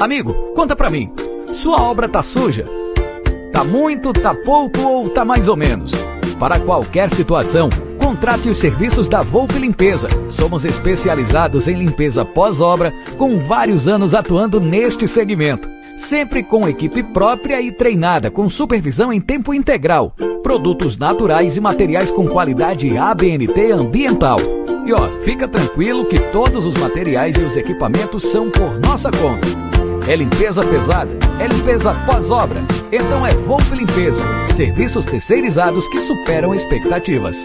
Amigo, conta pra mim. Sua obra tá suja? Tá muito, tá pouco ou tá mais ou menos? Para qualquer situação, contrate os serviços da Volpe Limpeza. Somos especializados em limpeza pós-obra, com vários anos atuando neste segmento. Sempre com equipe própria e treinada, com supervisão em tempo integral. Produtos naturais e materiais com qualidade ABNT ambiental. E fica tranquilo que todos os materiais e os equipamentos são por nossa conta. É limpeza pesada? É limpeza pós-obra? Então é Volpe Limpeza. Serviços terceirizados que superam expectativas.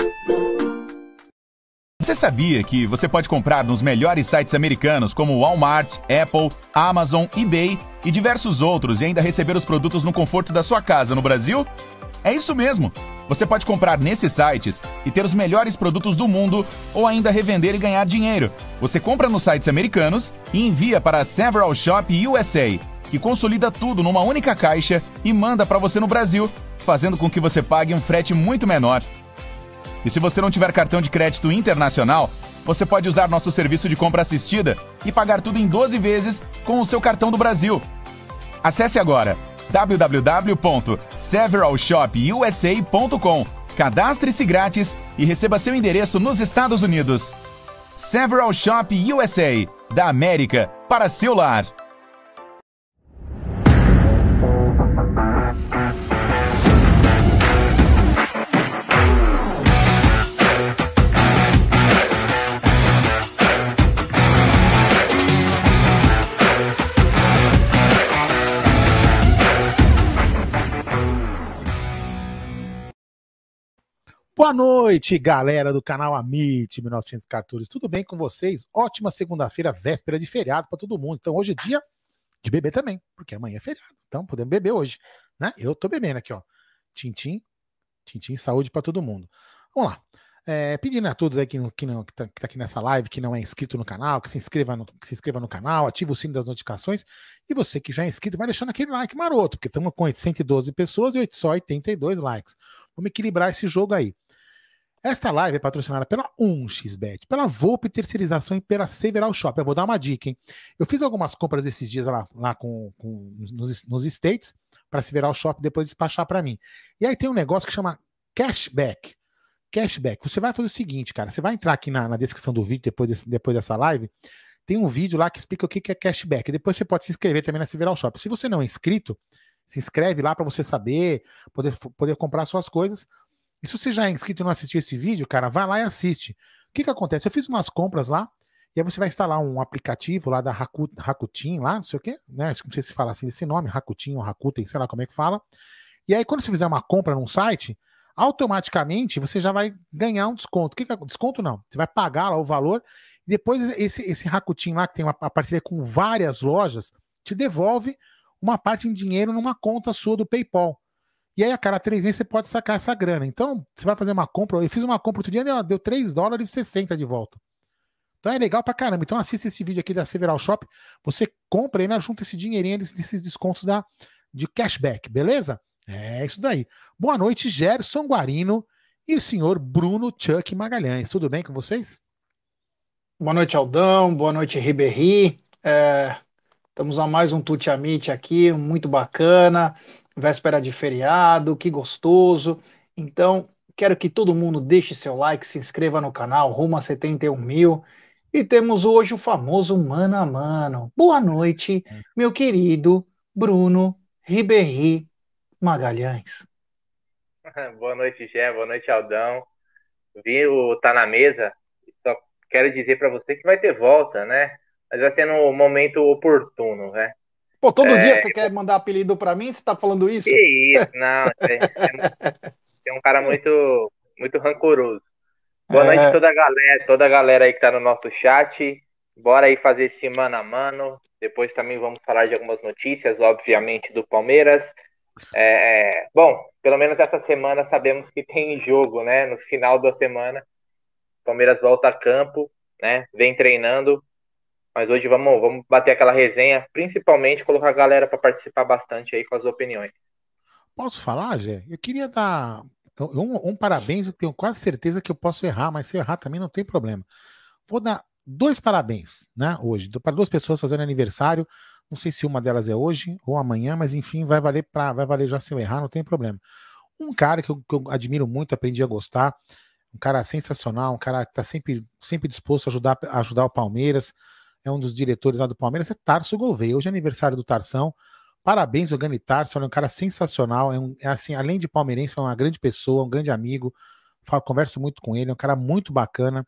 Você sabia que você pode comprar nos melhores sites americanos como Walmart, Apple, Amazon, eBay e diversos outros e ainda receber os produtos no conforto da sua casa no Brasil? É isso mesmo! Você pode comprar nesses sites e ter os melhores produtos do mundo ou ainda revender e ganhar dinheiro. Você compra nos sites americanos e envia para a Several Shop USA, que consolida tudo numa única caixa e manda para você no Brasil, fazendo com que você pague um frete muito menor. E se você não tiver cartão de crédito internacional, você pode usar nosso serviço de compra assistida e pagar tudo em 12 vezes com o seu cartão do Brasil. Acesse agora www.severalshopusa.com. Cadastre-se grátis e receba seu endereço nos Estados Unidos. Several Shop USA, da América para seu lar. Boa noite, galera do canal Amit 1914. Tudo bem com vocês? Ótima segunda-feira, véspera de feriado para todo mundo. Então hoje é dia de beber também, porque amanhã é feriado. Então podemos beber hoje, né? Eu tô bebendo aqui, ó. Tintim, saúde para todo mundo. Vamos lá. Pedindo a todos aí que tá aqui nessa live, que não é inscrito no canal, que se inscreva no canal, ative o sino das notificações. E você que já é inscrito, vai deixando aquele like maroto, porque estamos com 112 pessoas e só 82 likes. Vamos equilibrar esse jogo aí. Esta live é patrocinada pela 1xBet, pela Volpe Terceirização e pela Several Shop. Eu vou dar uma dica, hein? Eu fiz algumas compras esses dias lá nos States para Several Shop depois despachar para mim. E aí tem um negócio que chama Cashback. Cashback. Você vai fazer o seguinte, cara. Você vai entrar aqui na descrição do vídeo depois dessa live. Tem um vídeo lá que explica o que é cashback. Depois você pode se inscrever também na Several Shop. Se você não é inscrito, se inscreve lá para você saber, poder comprar suas coisas. E se você já é inscrito e não assistiu esse vídeo, cara, vai lá e assiste. O que acontece? Eu fiz umas compras lá, e aí você vai instalar um aplicativo lá da Rakuten, lá, não sei o quê, né? Não sei se fala assim esse nome, Rakuten ou Rakuten, sei lá como é que fala. E aí quando você fizer uma compra num site, automaticamente você já vai ganhar um desconto. Desconto não, você vai pagar lá o valor, e depois esse Rakuten lá, que tem uma parceria com várias lojas, te devolve uma parte em dinheiro numa conta sua do PayPal. E aí, a cada 3 meses você pode sacar essa grana. Então, você vai fazer uma compra. Eu fiz uma compra outro dia, deu $3,60 de volta. Então é legal pra caramba. Então assista esse vídeo aqui da Several Shop. Você compra e ainda junta esse dinheirinho desses descontos de cashback, beleza? É isso daí. Boa noite, Gerson Guarino e o senhor Bruno Chuck Magalhães. Tudo bem com vocês? Boa noite, Aldão. Boa noite, Ribéry. Estamos a mais um Tuti Amit aqui, muito bacana. Véspera de feriado, que gostoso. Então, quero que todo mundo deixe seu like, se inscreva no canal, rumo a 71 mil. E temos hoje o famoso Mano a Mano. Boa noite, meu querido Bruno Ribéry Magalhães. Boa noite, Gé. Boa noite, Aldão. Vi o Tá na Mesa. Só quero dizer para você que vai ter volta, né? Mas vai ser no momento oportuno, né? Pô, todo dia você quer mandar apelido pra mim? Você tá falando isso? Que isso, não. É um cara muito, muito rancoroso. Boa noite a toda a galera aí que tá no nosso chat. Bora aí fazer esse mano a mano. Depois também vamos falar de algumas notícias, obviamente, do Palmeiras. Bom, pelo menos essa semana sabemos que tem jogo, né? No final da semana, o Palmeiras volta a campo, né? Vem treinando. Mas hoje vamos bater aquela resenha, principalmente colocar a galera para participar bastante aí com as opiniões. Posso falar, Gé? Eu queria dar um parabéns, eu tenho quase certeza que eu posso errar, mas se eu errar também não tem problema. Vou dar 2 parabéns, né, hoje, para 2 pessoas fazendo aniversário Não sei se uma delas é hoje ou amanhã, mas enfim, vai valer já se eu errar, não tem problema. Um cara que eu admiro muito, aprendi a gostar, um cara sensacional, um cara que está sempre disposto a ajudar o Palmeiras, é um dos diretores lá do Palmeiras, é Tarso Gouveia. Hoje é aniversário do Tarsão. Parabéns ao grande Tarso, é um cara sensacional, é assim, além de palmeirense, é uma grande pessoa, um grande amigo, converso muito com ele, é um cara muito bacana,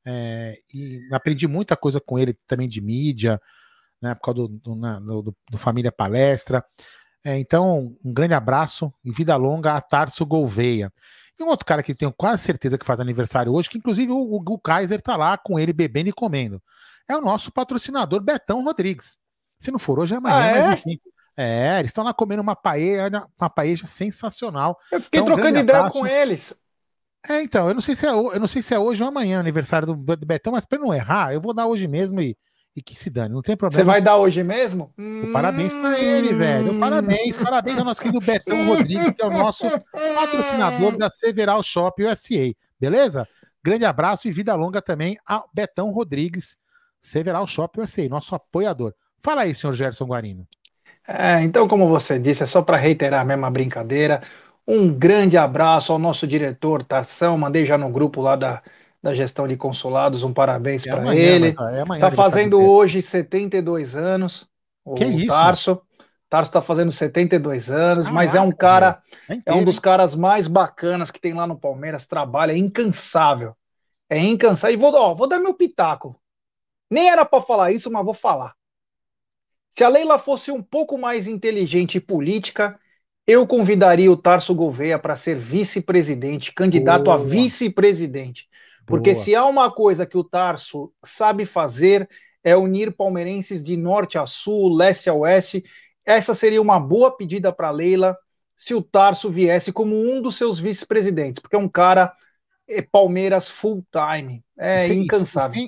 e aprendi muita coisa com ele também de mídia, né, por causa do Família Palestra. Então, um grande abraço e vida longa a Tarso Gouveia. E um outro cara que tenho quase certeza que faz aniversário hoje, que inclusive o Kaiser tá lá com ele bebendo e comendo, é o nosso patrocinador Betão Rodrigues. Se não for hoje, é amanhã, mas enfim. Eles estão lá comendo uma paella sensacional. Eu fiquei trocando ideia com eles. Então, eu não sei se é hoje ou amanhã aniversário do Betão, mas para não errar, eu vou dar hoje mesmo e que se dane, não tem problema. Você vai dar hoje mesmo? Parabéns para ele, velho. Parabéns ao nosso querido Betão Rodrigues, que é o nosso patrocinador da Several Shop USA. Beleza? Grande abraço e vida longa também a Betão Rodrigues, Several Shop USA, nosso apoiador. Fala aí, senhor Gerson Guarino. Então, como você disse, é só para reiterar a mesma brincadeira. Um grande abraço ao nosso diretor Tarsão. Mandei já no grupo lá da gestão de consulados um parabéns para ele. Está fazendo hoje 72 anos. Que isso? Tarso está fazendo 72 anos, mas é um cara, é um dos caras mais bacanas que tem lá no Palmeiras. Trabalha, é incansável. É incansável. E vou dar meu pitaco. Nem era para falar isso, mas vou falar. Se a Leila fosse um pouco mais inteligente e política, eu convidaria o Tarso Gouveia para ser vice-presidente, candidato a vice-presidente. Porque se há uma coisa que o Tarso sabe fazer, é unir palmeirenses de norte a sul, leste a oeste. Essa seria uma boa pedida para a Leila se o Tarso viesse como um dos seus vice-presidentes, porque é um cara Palmeiras full time, incansável.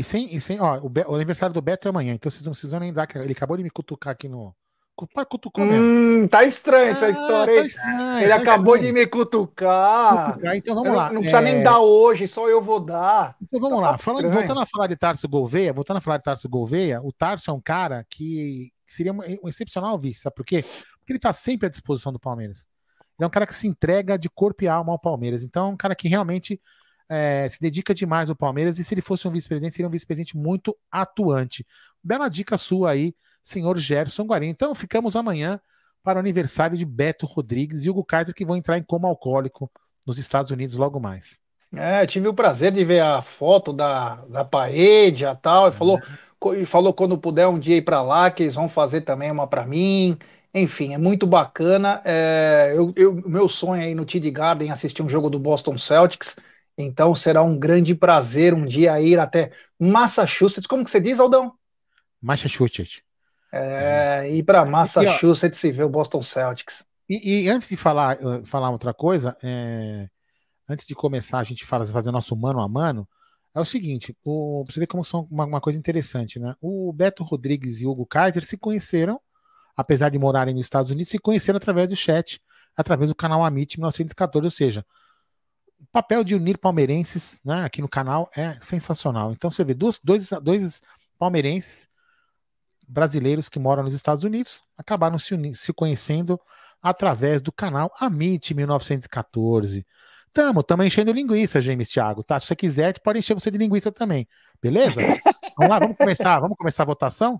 O aniversário do Beto é amanhã, então vocês não precisam nem dar. Ele acabou de me cutucar aqui no. Cutucou mesmo. Tá estranha essa história, hein? Ele acabou de me cutucar. Então vamos lá. Não precisa nem dar hoje, só eu vou dar. Então vamos lá. Voltando a falar de Tarso Gouveia, o Tarso é um cara que seria um excepcional vice, sabe por quê? Porque ele tá sempre à disposição do Palmeiras. Ele é um cara que se entrega de corpo e alma ao Palmeiras. Então é um cara que realmente se dedica demais ao Palmeiras, e se ele fosse um vice-presidente, seria um vice-presidente muito atuante. Bela dica sua aí, senhor Gerson Guarino. Então ficamos amanhã para o aniversário de Beto Rodrigues e Hugo Kaiser, que vão entrar em coma alcoólico nos Estados Unidos logo mais. Tive o prazer de ver a foto da paella e tal, e falou quando puder um dia ir para lá, que eles vão fazer também uma para mim. Enfim, é muito bacana. Meu sonho aí no TD Garden é assistir um jogo do Boston Celtics. Então será um grande prazer um dia ir até Massachusetts. Como que você diz, Aldão? Massachusetts. Ir para Massachusetts e ver o Boston Celtics. E antes de falar outra coisa, antes de começar a gente fazer nosso mano a mano, é o seguinte, pra você ver como são uma coisa interessante, né? O Beto Rodrigues e o Hugo Kaiser se conheceram, apesar de morarem nos Estados Unidos, se conheceram através do chat, através do canal Amit 1914, ou seja, o papel de unir palmeirenses, né, aqui no canal é sensacional. Então você vê dois palmeirenses brasileiros que moram nos Estados Unidos acabaram se conhecendo através do canal Amit 1914. Tamo enchendo linguiça, James Thiago, tá? Se você quiser, pode encher você de linguiça também. Beleza? Vamos lá, vamos começar a votação?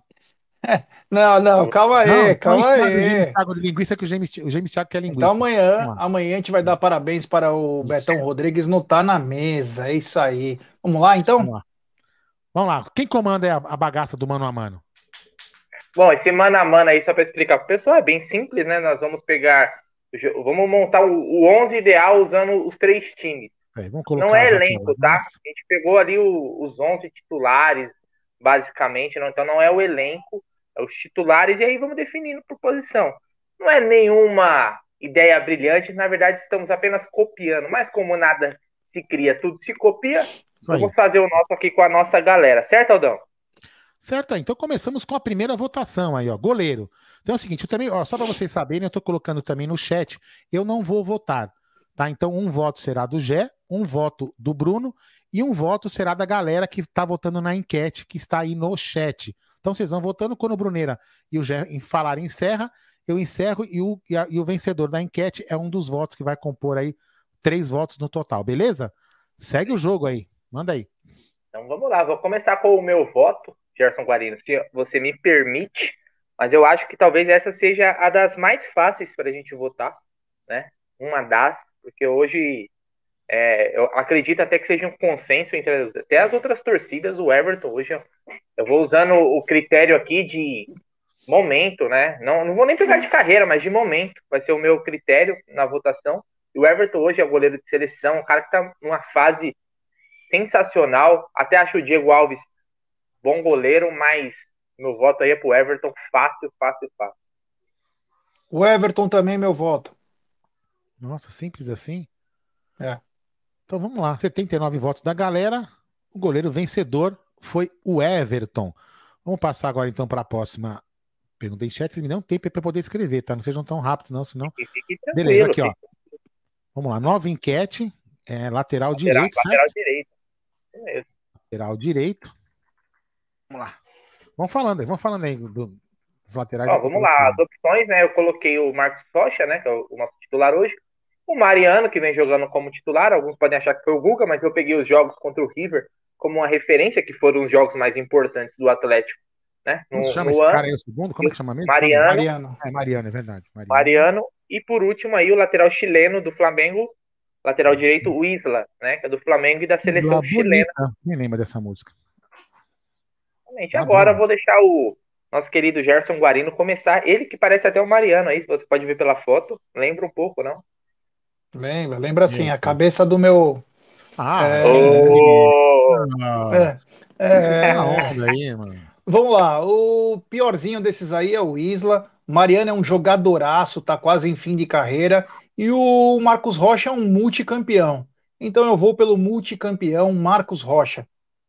Não, calma aí. O James Thiago de linguiça, que o James Thiago quer linguiça. Então amanhã a gente vai dar parabéns para o Betão Rodrigues no Tá na Mesa, é isso aí. Vamos lá, então? Vamos lá. Quem comanda a bagaça do mano a mano? Bom, esse mano a mano aí, só para explicar pro pessoal, é bem simples, né? Nós vamos vamos montar o 11 ideal usando os 3 times. Não é elenco, tá? A gente pegou ali os 11 titulares, basicamente, então não é o elenco, é os titulares, e aí vamos definindo por posição. Não é nenhuma ideia brilhante, na verdade estamos apenas copiando, mas como nada se cria, tudo se copia, vamos fazer o nosso aqui com a nossa galera, certo, Aldão? Certo, então começamos com a primeira votação aí, ó, goleiro. Então é o seguinte, eu também, só para vocês saberem, eu tô colocando também no chat, eu não vou votar, tá? Então um voto será do Gé, um voto do Bruno E um voto será da galera que está votando na enquete, que está aí no chat. Então vocês vão votando quando o Bruneira e o Gé falar encerra, eu encerro e o vencedor da enquete é um dos votos que vai compor aí 3 votos no total, beleza? Segue o jogo aí, manda aí. Então vamos lá, vou começar com o meu voto, Gerson Guarino, se você me permite, mas eu acho que talvez essa seja a das mais fáceis para a gente votar, né? Uma das, porque hoje eu acredito até que seja um consenso entre até as outras torcidas, o Everton hoje, eu vou usando o critério aqui de momento, né? Não vou nem pegar de carreira, mas de momento, vai ser o meu critério na votação. E o Everton hoje é o goleiro de seleção, um cara que está numa fase sensacional. Até acho o Diego Alves bom goleiro, mas meu voto aí é pro Everton fácil, fácil, fácil. O Everton também, meu voto. Nossa, simples assim? É. Então vamos lá. 79 votos da galera. O goleiro vencedor foi o Everton. Vamos passar agora então para a próxima pergunta em chat. Vocês me dão tempo para poder escrever, tá? Não sejam tão rápidos, não, senão. Fique Beleza, aqui, ó. Vamos lá. Nova enquete. Lateral direito. Lateral direito. Isso mesmo. Lateral direito. Vamos lá. Vamos falando aí dos laterais. Ó, vamos lá. As opções, né? Eu coloquei o Marcos Rocha, né? Que é o nosso titular hoje. O Mariano, que vem jogando como titular. Alguns podem achar que foi o Guga, mas eu peguei os jogos contra o River como uma referência, que foram os jogos mais importantes do Atlético, né? Como chama esse cara aí, o segundo? Como que chama mesmo? Mariano. Mariano, é verdade. Mariano. E por último aí o lateral chileno do Flamengo, lateral direito, o Isla, né? Que é do Flamengo e da seleção chilena. Nem lembro dessa música. Agora eu vou deixar o nosso querido Gerson Guarino começar. Ele que parece até o Mariano aí, você pode ver pela foto. Lembra um pouco, não? Lembra sim, a cabeça do meu... onda aí, mano. Vamos lá, o piorzinho desses aí é o Isla. Mariano é um jogadoraço, tá quase em fim de carreira. E o Marcos Rocha é um multicampeão. Então eu vou pelo multicampeão Marcos Rocha.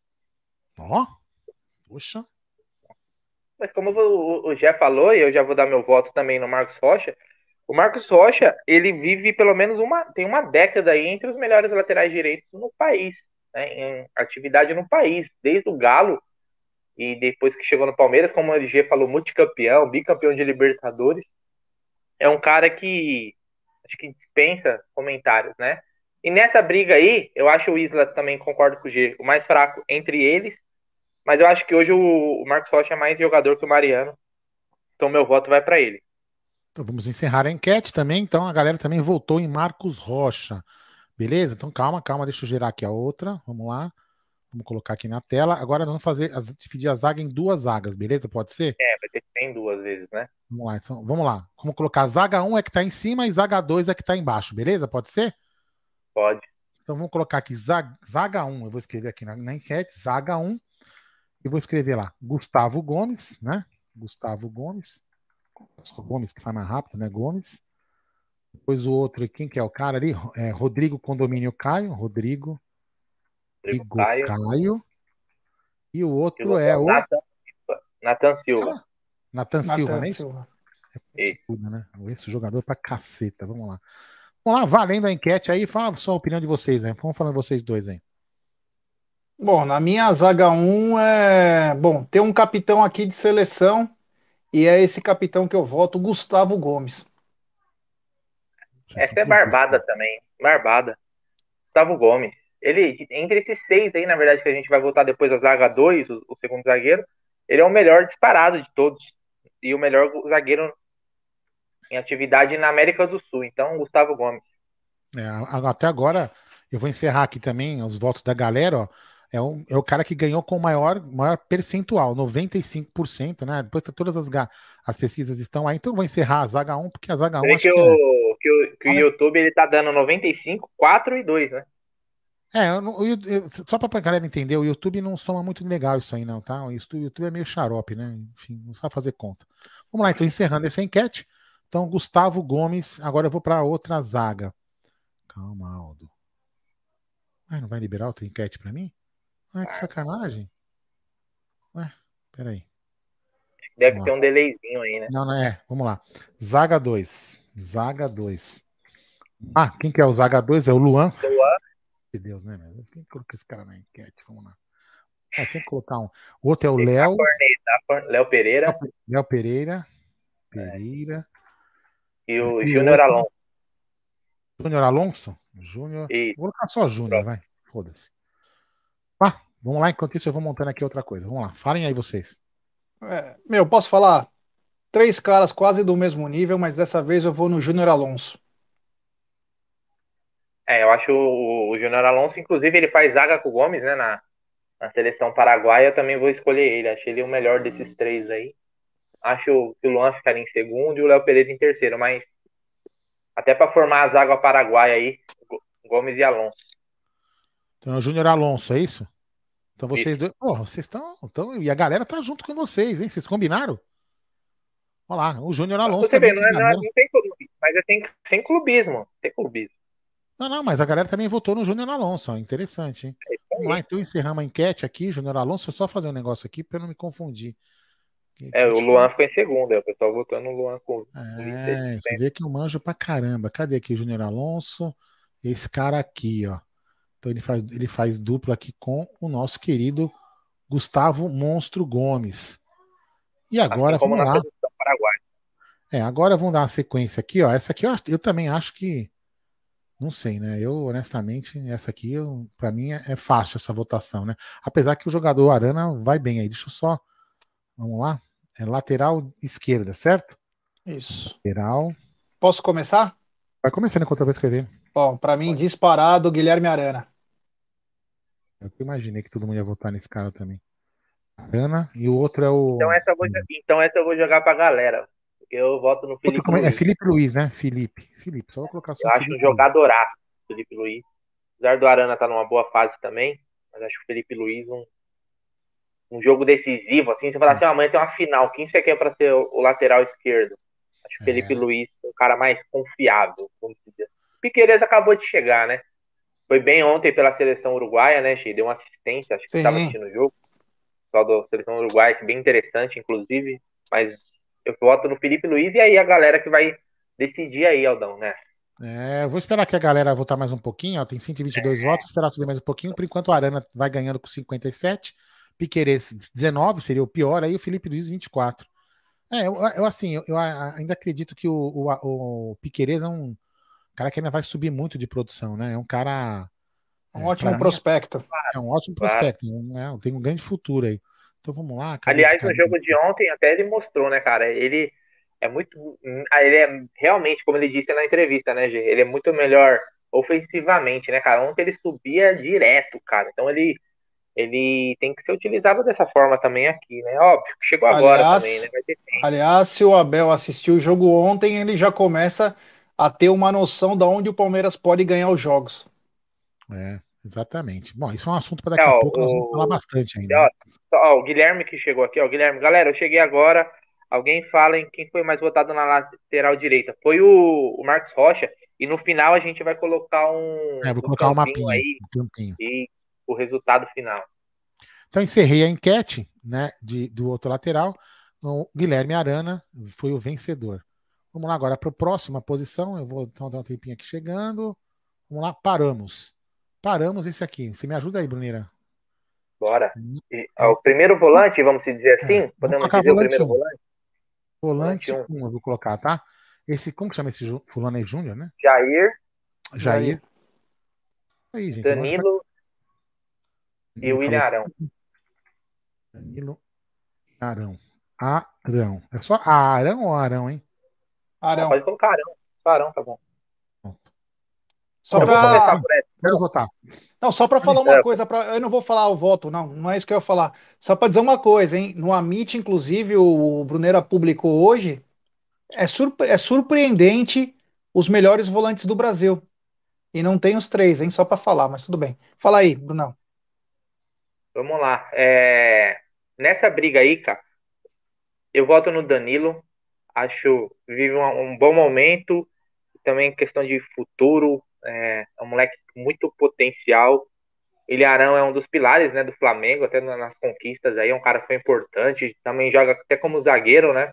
Poxa. Mas como o Jé falou, e eu já vou dar meu voto também no Marcos Rocha, o Marcos Rocha, ele vive pelo menos tem uma década aí entre os melhores laterais direitos no país, né, em atividade no país, desde o Galo, e depois que chegou no Palmeiras, como o LG falou, multicampeão, bicampeão de Libertadores, é um cara que acho que dispensa comentários, né? E nessa briga aí, eu acho o Isla, também concordo com o G, o mais fraco entre eles, mas eu acho que hoje o Marcos Rocha é mais jogador que o Mariano. Então meu voto vai para ele. Então vamos encerrar a enquete também. Então a galera também votou em Marcos Rocha. Beleza? Então calma. Deixa eu gerar aqui a outra. Vamos lá. Vamos colocar aqui na tela. Agora nós vamos dividir a zaga em 2 zagas, beleza? Pode ser? Vai ter que ter em 2 vezes, né? Vamos lá. Então, vamos lá. Vamos colocar a zaga 1 é que tá em cima e zaga 2 é que tá embaixo, beleza? Pode ser? Pode. Então vamos colocar aqui zaga 1. Eu vou escrever aqui na enquete, zaga 1. E vou escrever lá, Gustavo Gomes, né? Gustavo Gomes. Gomes que faz mais rápido, né? Gomes. Depois o outro, quem que é o cara ali? Rodrigo Condomínio Caio. Rodrigo Caio. E o outro é o... Natan Silva. Natan Silva, né? Tudo, né? Esse jogador pra caceta. Vamos lá. Vamos lá, valendo a enquete aí. Fala só a opinião de vocês, né? Vamos falando vocês dois aí. Bom, na minha zaga 1 tem um capitão aqui de seleção e é esse capitão que eu voto, Gustavo Gomes. Essa é barbada também, barbada. Gustavo Gomes. Ele, entre esses 6 aí, na verdade, que a gente vai votar depois da zaga 2, o segundo zagueiro, ele é o melhor disparado de todos. E o melhor zagueiro em atividade na América do Sul. Então, Gustavo Gomes. Até agora, eu vou encerrar aqui também os votos da galera, ó. É o cara que ganhou com o maior percentual, 95%, né? Depois todas as pesquisas estão aí, então eu vou encerrar a zaga 1, porque a zaga 1 acho que o YouTube ele tá dando 95, 4 e 2, né? Só pra galera entender, o YouTube não soma muito legal isso aí não, tá? O YouTube é meio xarope, né? Enfim, não sabe fazer conta. Vamos lá, então, encerrando essa enquete. Então, Gustavo Gomes, agora eu vou pra outra zaga. Calma, Aldo. Não vai liberar outra enquete pra mim? Que sacanagem. Peraí. Deve ter um delayzinho aí, né? Não, vamos lá. Zaga 2. Quem que é o Zaga 2? É o Luan. de Deus, né, meu? Quem colocou esse cara na enquete? Vamos lá. Tem que colocar um. O outro é o Léo. Léo Pereira. Léo Pereira. Pereira. E o Júnior Alonso. Júnior Alonso? Júnior. Vou colocar só Júnior, vai. Foda-se. Vamos lá, enquanto isso eu vou montando aqui outra coisa. Vamos lá, falem aí vocês. Posso falar? 3 caras quase do mesmo nível, mas dessa vez eu vou no Júnior Alonso. Eu acho o Júnior Alonso, inclusive, ele faz zaga com o Gomes, né, na seleção paraguaia. Eu também vou escolher ele. Acho ele o melhor desses 3 aí. Acho que o Luan ficaria em segundo e o Léo Pereira em terceiro, mas até para formar a zaga paraguaia aí, Gomes e Alonso. Então é o Júnior Alonso, é isso? Então vocês dois. Vocês estão. E a galera tá junto com vocês, hein? Vocês combinaram? Olha lá, o Júnior Alonso. Você vê, não tem clubismo, mas sem clubismo. Tem clubismo. Não, mas a galera também votou no Júnior Alonso, ó. Interessante, hein? Vamos lá, então encerramos a enquete aqui, Júnior Alonso. Só fazer um negócio aqui para eu não me confundir. O Luan ficou em segundo, o pessoal votou no Luan com. Você vê que eu manjo pra caramba. Cadê aqui o Júnior Alonso? Esse cara aqui, ó. Então ele faz dupla aqui com o nosso querido Gustavo Monstro Gomes. E agora assim vamos lá. Agora vamos dar uma sequência aqui, ó. Essa aqui eu também acho que. Não sei, né? Eu, honestamente, essa aqui, pra mim, é fácil essa votação, né? Apesar que o jogador Arana vai bem aí. Deixa eu só. Vamos lá. É lateral esquerda, certo? Isso. Lateral. Posso começar? Vai começando enquanto eu vou escrever. Bom, pra mim, disparado, Guilherme Arana. Eu imaginei que todo mundo ia votar nesse cara também. Arana, e o outro é o. Então essa eu vou jogar pra galera. Porque eu voto no Felipe Luiz. É Felipe Luiz, né? Felipe, só vou colocar só. Eu acho um jogadoraço, Felipe Luiz. Apesar do Arana estar numa boa fase também, mas acho o Felipe Luiz um jogo decisivo, assim, você fala assim, amanhã tem uma final, quem você quer para ser o lateral esquerdo? Acho o Felipe Luiz um cara mais confiável, vamos dizer. O Piquerez acabou de chegar, né? Foi bem ontem pela seleção uruguaia, né, Che? Deu uma assistência, acho que você estava assistindo o jogo. O pessoal da seleção uruguaia, que é bem interessante, inclusive, mas eu voto no Felipe Luiz e aí a galera que vai decidir aí, Aldão, né? Eu vou esperar que a galera votar mais um pouquinho, ó, tem 122 votos, esperar subir mais um pouquinho, por enquanto o Arana vai ganhando com 57, Piquerez 19, seria o pior, aí o Felipe Luiz 24. Eu ainda acredito que o Piquerez é um cara que ainda vai subir muito de produção, né? É um cara... Um ótimo prospecto. É um ótimo prospecto, né? Tem um grande futuro aí. Então vamos lá. Aliás, no jogo de ontem até ele mostrou, né, cara? Ele é muito... Ele é realmente, como ele disse na entrevista, né, Gê? Ele é muito melhor ofensivamente, né, cara? Ontem ele subia direto, cara. Então ele tem que ser utilizado dessa forma também aqui, né? Óbvio que chegou agora também, né? Vai ter tempo. Aliás, se o Abel assistiu o jogo ontem, ele já começa a ter uma noção de onde o Palmeiras pode ganhar os jogos. Exatamente. Bom, isso é um assunto para daqui a pouco, nós vamos falar bastante ainda. Né? O Guilherme que chegou aqui, ó. Guilherme, galera, eu cheguei agora. Alguém fala em quem foi mais votado na lateral direita. Foi o Marcos Rocha. E no final a gente vai colocar vou colocar um mapinha aí. E o resultado final. Então encerrei a enquete, né, do outro lateral. O Guilherme Arana foi o vencedor. Vamos lá agora para a próxima posição. Eu vou então dar um tempinho aqui chegando. Vamos lá, paramos esse aqui. Você me ajuda aí, Bruneira? Bora. O primeiro volante, vamos dizer assim? Podemos dizer o primeiro volante? Volante 1, eu vou colocar, tá? Como que chama esse fulano aí? Júnior, né? Jair. Aí, gente. Danilo e o William Arão. Danilo e Arão. É só Arão ou Arão, hein? Arão. Pode colocar Arão. Arão, tá bom. Só para Quero votar. Não, só para falar uma coisa, eu não vou falar o voto, não é isso que eu ia falar. Só para dizer uma coisa, hein? No Amit, inclusive, o Bruneira publicou hoje, é surpreendente os melhores volantes do Brasil. E não tem os 3, hein? Só para falar, mas tudo bem. Fala aí, Brunão. Vamos lá. Nessa briga aí, cara, eu voto no Danilo. Acho que vive um bom momento. Também questão de futuro. É um moleque com muito potencial. Ilharão é um dos pilares, né, do Flamengo, até nas conquistas aí. É um cara que foi importante. Também joga até como zagueiro, né?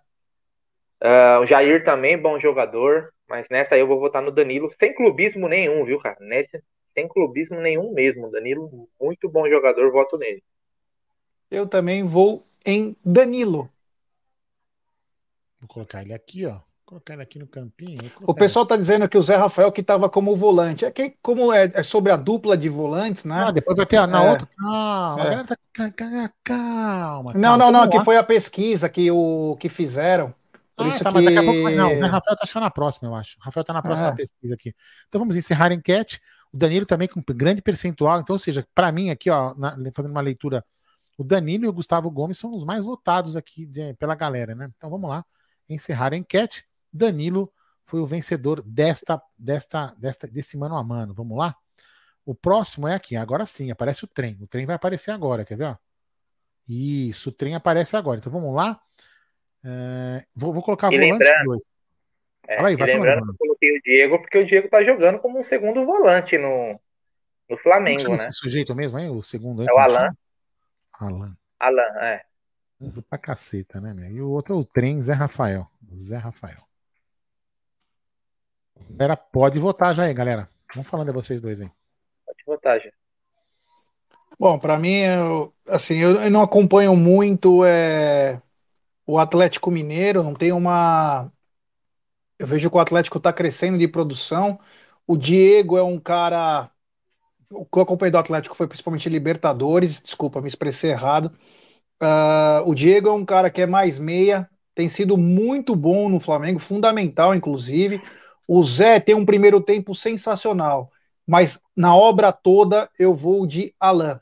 O Jair também, bom jogador. Mas nessa aí eu vou votar no Danilo. Sem clubismo nenhum, viu, cara? sem clubismo nenhum mesmo. Danilo, muito bom jogador, voto nele. Eu também vou em Danilo. Vou colocar ele aqui, ó. Vou colocar ele aqui no campinho. O pessoal está dizendo que o Zé Rafael que estava como volante. É que, como é sobre a dupla de volantes, né? Depois vai ter na É, outra. Calma, a é. galera tá. Calma, Não, calma. Então, que foi a pesquisa que fizeram. Por isso tá, mas daqui a pouco. Não, o Zé que. Rafael tá achando na próxima, eu acho. O Rafael tá na próxima É, pesquisa aqui. Então vamos encerrar a enquete. O Danilo também com grande percentual. Então, ou seja, para mim aqui, ó, fazendo uma leitura, o Danilo e o Gustavo Gomes são os mais votados aqui pela galera, né? Então vamos lá. Encerrar a enquete. Danilo foi o vencedor desse mano a mano. Vamos lá? O próximo é aqui. Agora sim, aparece o trem. O trem vai aparecer agora, quer ver? Ó? Isso, o trem aparece agora. Então vamos lá. Vou colocar E volante lembrando, 2. Fala aí, e vai falando, lembrando que mano. eu coloquei o Diego, porque o Diego tá jogando como um segundo volante no Como que Flamengo, chama esse né? sujeito mesmo aí? O segundo aí, É o como Alan. chama? Alan. Alan, é. Pra caceta, né, meu? E o outro é o trem, Zé Rafael. Zé Rafael. Galera, pode votar já aí, galera. Vamos falando de vocês dois aí. Pode botar, já. bom, para mim, eu não acompanho muito o Atlético Mineiro, não tem uma. Eu vejo que o Atlético está crescendo de produção. O Diego é um cara. O que eu acompanhei do Atlético foi principalmente Libertadores, desculpa, me expressei errado. O Diego é um cara que é mais meia, tem sido muito bom no Flamengo, fundamental, inclusive. O Zé tem um primeiro tempo sensacional, mas na obra toda eu vou de Alan.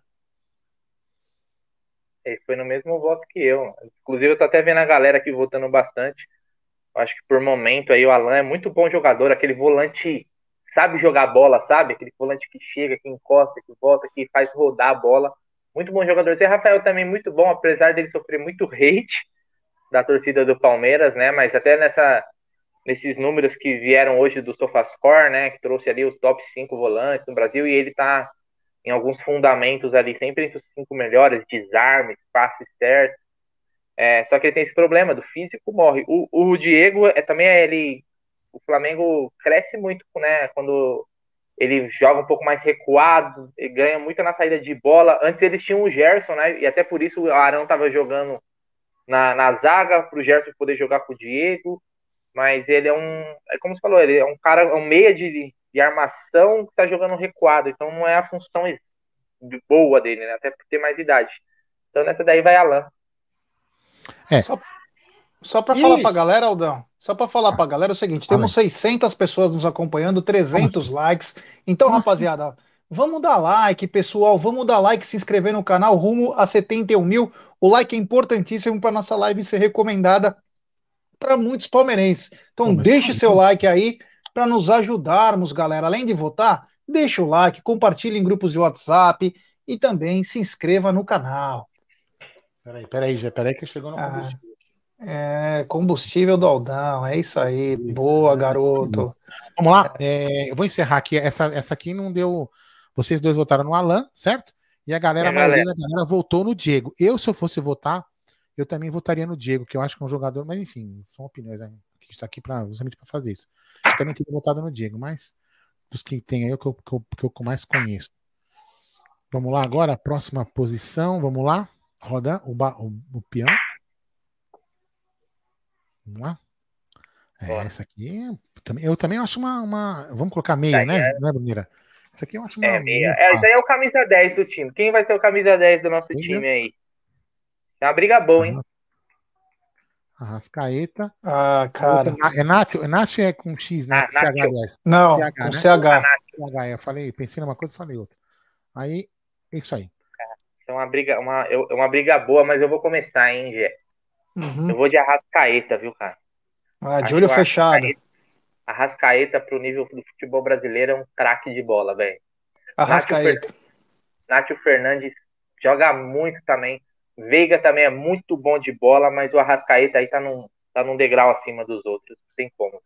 Ele foi no mesmo voto que eu. Inclusive, eu tô até vendo a galera aqui votando bastante. Eu acho que por momento aí o Alan é muito bom jogador, aquele volante sabe jogar bola, sabe? Aquele volante que chega, que encosta, que volta, que faz rodar a bola. Muito bom jogador. Zé Rafael também muito bom, apesar dele sofrer muito hate da torcida do Palmeiras, né? Mas até nesses números que vieram hoje do SofaScore, né? Que trouxe ali os top 5 volantes no Brasil e ele tá em alguns fundamentos ali, sempre entre os 5 melhores, desarme, passe certo. Só que ele tem esse problema do físico morre. O Diego também ele. O Flamengo cresce muito, né? Quando ele joga um pouco mais recuado, ele ganha muito na saída de bola. Antes eles tinham o Gerson, né? E até por isso o Arão estava jogando na zaga para o Gerson poder jogar com o Diego. Mas ele como você falou, ele é um cara, é um meia de armação que está jogando recuado. Então não é a função boa dele, né? Até por ter mais idade. Então nessa daí vai Alan. Só, só para falar para a Isso. galera, Aldão, só para falar para a galera é o seguinte: Fala temos aí. 600 pessoas nos acompanhando, Como 300 assim? likes. Então, Como assim? rapaziada, vamos dar like, pessoal, vamos dar like, se inscrever no canal rumo a 71 mil. O like é importantíssimo para nossa live ser recomendada para muitos palmeirenses. Então, Começou deixe aí. seu like aí para nos ajudarmos, galera. Além de votar, deixe o like, compartilhe em grupos de WhatsApp e também se inscreva no canal. Peraí que chegou no Ah, combustível. combustível do Aldão, é isso aí. Boa, garoto. Vamos lá, eu vou encerrar aqui. Essa aqui não deu. Vocês dois votaram no Alan, certo? E a maioria da galera votou no Diego. Se eu fosse votar, eu também votaria no Diego, que eu acho que é um jogador, mas enfim, são opiniões. Né? A gente está aqui justamente para fazer isso. Eu também teria votado no Diego, mas dos que tem aí, é o que eu mais conheço. Vamos lá agora, a próxima posição. Vamos lá. Roda o peão. Vamos lá. Essa aqui, eu também acho uma. Vamos colocar meia, né, Bruneira? Essa aqui eu acho uma Meia. meia Isso aí é fácil. o camisa 10 do time. Quem vai ser o camisa 10 do nosso time aí? É uma briga boa, hein? Arrascaeta. Ah, cara. É Nacho é com X, né? CH, aliás. Não, CH, com né? CH. CH, eu falei, pensei numa coisa e falei outra. Aí, é isso aí. É uma briga boa, mas eu vou começar, hein, Gé? Eu vou de Arrascaeta, viu, cara? De olho fechado. Arrascaeta pro nível do futebol brasileiro é um craque de bola, velho. Arrascaeta. Nátio Fernandes joga muito também. Veiga também é muito bom de bola, mas o Arrascaeta aí tá num degrau acima dos outros. Não tem como.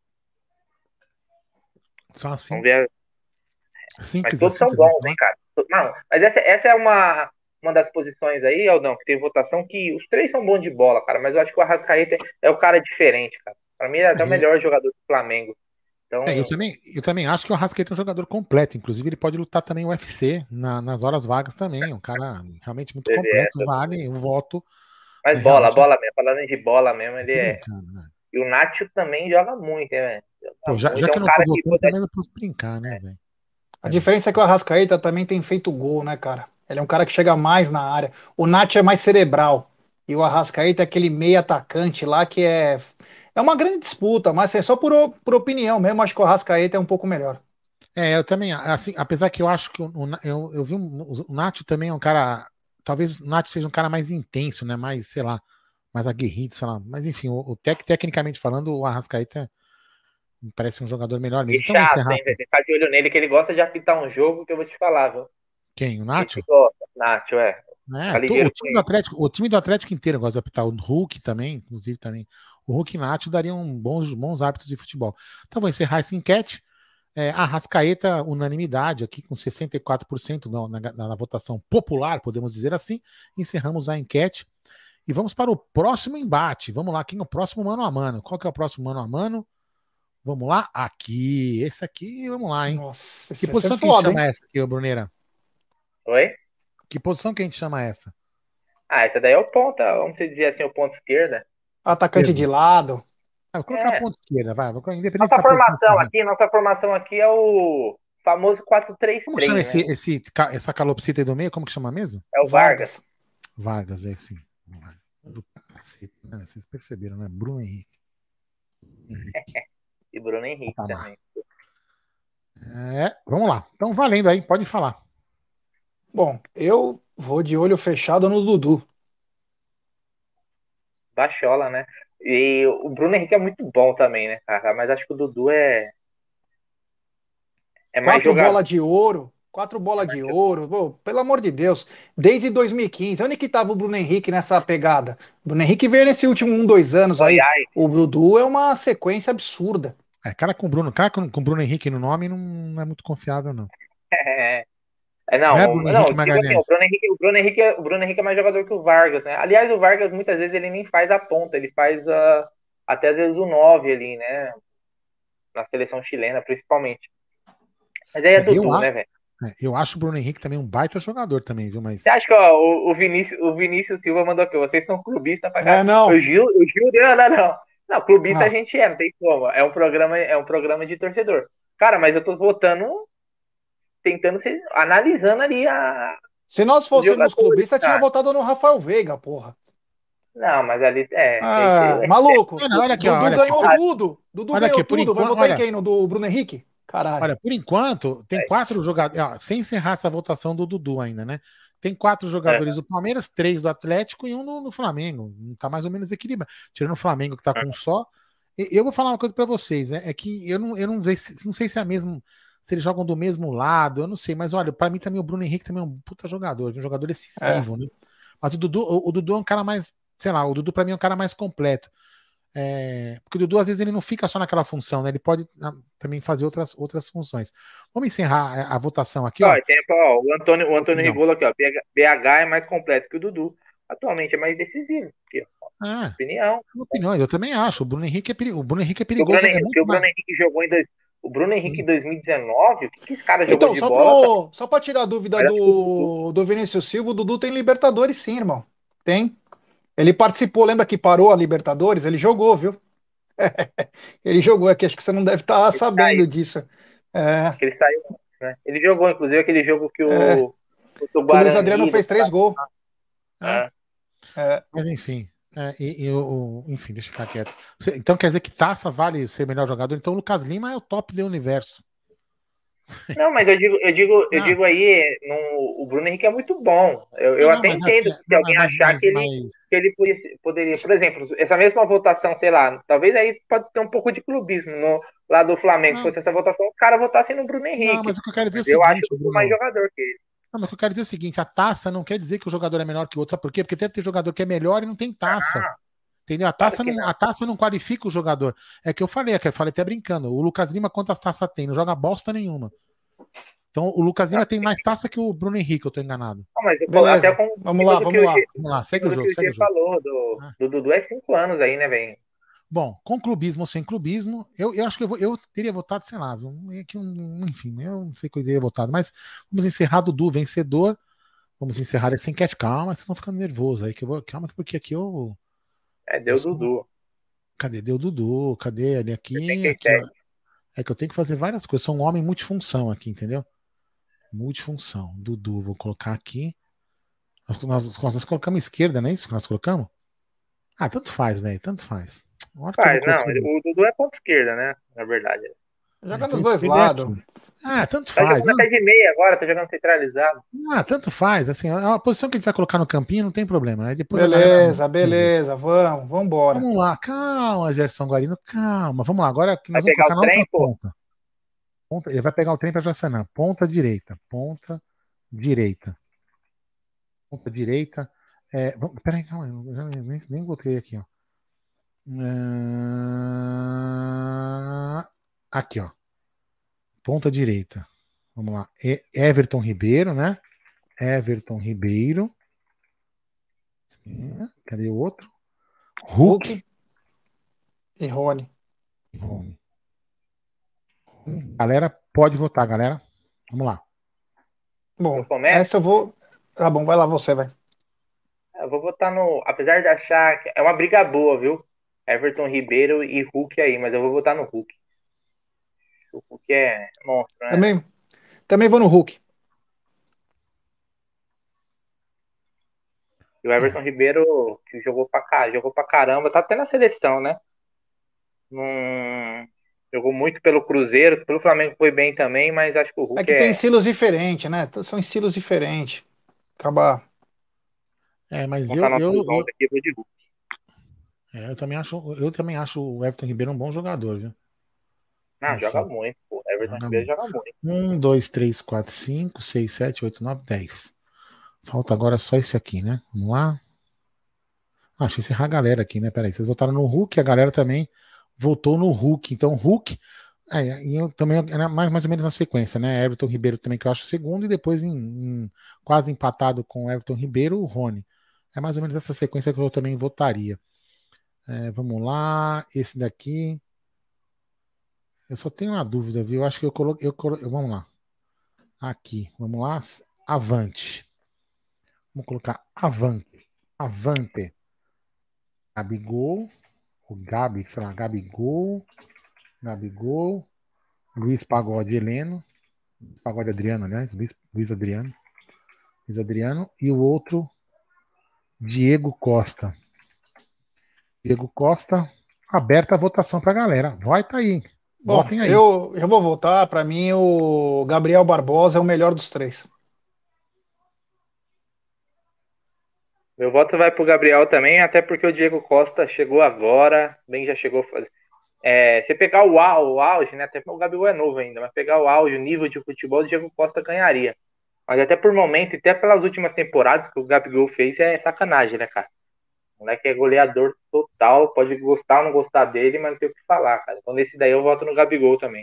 Só assim. Vamos ver. Simples, mas todos são bons, hein, cara? Não, mas essa é uma das posições aí, Aldão, que tem votação, que os três são bons de bola, cara. Mas eu acho que o Arrascaeta é o cara diferente, cara. Pra mim, ele é até o melhor jogador do Flamengo. Então, Eu também acho que o Arrascaeta é um jogador completo. Inclusive, ele pode lutar também o UFC nas horas vagas também. Um cara realmente muito completo. Vale um voto. Mas bola mesmo. Falando de bola mesmo, ele é. Né? E o Nacho também joga muito, né? Pô, já que eu não tô votando, também não posso brincar, né, velho? A diferença é que o Arrascaeta também tem feito gol, né, cara? Ele é um cara que chega mais na área. O Nacho é mais cerebral. E o Arrascaeta é aquele meio atacante lá que é uma grande disputa, mas é só por opinião mesmo. Acho que o Arrascaeta é um pouco melhor. Eu também, assim, apesar que eu acho que eu vi o Nacho também é um cara. Talvez o Nacho seja um cara mais intenso, né? Mais, sei lá, mais aguerrido, sei lá. Mas enfim, tecnicamente falando, o Arrascaeta me parece um jogador melhor mesmo. Então, chato, hein, velho? Ficar de olho nele, que ele gosta de apitar um jogo que eu vou te falar, viu? Quem? O Nacho? Nacho, é. O time do Atlético inteiro gosta de apitar. O Hulk também, inclusive também. O Hulk e o Nacho dariam bons hábitos de futebol. Então vou encerrar essa enquete. Arrascaeta, unanimidade aqui com 64% na votação popular, podemos dizer assim. Encerramos a enquete. E vamos para o próximo embate. Vamos lá, quem é o próximo mano a mano? Qual que é o próximo mano a mano? Vamos lá, aqui. Esse aqui, vamos lá, hein? Nossa, que posição que a gente chama essa aqui, Bruneira? Oi? Que posição que a gente chama essa? Essa daí é o ponta, vamos dizer assim, o ponto esquerda. Atacante de lado. Vou colocar ponta esquerda, vai. Independente nossa formação aqui é o famoso 4-3-3. Como chama essa calopsita aí do meio? Como que chama mesmo? É o Vargas. Vargas, sim. Vocês perceberam, né? Bruno Henrique. E Bruno Henrique também. Vamos lá. Então, valendo aí, pode falar. Bom, eu vou de olho fechado no Dudu. Bachola, né? E o Bruno Henrique é muito bom também, né, cara? Mas acho que o Dudu é mais jogador. 4 bolas de ouro. Pô, pelo amor de Deus. Desde 2015. Onde que tava o Bruno Henrique nessa pegada? O Bruno Henrique veio nesse último 2 anos aí. O Dudu é uma sequência absurda. Cara com Bruno Henrique no nome não é muito confiável, não. O Bruno Henrique é mais jogador que o Vargas, né? Aliás, o Vargas muitas vezes ele nem faz a ponta, ele faz até às vezes o 9 ali, né? Na seleção chilena, principalmente. Mas aí é Dudu, né, velho? Eu acho o Bruno Henrique também um baita jogador também, viu? Mas... Você acha que o Vinícius Silva mandou aqui? Vocês são clubistas pra cá? Não. O Gil, não. Não, clubista a gente não tem como. É um programa de torcedor. Cara, mas eu tô votando, analisando ali a... Se nós fôssemos clubistas, tinha votado no Rafael Veiga, porra. Não, mas ali maluco. Olha aqui, Dudu ganhou tudo. Dudu ganhou tudo. Vai votar em quem? No do Bruno Henrique? Caralho. Olha, por enquanto, tem 4 jogadores. Sem encerrar essa votação do Dudu ainda, né? Tem 4 jogadores do Palmeiras, 3 do Atlético e um no Flamengo. Tá mais ou menos equilibrado. Tirando o Flamengo, que tá com um só. Eu vou falar uma coisa pra vocês, né? É que eu não sei se é mesmo. Se eles jogam do mesmo lado, eu não sei. Mas olha, pra mim também o Bruno Henrique também é um puta jogador, um jogador decisivo, né? Mas o Dudu é um cara mais. Sei lá, o Dudu pra mim é um cara mais completo. Porque o Dudu, às vezes, ele não fica só naquela função, né? Ele pode também fazer outras funções. Vamos encerrar a votação aqui, ó. O Antônio Ribola aqui, ó. BH é mais completo que o Dudu. Atualmente é mais decisivo. Aqui, ó. Opinião. Eu também acho. O Bruno Henrique é perigoso. O Bruno Henrique em 2019, o que esse cara jogou de bola? Só pra tirar a dúvida do Vinícius Silva, o Dudu tem Libertadores sim, irmão. Tem. Ele participou, lembra que parou a Libertadores? Ele jogou, viu? Ele jogou aqui, acho que você não deve estar sabendo disso. Ele saiu, né? Ele jogou, inclusive, aquele jogo que o Luiz Adriano fez 3 gols. Mas enfim. Enfim, deixa eu ficar quieto. Então quer dizer que Taça vale ser melhor jogador? Então o Lucas Lima é o top do universo. Não, mas eu digo aí, o Bruno Henrique é muito bom. Eu até entendo se alguém achar que ele poderia, por exemplo, essa mesma votação, sei lá, talvez aí pode ter um pouco de clubismo lá do Flamengo. Se fosse essa votação, os caras votassem no Bruno Henrique. Não, mas o que eu quero dizer é o seguinte, eu acho que mais jogador que ele. Não, mas o que eu quero dizer é o seguinte, a taça não quer dizer que o jogador é menor que o outro, sabe por quê? Porque deve ter jogador que é melhor e não tem taça. Entendeu? A taça não qualifica o jogador. É que eu falei até brincando. O Lucas Lima, quantas taças tem? Não joga bosta nenhuma. Então o Lucas Lima tem mais taça que o Bruno Henrique, eu tô enganado. Não, mas beleza. Vamos lá, segue o jogo. Falou do Dudu é 5 anos aí, né, velho? Bom, com clubismo ou sem clubismo, eu acho que eu teria votado, sei lá, enfim, eu não sei que eu teria votado, mas vamos encerrar Dudu vencedor. Vamos encerrar essa enquete. Calma, vocês estão ficando nervosos aí, que eu vou. Calma, porque aqui eu Deu sou. Dudu. Cadê? Deu Dudu? Cadê ele aqui? Aqui, ó. 77. É que eu tenho que fazer várias coisas. Sou um homem multifunção aqui, entendeu? Multifunção. Dudu, vou colocar aqui. Nós colocamos esquerda, não é isso que nós colocamos? Ah, tanto faz, velho. Tanto faz. A hora que eu vou Faz, não, colocar. o Dudu é ponta esquerda, né? Na verdade. Joga Então nos dois esquerda é lados. aqui. Ah, tanto Tá faz. jogando até de meia agora, tá jogando centralizado. Ah, tanto faz. Assim, a posição que a gente vai colocar no campinho não tem problema. Aí depois a galera. Beleza, beleza. Vamos embora. Vamos lá, calma, Gerson Guarino, calma. Vamos lá, agora que Vai nós vamos pegar colocar o na outra trem, pô. ponta. Ele vai pegar o trem para Jaçanã. Ponta direita. Ponta direita. Ponta direita. Peraí, calma. Eu já nem botei aqui, ó. Aqui, ó. Ponta direita. Vamos lá. Everton Ribeiro, né? Everton Ribeiro. Cadê o outro? Hulk. E Rony. Rony. Galera, pode votar, galera. Vamos lá. Bom, Eu começo? essa eu vou. Tá bom, vai lá você, vai. Eu vou votar no. Apesar de achar que é uma briga boa, viu? Everton Ribeiro e Hulk aí, mas eu vou votar no Hulk. O Hulk é monstro, né? Também vou no Hulk. E o Everton Ribeiro, que jogou pra caramba, tá até na seleção, né? Jogou muito pelo Cruzeiro, pelo Flamengo foi bem também, mas acho que o É Hulk que tem é. estilos diferentes, né? São estilos diferentes. Acabar. Mas Montar nossos votos aqui, eu vou de Hulk. eu também acho o Everton Ribeiro um bom jogador, viu? Não, joga muito, pô. Everton Ribeiro joga muito. 1, 2, 3, 4, 5, 6, 7, 8, 9, 10. Falta agora só esse aqui, né? Vamos lá. Deixa eu encerrar a galera aqui, né? Peraí, vocês votaram no Hulk, a galera também votou no Hulk. Então, Hulk, e eu também, mais ou menos na sequência, né? Everton Ribeiro também, que eu acho segundo, e depois quase empatado com o Everton Ribeiro, o Rony. É mais ou menos essa sequência que eu também votaria. Vamos lá, esse daqui. Eu só tenho uma dúvida, viu? Eu acho que eu coloquei. Vamos lá. Aqui, vamos lá. Avante. Vamos colocar Avante. Avante. Gabigol. O Gabi, sei lá, Gabigol. Luiz Pagode Heleno. Pagode Adriano, aliás. Luiz Adriano. Luiz Adriano. E o outro, Diego Costa. Diego Costa. Aberta a votação pra galera. Vai tá aí. Bom, Votem aí. eu vou voltar. Para mim, o Gabriel Barbosa é o melhor dos três. Meu voto vai pro Gabriel também, até porque o Diego Costa chegou agora, bem já chegou. Se pegar o auge, né? Até o Gabriel é novo ainda, mas pegar o auge, o nível de futebol, o Diego Costa ganharia. Mas até por momento, e até pelas últimas temporadas que o Gabigol fez, é sacanagem, né, cara? O moleque é goleador total, pode gostar ou não gostar dele, mas não tem o que falar, cara. Então nesse daí eu voto no Gabigol também.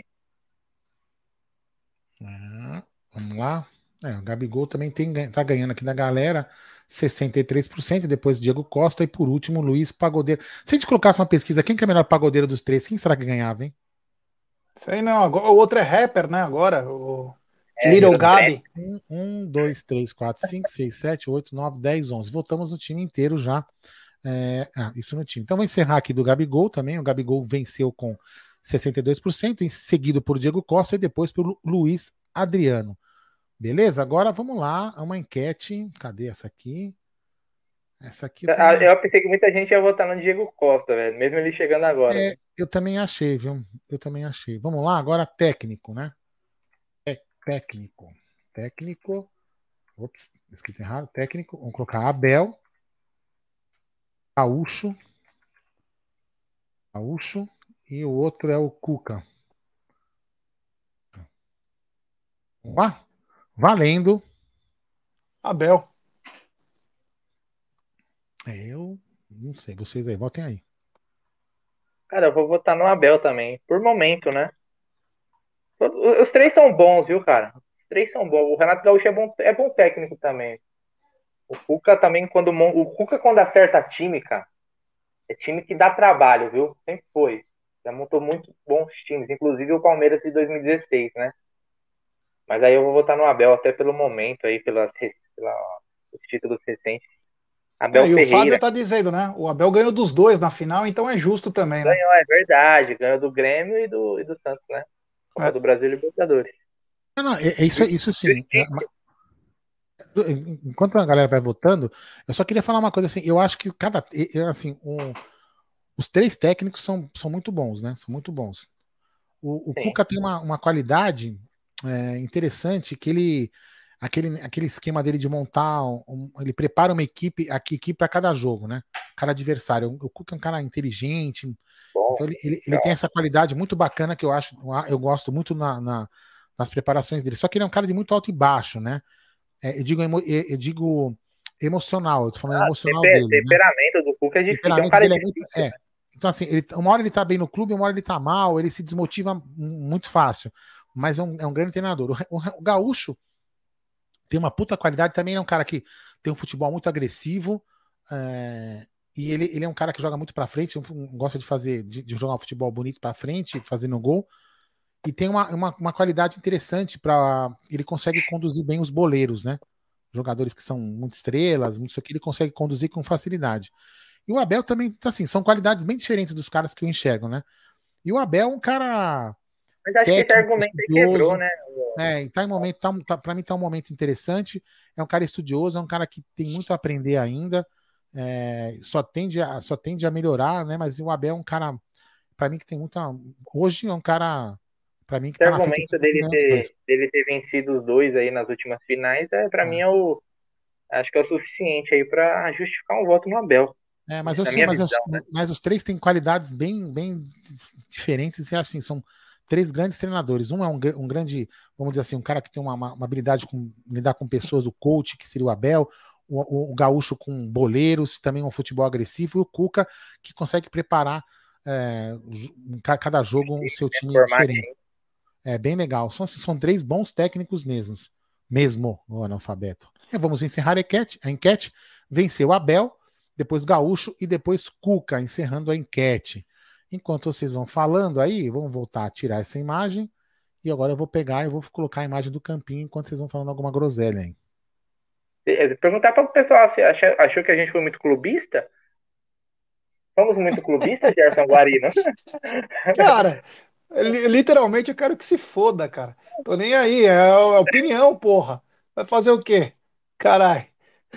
Vamos lá. O Gabigol também tá ganhando aqui da galera 63%, depois Diego Costa e por último Luiz Pagodeiro. Se a gente colocasse uma pesquisa, quem que é o melhor pagodeiro dos três? Quem será que ganhava, hein? Sei não, agora, o outro é rapper, né? Agora, o Little Gabi. 1, 2, 3, 4, 5, 6, 7, 8, 9, 10, 11. Votamos no time inteiro já. Isso no time. Então vou encerrar aqui do Gabigol também. O Gabigol venceu com 62%, em seguido por Diego Costa e depois pelo Luiz Adriano. Beleza? Agora vamos lá, uma enquete. Cadê essa aqui? Essa aqui eu pensei que muita gente ia votar no Diego Costa, velho, mesmo ele chegando agora. Eu também achei, viu? Eu também achei. Vamos lá, agora técnico, né? Técnico. Ops, escrito errado. Técnico. Vamos colocar Abel. Gaúcho. E o outro é o Cuca. Vamos lá? Valendo. Abel. Eu não sei. Vocês aí, votem aí. Cara, eu vou votar no Abel também. Por momento, né? Os três são bons, viu, cara? Os três são bons. O Renato Gaúcho é bom técnico também. O Cuca também, quando acerta time, cara, é time que dá trabalho, viu? Sempre foi. Já montou muito bons times, inclusive o Palmeiras de 2016, né? Mas aí eu vou votar no Abel, até pelo momento aí, os títulos recentes. Abel E o Fábio Ferreira tá dizendo, né? O Abel ganhou dos dois na final, então é justo também, né? ganhou, é verdade, ganhou do Grêmio e do Santos, né? Copa É. do Brasil e Libertadores. Não, isso sim. Justiça. Enquanto a galera vai votando, eu só queria falar uma coisa assim. Eu acho que assim, os três técnicos são muito bons, né? São muito bons. O Sim, Cuca tem uma qualidade interessante que aquele esquema dele de montar, ele prepara uma equipe para cada jogo, né? Cada adversário. O Cuca é um cara inteligente, bom. então ele tem essa qualidade muito bacana que eu gosto muito nas preparações dele. Só que ele é um cara de muito alto e baixo, né? Eu digo emocional, eu tô falando emocional dele, né? Temperamento do Cuca é O difícil, é um temperamento cara dele é muito. difícil, né? Então, assim, uma hora ele tá bem no clube, uma hora ele tá mal, ele se desmotiva muito fácil. Mas é um grande treinador. O Gaúcho tem uma puta qualidade, também é um cara que tem um futebol muito agressivo. E ele é um cara que joga muito pra frente, gosta de jogar um futebol bonito pra frente, fazendo gol. E tem uma qualidade interessante para ele consegue conduzir bem os boleiros, né? Jogadores que são muito estrelas, muito isso aqui, ele consegue conduzir com facilidade. E o Abel também, assim, são qualidades bem diferentes dos caras que eu enxergo, né? E o Abel é um cara Mas acho que esse técnico, argumento aí quebrou, estudioso, né? e tá em momento, para mim tá um momento interessante. É um cara estudioso, é um cara que tem muito a aprender ainda, só tende a melhorar, né? Mas o Abel é um cara, para mim, que tem muita. Hoje é um cara, para mim, que Esse tá na frente de argumento tudo, né, dos dois. dele ter vencido os dois aí nas últimas finais, para mim, acho que é o suficiente aí para justificar um voto no Abel, Mas, na minha visão, né? mas os três têm qualidades bem diferentes e assim, são três grandes treinadores. Um é um grande, vamos dizer assim, um cara que tem uma habilidade com lidar com pessoas, o coach, que seria o Abel, o Gaúcho com boleiros, também um futebol agressivo, e o Cuca, que consegue preparar cada jogo o seu time Formar diferente. É bem legal. São três bons técnicos mesmo, o analfabeto. Vamos encerrar a enquete. Venceu Abel, depois Gaúcho e depois Cuca, encerrando a enquete. Enquanto vocês vão falando aí, vamos voltar a tirar essa imagem. E agora eu vou pegar e vou colocar a imagem do campinho enquanto vocês vão falando alguma groselha aí. Perguntar para o pessoal se achou que a gente foi muito clubista? Fomos muito clubistas, Gerson Guarino? Cara, literalmente eu quero que se foda, cara. Tô nem aí, é opinião, porra. Vai fazer o quê? Caralho.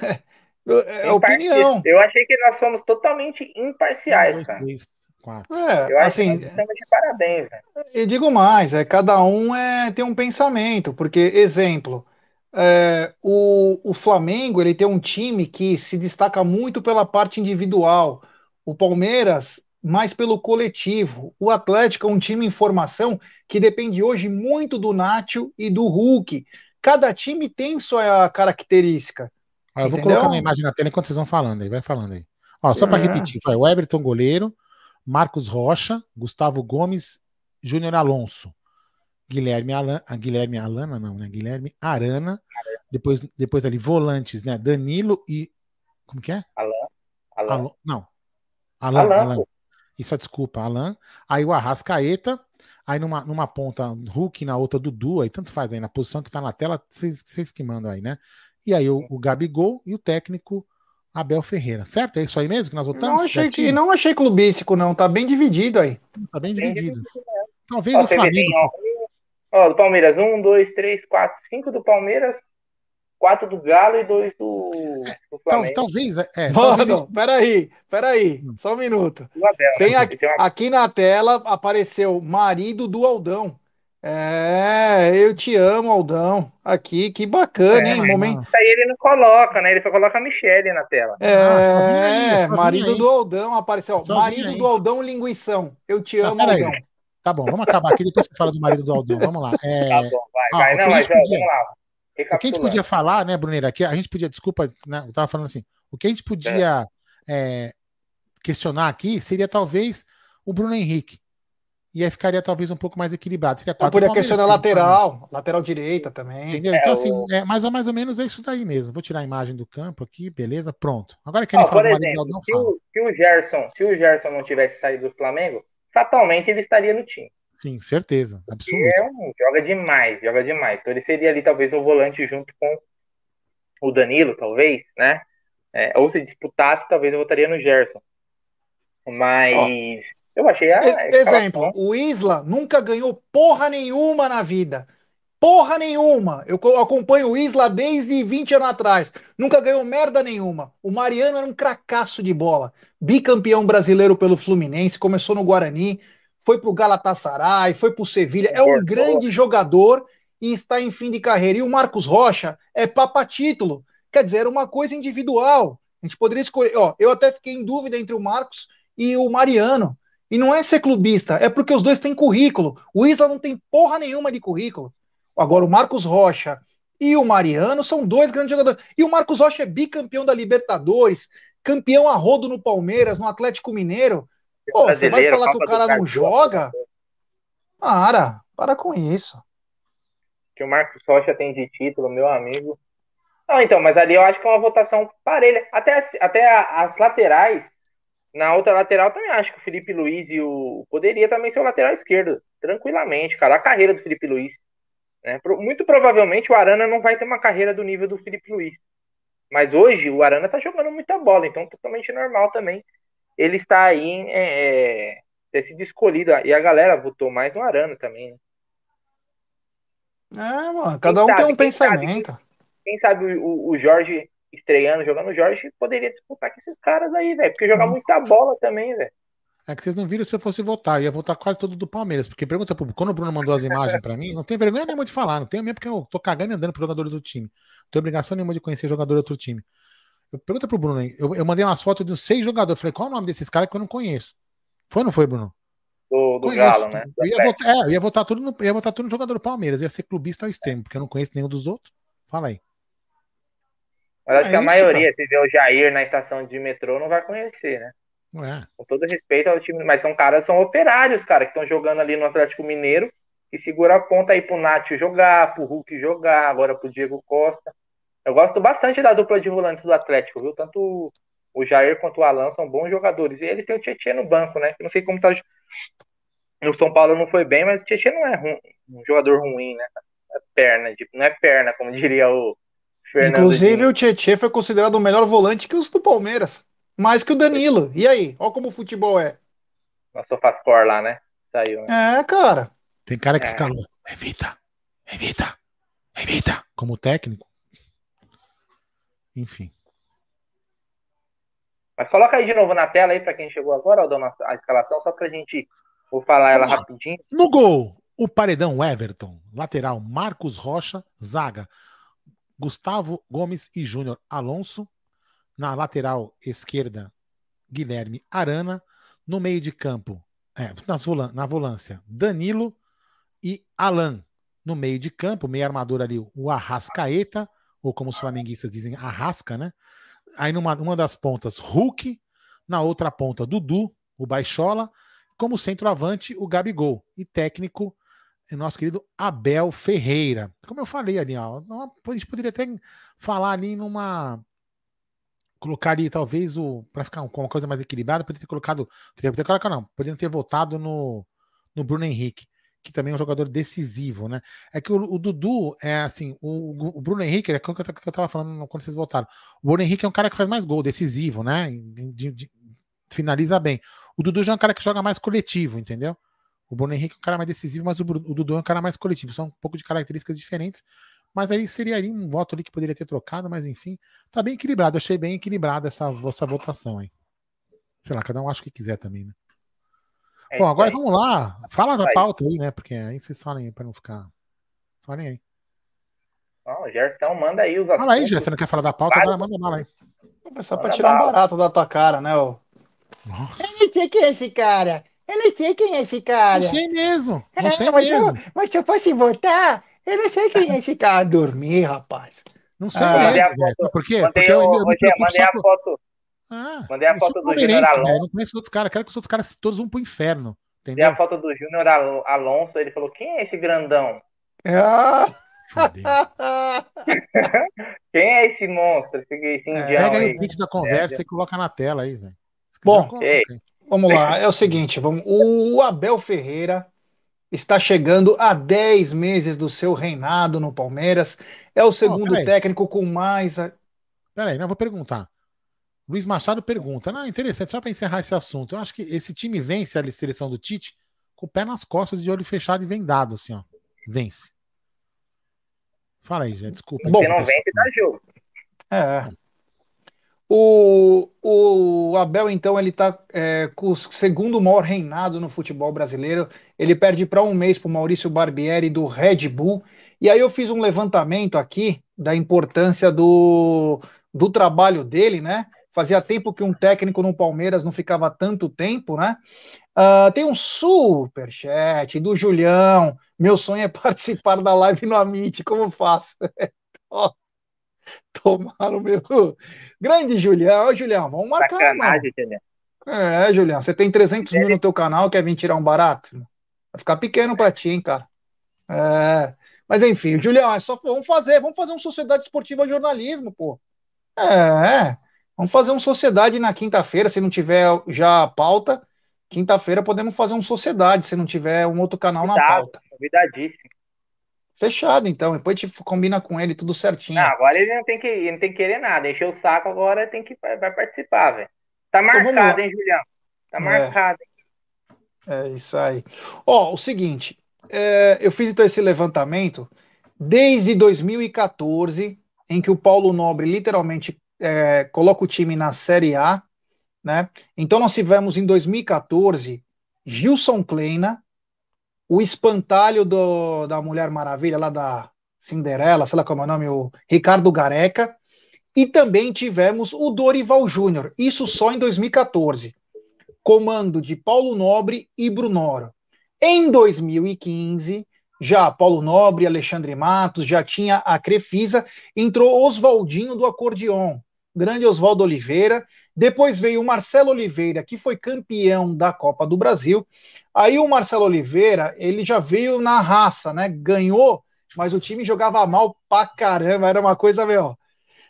É opinião. Eu achei que nós fomos totalmente 1, imparciais, 2, cara. 3, 4. Eu acho que Assim, nós estamos de parabéns, velho. e digo mais, cada um tem um pensamento, porque, exemplo, o Flamengo ele tem um time que se destaca muito pela parte individual, o Palmeiras mais pelo coletivo, o Atlético é um time em formação que depende hoje muito do Nacho e do Hulk. Cada time tem sua característica, Eu vou colocar minha entendeu? imagem na tela enquanto vocês vão falando aí, vai falando aí. Só para É. repetir, foi o Everton goleiro, Marcos Rocha, Gustavo Gomes, Júnior Alonso, Guilherme Alana, não, né? Guilherme Arana, depois ali volantes, né? Danilo e como que é? Alan. Não, Alan, Alan. pô. Isso, desculpa, Alan. Aí o Arrascaeta, aí numa ponta Hulk, na outra Dudu, aí tanto faz aí, na posição que tá na tela, vocês que mandam aí, né? E aí o Gabigol e o técnico Abel Ferreira, certo? É isso aí mesmo que nós votamos? Certinho? Não achei clubístico, não. Tá bem dividido aí. Tá bem Bem dividido. dividido. Talvez Ó, o você vê, tem, Flamengo. do Palmeiras, 1, 2, 3, 4, 5 do Palmeiras, 4 do Galo e 2 do Flamengo. Talvez. Mano, peraí. Só um minuto. Do Abel, Tem né? aqui na tela apareceu marido do Aldão. Eu te amo, Aldão. Aqui, que bacana, hein? Momento. Isso aí ele não coloca, né? Ele só coloca a Michelle na tela. Só vinha aí, só marido vinha aí. do Aldão apareceu. Só Marido vinha do aí. Aldão Linguição. Eu te amo, peraí. Aldão. Tá bom, vamos acabar aqui, depois você fala do marido do Aldão. Vamos lá. Tá bom, vai. Não, mas vamos lá. O que a gente podia falar, né, Bruneira? Aqui a gente podia, desculpa, né, eu tava falando assim, o que a gente podia questionar aqui seria talvez o Bruno Henrique. e aí ficaria talvez um pouco mais equilibrado. Seria Não, 4 podia questionar lateral direita também. também. Entendeu? Então, assim, mais ou menos é isso daí mesmo. Vou tirar a imagem do campo aqui, beleza? Pronto. Agora querem falar por do exemplo, Marinho, não fala. se o Gerson não tivesse saído do Flamengo, fatalmente ele estaria no time. Sim, certeza, absoluto. Joga demais. Então ele seria ali talvez um volante junto com o Danilo, talvez, né? Ou se disputasse, talvez eu votaria no Gerson. Mas eu achei exemplo, o Isla nunca ganhou porra nenhuma na vida. Porra nenhuma. Eu acompanho o Isla desde 20 anos atrás. Nunca ganhou merda nenhuma. O Mariano era um cracaço de bola. Bicampeão brasileiro pelo Fluminense, começou no Guarani, foi pro Galatasaray, foi pro Sevilha. É um grande jogador e está em fim de carreira. E o Marcos Rocha é papa título. Quer dizer, era uma coisa individual. A gente poderia escolher. Eu até fiquei em dúvida entre o Marcos e o Mariano. E não é ser clubista, é porque os dois têm currículo. O Isla não tem porra nenhuma de currículo. Agora, o Marcos Rocha e o Mariano são dois grandes jogadores. E o Marcos Rocha é bicampeão da Libertadores, campeão a rodo no Palmeiras, no Atlético Mineiro. Pô, você vai falar que o cara não joga? Para com isso. Que o Marcos Rocha tem de título, meu amigo. Não, então, mas ali eu acho que é uma votação parelha. Até as laterais, na outra lateral também acho que o Felipe Luiz poderia também ser o lateral esquerdo, tranquilamente, cara. A carreira do Felipe Luiz. Muito provavelmente o Arana não vai ter uma carreira do nível do Felipe Luiz. Mas hoje o Arana tá jogando muita bola, então totalmente normal também. Ele está aí ter sido escolhido. E a galera votou mais no Arana também. Mano, cada um tem um pensamento. Quem sabe o Jorge estreando, jogando o Jorge, poderia disputar com esses caras aí, velho. Porque joga muita bola também, velho. É que vocês não viram se eu fosse votar. Eu ia votar quase todo do Palmeiras. Porque pergunta pro quando o Bruno mandou as imagens pra mim, não tem vergonha nenhuma de falar. Não tenho mesmo, porque eu tô cagando e andando pro jogador do time. Não tenho obrigação nenhuma de conhecer jogador do outro time. Pergunta pro Bruno aí. Eu mandei umas fotos de uns 6 jogadores. Falei, qual é o nome desses caras que eu não conheço? Foi ou não foi, Bruno? Do Galo, né? Eu ia votar tudo no jogador do Palmeiras. Eu ia ser clubista ao extremo, porque eu não conheço nenhum dos outros. Fala aí. Mas acho que a maioria, se vê o Jair na estação de metrô, não vai conhecer, né? Com todo respeito ao time, mas são operários, cara, que estão jogando ali no Atlético Mineiro e segura a ponta aí pro Nath jogar, pro Hulk jogar, agora pro Diego Costa. Eu gosto bastante da dupla de volantes do Atlético, viu? Tanto o Jair quanto o Alan são bons jogadores. E eles têm o Tietchan no banco, né? Eu não sei como tá. No São Paulo não foi bem, mas o Tietchan não é um jogador ruim, né? Não é perna, como diria o Fernando. Inclusive, o Tietchan foi considerado o melhor volante que os do Palmeiras. Mais que o Danilo. E aí? Olha como o futebol é. Nosso SofaScore lá, né? Saiu, né? Cara. Tem cara que escalou. Evita. Como técnico. Enfim. Mas coloca aí de novo na tela aí pra quem chegou agora, Aldão, a escalação, só pra gente... Vou falar ela rapidinho. No gol, o paredão Everton. Lateral, Marcos Rocha. Zaga, Gustavo Gomes e Júnior Alonso. Na lateral esquerda, Guilherme Arana. No meio de campo, na volância, Danilo e Alan. No meio de campo, meio armador ali, o Arrascaeta, ou como os flamenguistas dizem, Arrasca, né? Aí numa das pontas, Hulk. Na outra ponta, Dudu, o Baixola. Como centroavante, o Gabigol. E técnico, nosso querido Abel Ferreira. Como eu falei ali, ó, a gente poderia até falar ali colocar ali, talvez, para ficar com uma coisa mais equilibrada, poderia ter colocado. Poderia ter votado no Bruno Henrique, que também é um jogador decisivo, né? É que o Dudu é assim, o Bruno Henrique, é o que eu tava falando quando vocês votaram. O Bruno Henrique é um cara que faz mais gol, decisivo, né? Finaliza bem. O Dudu já é um cara que joga mais coletivo, entendeu? O Bruno Henrique é um cara mais decisivo, mas o Dudu é um cara mais coletivo. São um pouco de características diferentes, mas aí seria ali um voto ali que poderia ter trocado, mas enfim, tá bem equilibrado. Eu achei bem equilibrada essa votação aí. Sei lá, cada um acha o que quiser também, né? Bom, agora vamos lá. Fala da pauta aí, né? Porque aí vocês falem aí pra não ficar. Falem aí. O Gerson manda aí os assuntos. Fala aí, Gerson. Você não quer falar da pauta? Agora manda bala aí. Só pra tirar um barato da tua cara, né? Nossa. Eu não sei quem é esse cara. Não sei mesmo. Não sei mesmo. Mas se eu fosse votar, eu não sei quem é esse cara. Dormir, rapaz. Não sei mesmo. Por quê? Porque eu mandei a foto. Mandei a foto do Júnior Alonso. Não conheço outros caras. Quero que os outros caras todos vão pro inferno. E a foto do Júnior Alonso, ele falou, quem é esse grandão? Quem é esse monstro? Esse indião pega aí? o print da conversa e coloca na tela aí, velho. Bom, vamos lá. É o seguinte, o Abel Ferreira está chegando a 10 meses do seu reinado no Palmeiras. É o segundo técnico com mais... Peraí, não, vou perguntar. Luiz Machado pergunta. Não, interessante, só para encerrar esse assunto. Eu acho que esse time vence a seleção do Tite com o pé nas costas, de olho fechado e vendado, assim, ó. Vence. Fala aí, gente, desculpa. Bom, se não vence, dá jogo. O Abel, então, ele tá com o segundo maior reinado no futebol brasileiro. Ele perde para um mês para o Maurício Barbieri do Red Bull. E aí eu fiz um levantamento aqui da importância do trabalho dele, né? Fazia tempo que um técnico no Palmeiras não ficava tanto tempo, né? Tem um superchat do Julião. Meu sonho é participar da live no Amit. Como faço? Tomar o meu. Grande Julião. Ô, Julião, vamos marcar, sacanagem, Julião. Julião, você tem 300 mil no teu canal, quer vir tirar um barato? Vai ficar pequeno pra ti, hein, cara. Mas enfim, Julião, vamos fazer um Sociedade Esportiva Jornalismo, pô. Vamos fazer um Sociedade na quinta-feira, se não tiver já a pauta. Quinta-feira podemos fazer um Sociedade, se não tiver um outro canal na pauta. Convidadíssimo. Fechado, então. Depois a gente combina com ele tudo certinho. Não, agora ele não tem que querer nada. Encher o saco agora, vai participar, velho. Tá marcado, hein, Julião? Tá marcado, hein? É isso aí. O seguinte, eu fiz então esse levantamento desde 2014, em que o Paulo Nobre literalmente coloca o time na Série A, né? Então nós tivemos em 2014 Gilson Kleina, o espantalho da Mulher Maravilha, lá da Cinderela, sei lá como é o nome, o Ricardo Gareca, e também tivemos o Dorival Júnior, isso só em 2014, comando de Paulo Nobre e Brunoro. Em 2015, já Paulo Nobre, Alexandre Matos, já tinha a Crefisa, entrou Oswaldinho do acordeon, grande Oswaldo Oliveira. Depois veio o Marcelo Oliveira, que foi campeão da Copa do Brasil. Aí o Marcelo Oliveira, ele já veio na raça, né? Ganhou, mas o time jogava mal pra caramba, era uma coisa, meu.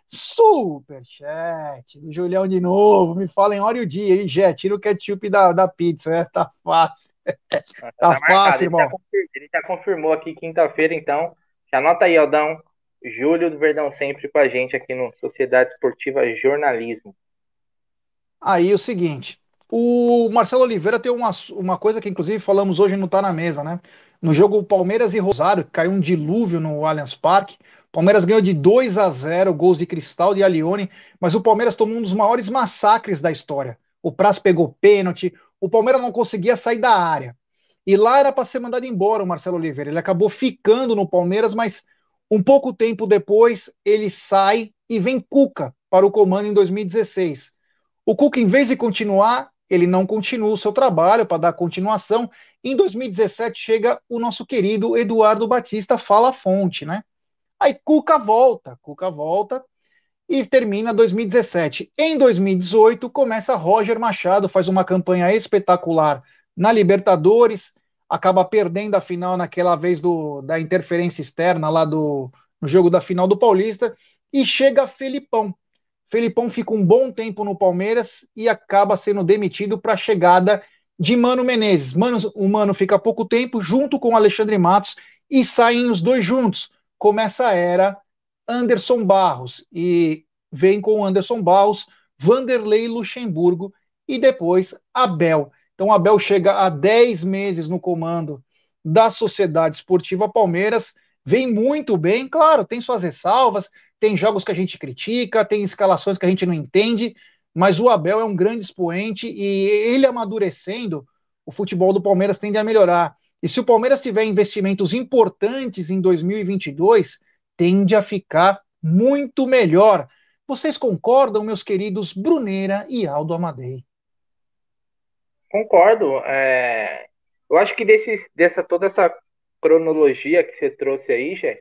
Superchat do Julião de novo. Me fala em hora e o dia, hein, Jé? Tira o ketchup da pizza, né? Tá fácil. Tá fácil, irmão. Ele já confirmou aqui quinta-feira, então. Já anota aí, Aldão. Júlio do Verdão sempre com a gente aqui no Sociedade Esportiva Jornalismo. Aí o seguinte, o Marcelo Oliveira tem uma coisa que inclusive falamos hoje no Tá Na Mesa, né? No jogo Palmeiras e Rosário, caiu um dilúvio no Allianz Parque. O Palmeiras ganhou de 2-0, gols de Cristal de Alione, mas o Palmeiras tomou um dos maiores massacres da história. O Praz pegou pênalti, o Palmeiras não conseguia sair da área. E lá era para ser mandado embora o Marcelo Oliveira. Ele acabou ficando no Palmeiras, mas um pouco tempo depois ele sai e vem Cuca para o comando em 2016. O Cuca, em vez de continuar, ele não continua o seu trabalho para dar continuação. Em 2017 chega o nosso querido Eduardo Batista Fala Fonte, né? Aí Cuca volta e termina 2017. Em 2018 começa Roger Machado, faz uma campanha espetacular na Libertadores, acaba perdendo a final naquela vez da interferência externa lá no jogo da final do Paulista, e chega Felipão. Felipão fica um bom tempo no Palmeiras e acaba sendo demitido para a chegada de Mano Menezes. O Mano fica pouco tempo junto com o Alexandre Matos e saem os dois juntos. Começa a era Anderson Barros e vem com o Anderson Barros, Vanderlei Luxemburgo e depois Abel. Então Abel chega a 10 meses no comando da Sociedade Esportiva Palmeiras, vem muito bem, claro, tem suas ressalvas, tem jogos que a gente critica, tem escalações que a gente não entende, mas o Abel é um grande expoente e ele amadurecendo, o futebol do Palmeiras tende a melhorar. E se o Palmeiras tiver investimentos importantes em 2022, tende a ficar muito melhor. Vocês concordam, meus queridos Bruneira e Aldo Amadei? Concordo. Eu acho que toda essa cronologia que você trouxe aí, Gê,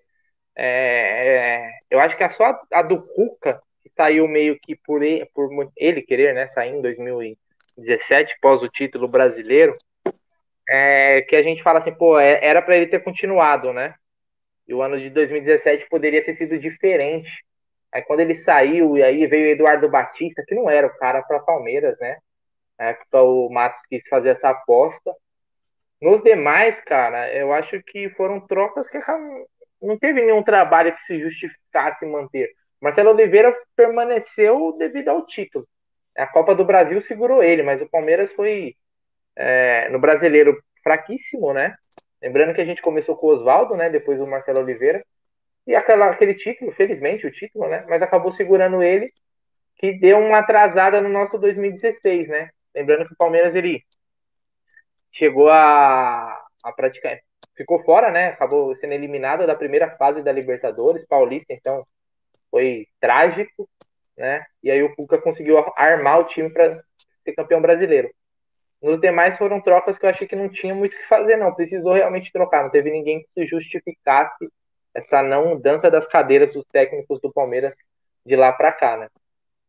eu acho que é só a do Cuca, que saiu meio que por ele querer, né, sair em 2017, pós o título brasileiro, que a gente fala assim, pô, era para ele ter continuado, né? E o ano de 2017 poderia ter sido diferente. Aí quando ele saiu, e aí veio o Eduardo Batista, que não era o cara para Palmeiras, né? Na época o Matos quis fazer essa aposta. Nos demais, cara, eu acho que foram trocas que não teve nenhum trabalho que se justificasse manter. Marcelo Oliveira permaneceu devido ao título. A Copa do Brasil segurou ele, mas o Palmeiras foi no brasileiro fraquíssimo, né? Lembrando que a gente começou com o Oswaldo, né? Depois o Marcelo Oliveira. E aquele título, felizmente o título, né? Mas acabou segurando ele, que deu uma atrasada no nosso 2016, né? Lembrando que o Palmeiras ele chegou a praticar, ficou fora, né? Acabou sendo eliminado da primeira fase da Libertadores Paulista, então foi trágico, né? E aí o Cuca conseguiu armar o time para ser campeão brasileiro. Nos demais foram trocas que eu achei que não tinha muito o que fazer, não. Precisou realmente trocar, não teve ninguém que se justificasse essa não mudança das cadeiras dos técnicos do Palmeiras de lá para cá, né?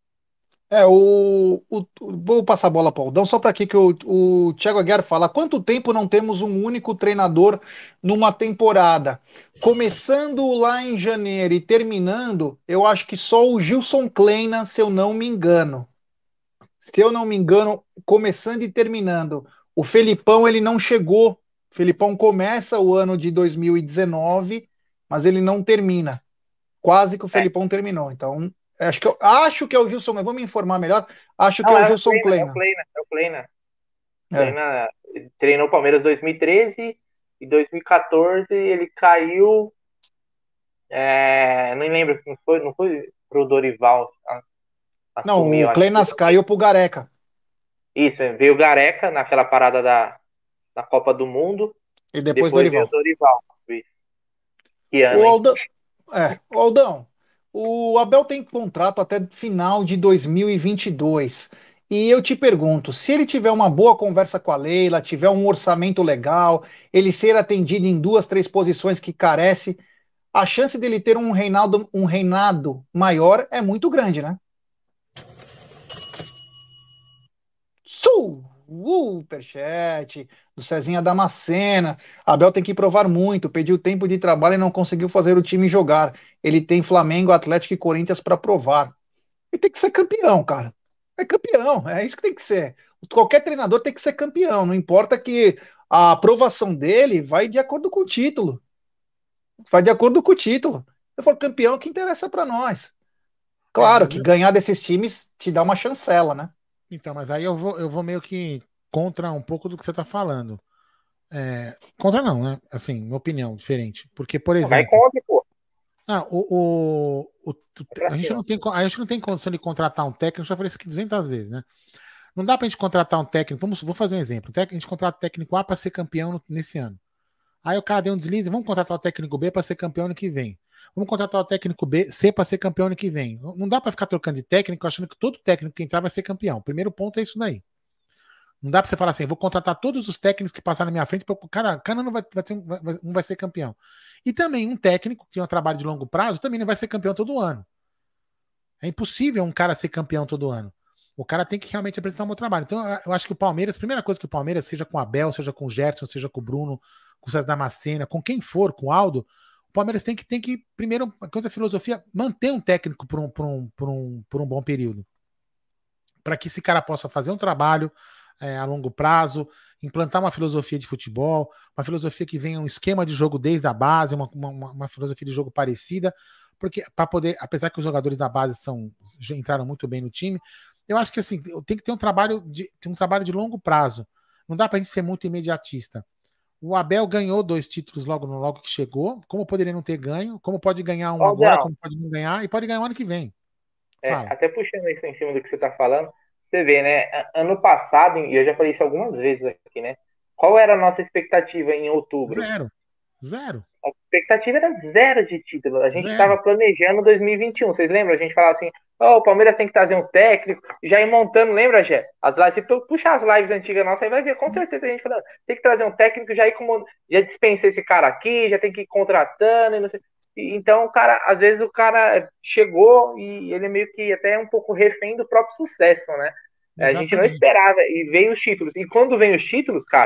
Vou passar a bola para o Aldão, só para aqui que o Thiago Aguiar fala: há quanto tempo não temos um único treinador numa temporada? Começando lá em janeiro e terminando, eu acho que só o Gilson Kleina, se eu não me engano. Se eu não me engano, começando e terminando. O Felipão, ele não chegou. O Felipão começa o ano de 2019, mas ele não termina. Quase que o É. Felipão terminou. Então, acho que é o Gilson, mas vou me informar melhor. Acho que Não, é o é o Gilson Kleina, é o Kleina. Kleina, é o Kleina. É. Treinou o Palmeiras em 2013 e 2014 ele caiu. Não lembro, não foi pro Dorival Não, assumir, eu o acho que Kleinas caiu pro Gareca. isso, veio o Gareca naquela parada da Copa do Mundo E e depois depois veio o Dorival. Dorival. Isso. Que O ano, hein? Aldão, o Aldão, o Abel tem contrato até final de 2022. E eu te pergunto, se ele tiver uma boa conversa com a Leila, tiver um orçamento legal, ele ser atendido em duas, três posições que carece, a chance dele ter um reinado maior é muito grande, né? Superchat do Cezinha Damascena. Abel tem que provar muito, pediu tempo de trabalho e não conseguiu fazer o time jogar. Ele tem Flamengo, Atlético e Corinthians para provar. Ele tem que ser campeão, cara. É campeão, é isso que tem que ser. Qualquer treinador tem que ser campeão, não importa que a aprovação dele vai de acordo com o título. Vai de acordo com o título. Se for campeão, é o que interessa para nós. Claro Mas que ganhar desses times te dá uma chancela, né? então, mas aí eu vou meio que contra um pouco do que você está falando. Contra não, né? Assim, minha opinião, diferente. Porque, por Vai exemplo, contra, pô. a Pra gente cima. não tem, a gente não tem condição de contratar um técnico, já falei isso aqui 200 vezes, né? Não dá pra gente contratar um técnico, vou fazer um exemplo. A gente contrata o técnico A para ser campeão nesse ano. Aí o cara deu um deslize, vamos contratar o técnico B para ser campeão ano que vem. Vamos contratar o técnico C para ser campeão ano que vem. Não dá para ficar trocando de técnico achando que todo técnico que entrar vai ser campeão. O primeiro ponto é isso daí. Não dá para você falar assim, vou contratar todos os técnicos que passaram na minha frente, cada não não vai ser campeão. E também um técnico que tem um trabalho de longo prazo também não vai ser campeão todo ano. É impossível um cara ser campeão todo ano. O cara tem que realmente apresentar um bom trabalho. Então, eu acho que o Palmeiras, a primeira coisa que o Palmeiras, seja com o Abel, seja com o Gerson, seja com o Bruno, com o César Damascena, com quem for, com o Aldo, o Palmeiras tem que primeiro, a coisa da filosofia, manter um técnico por um bom período. Para que esse cara possa fazer um trabalho a longo prazo, implantar uma filosofia de futebol, uma filosofia que venha um esquema de jogo desde a base, uma filosofia de jogo parecida, porque para poder, apesar que os jogadores da base já entraram muito bem no time, eu acho que assim tem que ter um trabalho de longo prazo. Não dá para a gente ser muito imediatista. O Abel ganhou 2 títulos logo que chegou. Como poderia não ter ganho? Como pode ganhar um agora? Aldão, Como pode não ganhar? E pode ganhar o ano que vem. Fala. até puxando isso em cima do que você tá falando, você vê, né? Ano passado, e eu já falei isso algumas vezes aqui, né? Qual era a nossa expectativa em outubro? Zero. Zero. A expectativa era zero de título. A gente Zero. estava planejando 2021. Vocês lembram? A gente falava assim: o Palmeiras tem que trazer um técnico, já ir montando, lembra, Gé? As lives, se tu puxar as lives antigas nossas, aí vai ver, com certeza a gente falando: tem que trazer um técnico, já ir como. Já dispensa esse cara aqui, já tem que ir contratando, e não sei. Então, o cara, às vezes o cara chegou e ele meio que até é um pouco refém do próprio sucesso, né? A gente não Exatamente. esperava, e veio os títulos. E quando vem os títulos, cara,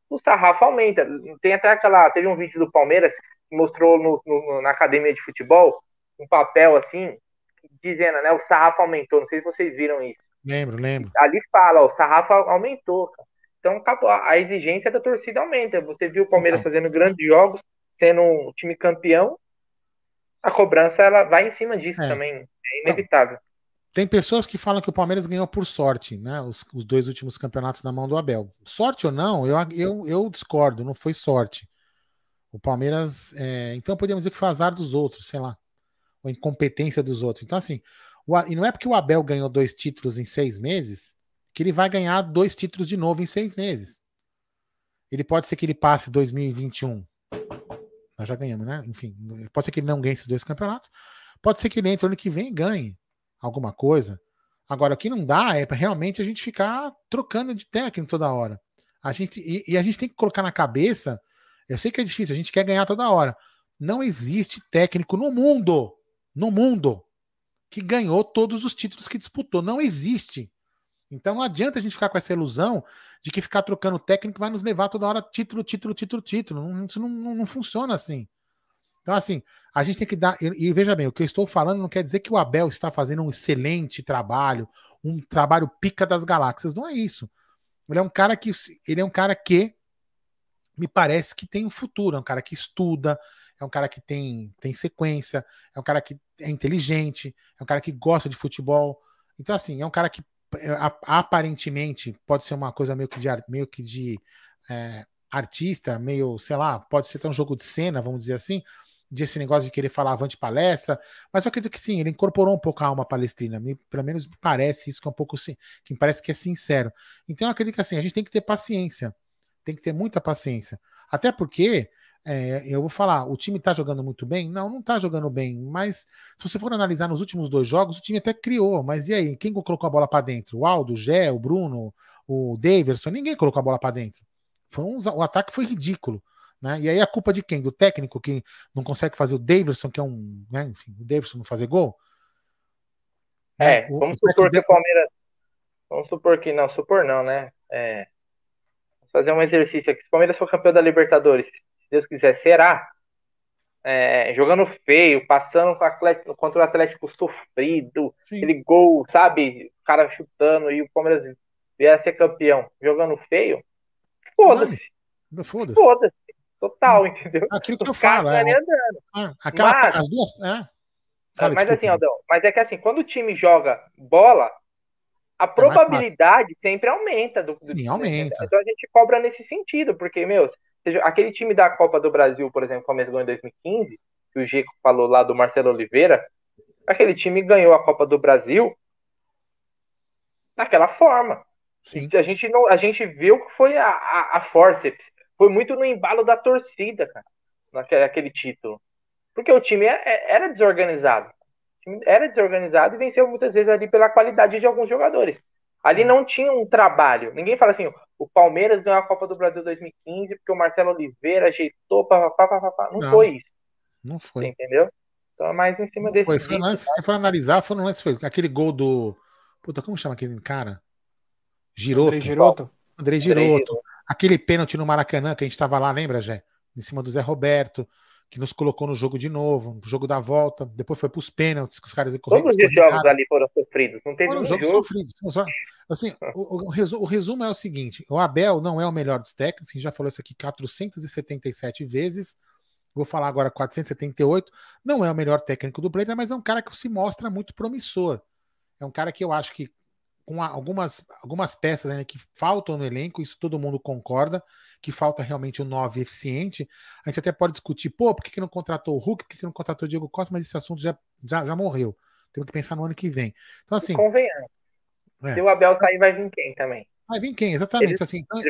o sarrafo aumenta. Tem até teve um vídeo do Palmeiras que mostrou na academia de futebol um papel assim, dizendo, né, o sarrafo aumentou. Não sei se vocês viram isso. Lembro. Ali fala, o sarrafo aumentou, cara. Então acabou, a exigência da torcida aumenta. Você viu o Palmeiras fazendo grandes jogos, sendo um time campeão, a cobrança ela vai em cima disso também. É inevitável. Tem pessoas que falam que o Palmeiras ganhou por sorte, né? Os 2 últimos campeonatos na mão do Abel. Sorte ou não, eu discordo, não foi sorte. O Palmeiras. Então podemos dizer que foi azar dos outros, sei lá. Ou incompetência dos outros. Então, assim, e não é porque o Abel ganhou 2 títulos em 6 meses que ele vai ganhar 2 títulos de novo em 6 meses. Ele pode ser que ele passe 2021. Nós já ganhamos, né? Enfim, pode ser que ele não ganhe esses 2 campeonatos. Pode ser que ele entre ano que vem e ganhe alguma coisa. Agora, o que não dá é realmente a gente ficar trocando de técnico toda hora. A gente tem que colocar na cabeça, eu sei que é difícil, a gente quer ganhar toda hora. Não existe técnico no mundo, que ganhou todos os títulos que disputou. Não existe. Então não adianta a gente ficar com essa ilusão de que ficar trocando técnico vai nos levar toda hora título. Isso não funciona assim. Então, assim, a gente tem que dar. E veja bem, o que eu estou falando não quer dizer que o Abel está fazendo um excelente trabalho, um trabalho pica das galáxias. Não é isso. Ele é um cara que me parece que tem um futuro, é um cara que estuda, é um cara que tem sequência, é um cara que é inteligente, é um cara que gosta de futebol. Então, assim, é um cara que aparentemente pode ser uma coisa meio que de artista, meio, sei lá, pode ser até um jogo de cena, vamos dizer assim, desse negócio de querer falar avante palestra, mas eu acredito que sim, ele incorporou um pouco a alma palestrina, pelo menos me parece isso que é um pouco, que me parece que é sincero. Então eu acredito que assim, a gente tem que ter paciência, tem que ter muita paciência, até porque eu vou falar, o time tá jogando muito bem? Não tá jogando bem, mas se você for analisar nos últimos 2 jogos, o time até criou, mas e aí, quem colocou a bola para dentro? O Aldo, o Gé, o Bruno, o Daverson, ninguém colocou a bola para dentro. O ataque foi ridículo. Né? E aí a culpa de quem? Do técnico que não consegue fazer o Daverson, que é um. Né? Enfim, o Daverson não fazer gol? Vamos supor que o Palmeiras. Vamos supor que não, supor não, né? Vamos fazer um exercício aqui. Se o Palmeiras for campeão da Libertadores, se Deus quiser, será? Jogando feio, passando contra o Atlético sofrido, Sim. Aquele gol, sabe? O cara chutando e o Palmeiras vier a ser campeão jogando feio, foda-se. Foda-se. Total, entendeu? Aquilo que eu falo. As duas. Mas assim, Aldão, mas é que assim, quando o time joga bola, a probabilidade sempre aumenta. Sim, aumenta. Então a gente cobra nesse sentido, porque, aquele time da Copa do Brasil, por exemplo, Palmeiras ganhou em 2015, que o Gico falou lá do Marcelo Oliveira, aquele time ganhou a Copa do Brasil daquela forma. Sim. A gente viu que foi a forceps. Foi muito no embalo da torcida, cara, naquele título. Porque o time era desorganizado. O time era desorganizado e venceu muitas vezes ali pela qualidade de alguns jogadores. Ali não tinha um trabalho. Ninguém fala assim, o Palmeiras ganhou a Copa do Brasil 2015 porque o Marcelo Oliveira ajeitou, Não foi isso. Não foi. Você entendeu? Então é mais em cima desse. Se você for analisar, foi aquele gol do. Puta, como chama aquele cara? Giroto. André Giroto. Aquele pênalti no Maracanã que a gente estava lá, lembra, Jé? Em cima do Zé Roberto, que nos colocou no jogo de novo, no jogo da volta, depois foi para os pênaltis, que os caras Todos os jogos ali foram sofridos, não teve foram jogos sofridos. Assim, o resumo é o seguinte: o Abel não é o melhor dos técnicos, a gente já falou isso aqui 477 vezes, vou falar agora 478, não é o melhor técnico do planeta, mas é um cara que se mostra muito promissor. É um cara que eu acho que com algumas peças ainda que faltam no elenco, isso todo mundo concorda, que falta realmente um 9 eficiente. A gente até pode discutir, por que não contratou o Hulk, por que não contratou o Diego Costa, mas esse assunto já morreu. Temos que pensar no ano que vem. Então, assim. Convenhamos. Se o Abel sair, vai vir quem também? Vai vir quem, exatamente.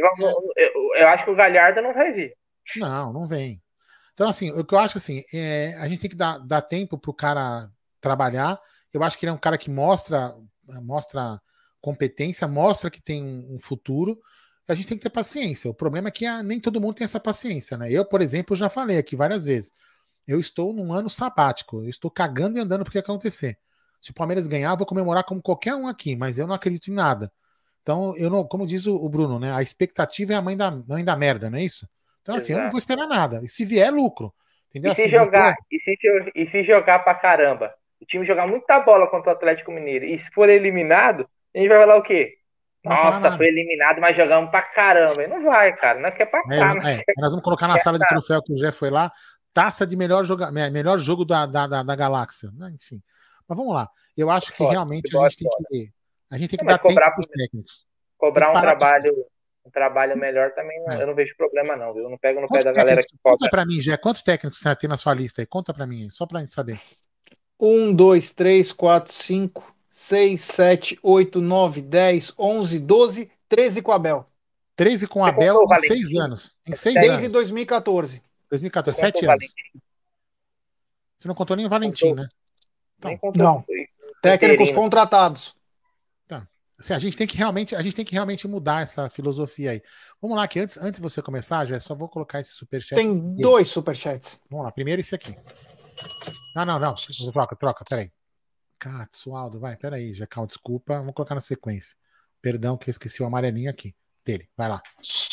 Eu acho que o Galhardo não vai vir. Não vem. Então, assim, o que eu acho assim, a gente tem que dar tempo pro cara trabalhar. Eu acho que ele é um cara que mostra competência, mostra que tem um futuro. A gente tem que ter paciência. O problema é que nem todo mundo tem essa paciência, né? Eu, por exemplo, já falei aqui várias vezes. Eu estou num ano sabático. Eu estou cagando e andando porque acontecer. Se o Palmeiras ganhar, eu vou comemorar como qualquer um aqui, mas eu não acredito em nada. Então, eu não, como diz o Bruno, né? A expectativa é a mãe da merda, não é isso? Então, assim, eu não Exato. vou esperar nada. E se vier, é lucro. Entendeu? E se Assim, jogar, e se jogar pra caramba? O time jogar muita bola contra o Atlético Mineiro e se for eliminado, a gente vai falar o quê? não vai falar Nossa, nada. foi eliminado, mas jogamos pra caramba. E não vai, cara. Não quer passar, não quer. Nós vamos colocar na sala de troféu que o Jé foi lá, taça de melhor jogo da galáxia. Né? Enfim. Mas vamos lá. Eu acho que Foda, realmente futebol é a gente tem que Não, mas dar tempo para os técnicos. Tem que cobrar parar com isso. um trabalho melhor também, É. eu não vejo problema não, viu? Eu não pego no pé Quantos da galera técnicos? que Conta cobra. para mim, Jé. Quantos técnicos você tem na sua lista aí? Conta para mim, aí, só para gente saber. 1, 2, 3, 4, 5, 6, 7, 8, 9, 10, 11, 12, 13 com o Abel. 13 com o Você Abel contou o em 6 Valentim? anos. Em 6 Desde anos. 2014. 2014, Você contou 7 o anos. Valentim? Você não contou nem o Valentim, Contou? né? Nem Então, contou. Não. Foi Técnicos interino. contratados. tá. Assim, a gente tem que realmente mudar essa filosofia aí. Vamos lá, que antes de você começar, já só vou colocar esse superchat. Tem 2 superchats. Vamos lá, primeiro esse aqui. Não. Troca, peraí. Katsualdo, vai, peraí, já calma, desculpa. Vamos colocar na sequência. Perdão que eu esqueci o amarelinho aqui. Dele, vai lá.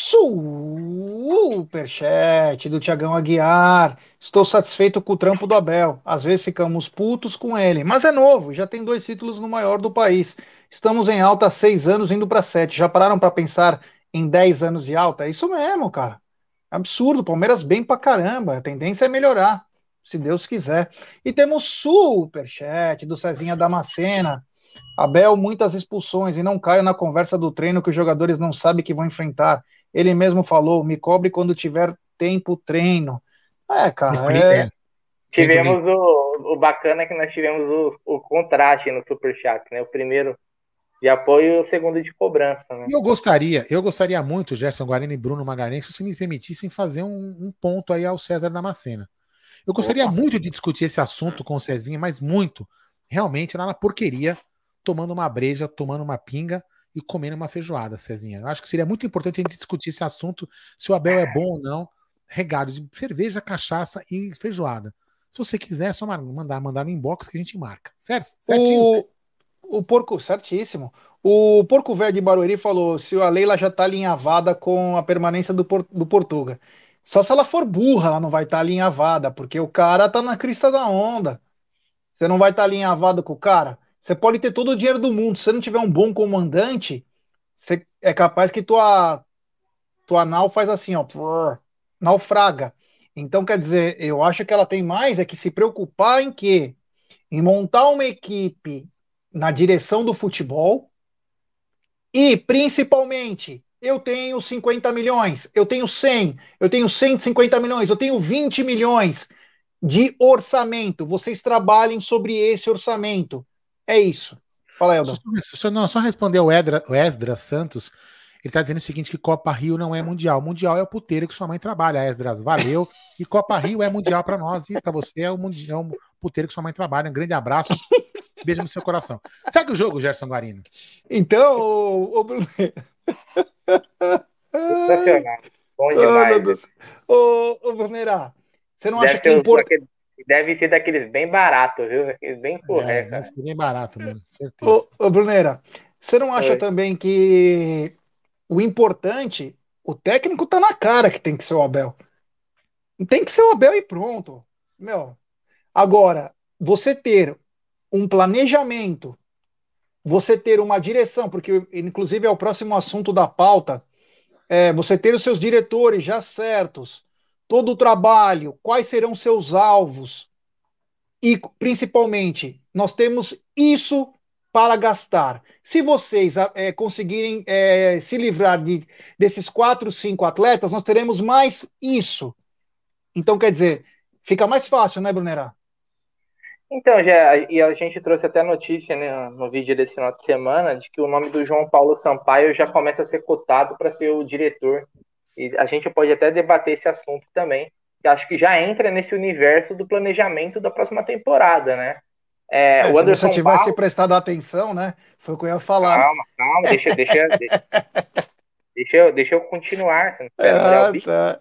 Superchat do Tiagão Aguiar. Estou satisfeito com o trampo do Abel. Às vezes ficamos putos com ele, mas é novo, já tem 2 títulos no maior do país. Estamos em alta há 6 anos, indo para 7. Já pararam para pensar em 10 anos de alta? É isso mesmo, cara. Absurdo, Palmeiras bem pra caramba. A tendência é melhorar, se Deus quiser. E temos superchat do Cezinha Damascena. Abel, muitas expulsões e não caio na conversa do treino que os jogadores não sabem que vão enfrentar. Ele mesmo falou: me cobre quando tiver tempo treino. Cara, Tivemos o bacana é que nós tivemos o contraste no Superchat, né? O primeiro de apoio e o segundo de cobrança, né? Eu gostaria muito, Gerson Guarino e Bruno Magalhães, se vocês me permitissem fazer um ponto aí ao César Damascena. Eu gostaria muito de discutir esse assunto com o Cezinha, mas muito, realmente, lá na porqueria, tomando uma breja, tomando uma pinga e comendo uma feijoada, Cezinha. Eu acho que seria muito importante a gente discutir esse assunto, se o Abel é bom ou não, regado de cerveja, cachaça e feijoada. Se você quiser, é só mandar no inbox que a gente marca. Certinho? o Porco, certíssimo. O Porco Velho de Barueri falou: se a Leila já tá alinhavada com a permanência do Portuga. Só se ela for burra, ela não vai estar alinhavada, porque o cara tá na crista da onda. Você não vai estar alinhavado com o cara? Você pode ter todo o dinheiro do mundo. Se você não tiver um bom comandante, é capaz que tua nau faz assim, ó, naufraga. Então, quer dizer, eu acho que ela tem mais é que se preocupar em quê? Em montar uma equipe na direção do futebol e, principalmente, eu tenho 50 milhões, eu tenho 100, eu tenho 150 milhões, eu tenho 20 milhões de orçamento. Vocês trabalhem sobre esse orçamento. É isso. Fala aí, Eldon. Só responder o Esdras Santos. Ele está dizendo o seguinte: que Copa Rio não é mundial. Mundial é o puteiro que sua mãe trabalha, Esdras. Valeu. E Copa Rio é mundial para nós e para você é o puteiro que sua mãe trabalha. Um grande abraço. Beijo no seu coração. Segue o jogo, Gerson Guarino. Então, ô Bruno. Sensacional. Bom demais. Ô Brunerá, você não acha que Deve ser daqueles bem baratos, viu? Aqueles bem corretos. Deve ser bem barato mesmo, certeza. Ô Brunera, você não acha também que o importante, o técnico tá na cara que tem que ser o Abel. Tem que ser o Abel e pronto. Meu. Agora, você ter um planejamento, você ter uma direção, porque inclusive é o próximo assunto da pauta, você ter os seus diretores já certos, todo o trabalho, quais serão seus alvos e, principalmente, nós temos isso para gastar. Se vocês conseguirem se livrar desses 4, 5 atletas, nós teremos mais isso. Então, quer dizer, fica mais fácil, né, Brunerá? Então, e a gente trouxe até notícia, né, no vídeo desse final de semana de que o nome do João Paulo Sampaio já começa a ser cotado para ser o diretor. E a gente pode até debater esse assunto também, que acho que já entra nesse universo do planejamento da próxima temporada, né? O Anderson se você tivesse prestado atenção, né? Foi o que eu ia falar. Calma, deixa eu continuar. Tá.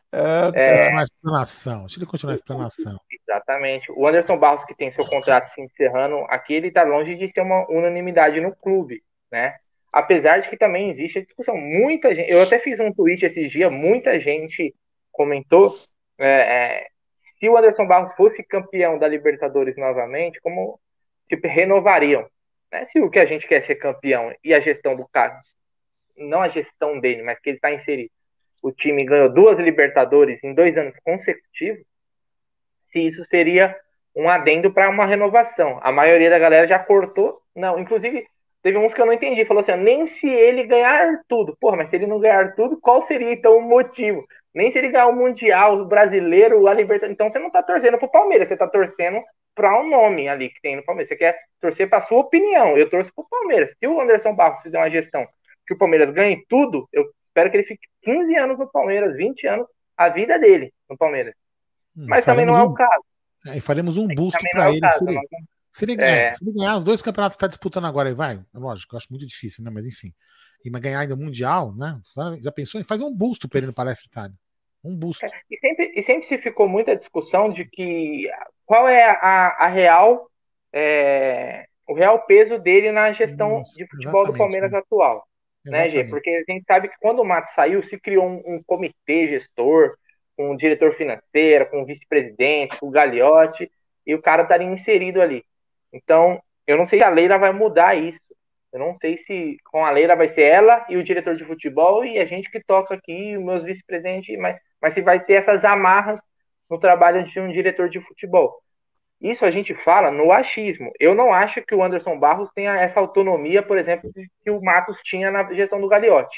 Deixa ele continuar a explanação. Exatamente. O Anderson Barros, que tem seu contrato se encerrando, aqui ele está longe de ser uma unanimidade no clube, né? Apesar de que também existe a discussão. Muita gente, eu até fiz um tweet esses dias, muita gente comentou se o Anderson Barros fosse campeão da Libertadores novamente, como tipo, renovariam. Né? Se o que a gente quer é ser campeão e a gestão do cara, não a gestão dele, mas que ele está inserido, o time ganhou 2 Libertadores em 2 anos consecutivos, se isso seria um adendo para uma renovação. A maioria da galera já cortou. Não, inclusive, teve uns que eu não entendi. Falou assim, nem se ele ganhar tudo. Porra, mas se ele não ganhar tudo, qual seria então o motivo? Nem se ele ganhar o Mundial, o Brasileiro, a Libertadores. Então você não tá torcendo pro Palmeiras, você tá torcendo para um nome ali que tem no Palmeiras. Você quer torcer para sua opinião. Eu torço pro Palmeiras. Se o Anderson Barros fizer uma gestão que o Palmeiras ganhe tudo, eu espero que ele fique 15 anos no Palmeiras, 20 anos, a vida dele no Palmeiras. Mas também não é o caso. E faremos um busto para ele. Se ele ganhar os 2 campeonatos que está disputando agora, ele vai. Lógico, eu acho muito difícil, né? Mas enfim. E ganhar ainda o Mundial, né? Já pensou em fazer um busto para ele no Palestra Itália? Um busto. E sempre se ficou muita discussão de que qual é a real, o real peso dele na gestão de futebol do Palmeiras atual. Né, Gê? Porque a gente sabe que quando o Mato saiu, se criou um comitê gestor, com um diretor financeiro, com um vice-presidente, com o Gagliotti, e o cara estaria inserido ali. Então, eu não sei se a Leila vai mudar isso. Eu não sei se com a Leila vai ser ela e o diretor de futebol e a gente que toca aqui, os meus vice-presidentes, mas se vai ter essas amarras no trabalho de um diretor de futebol. Isso a gente fala no achismo. Eu não acho que o Anderson Barros tenha essa autonomia, por exemplo, que o Matos tinha na gestão do Gagliotti,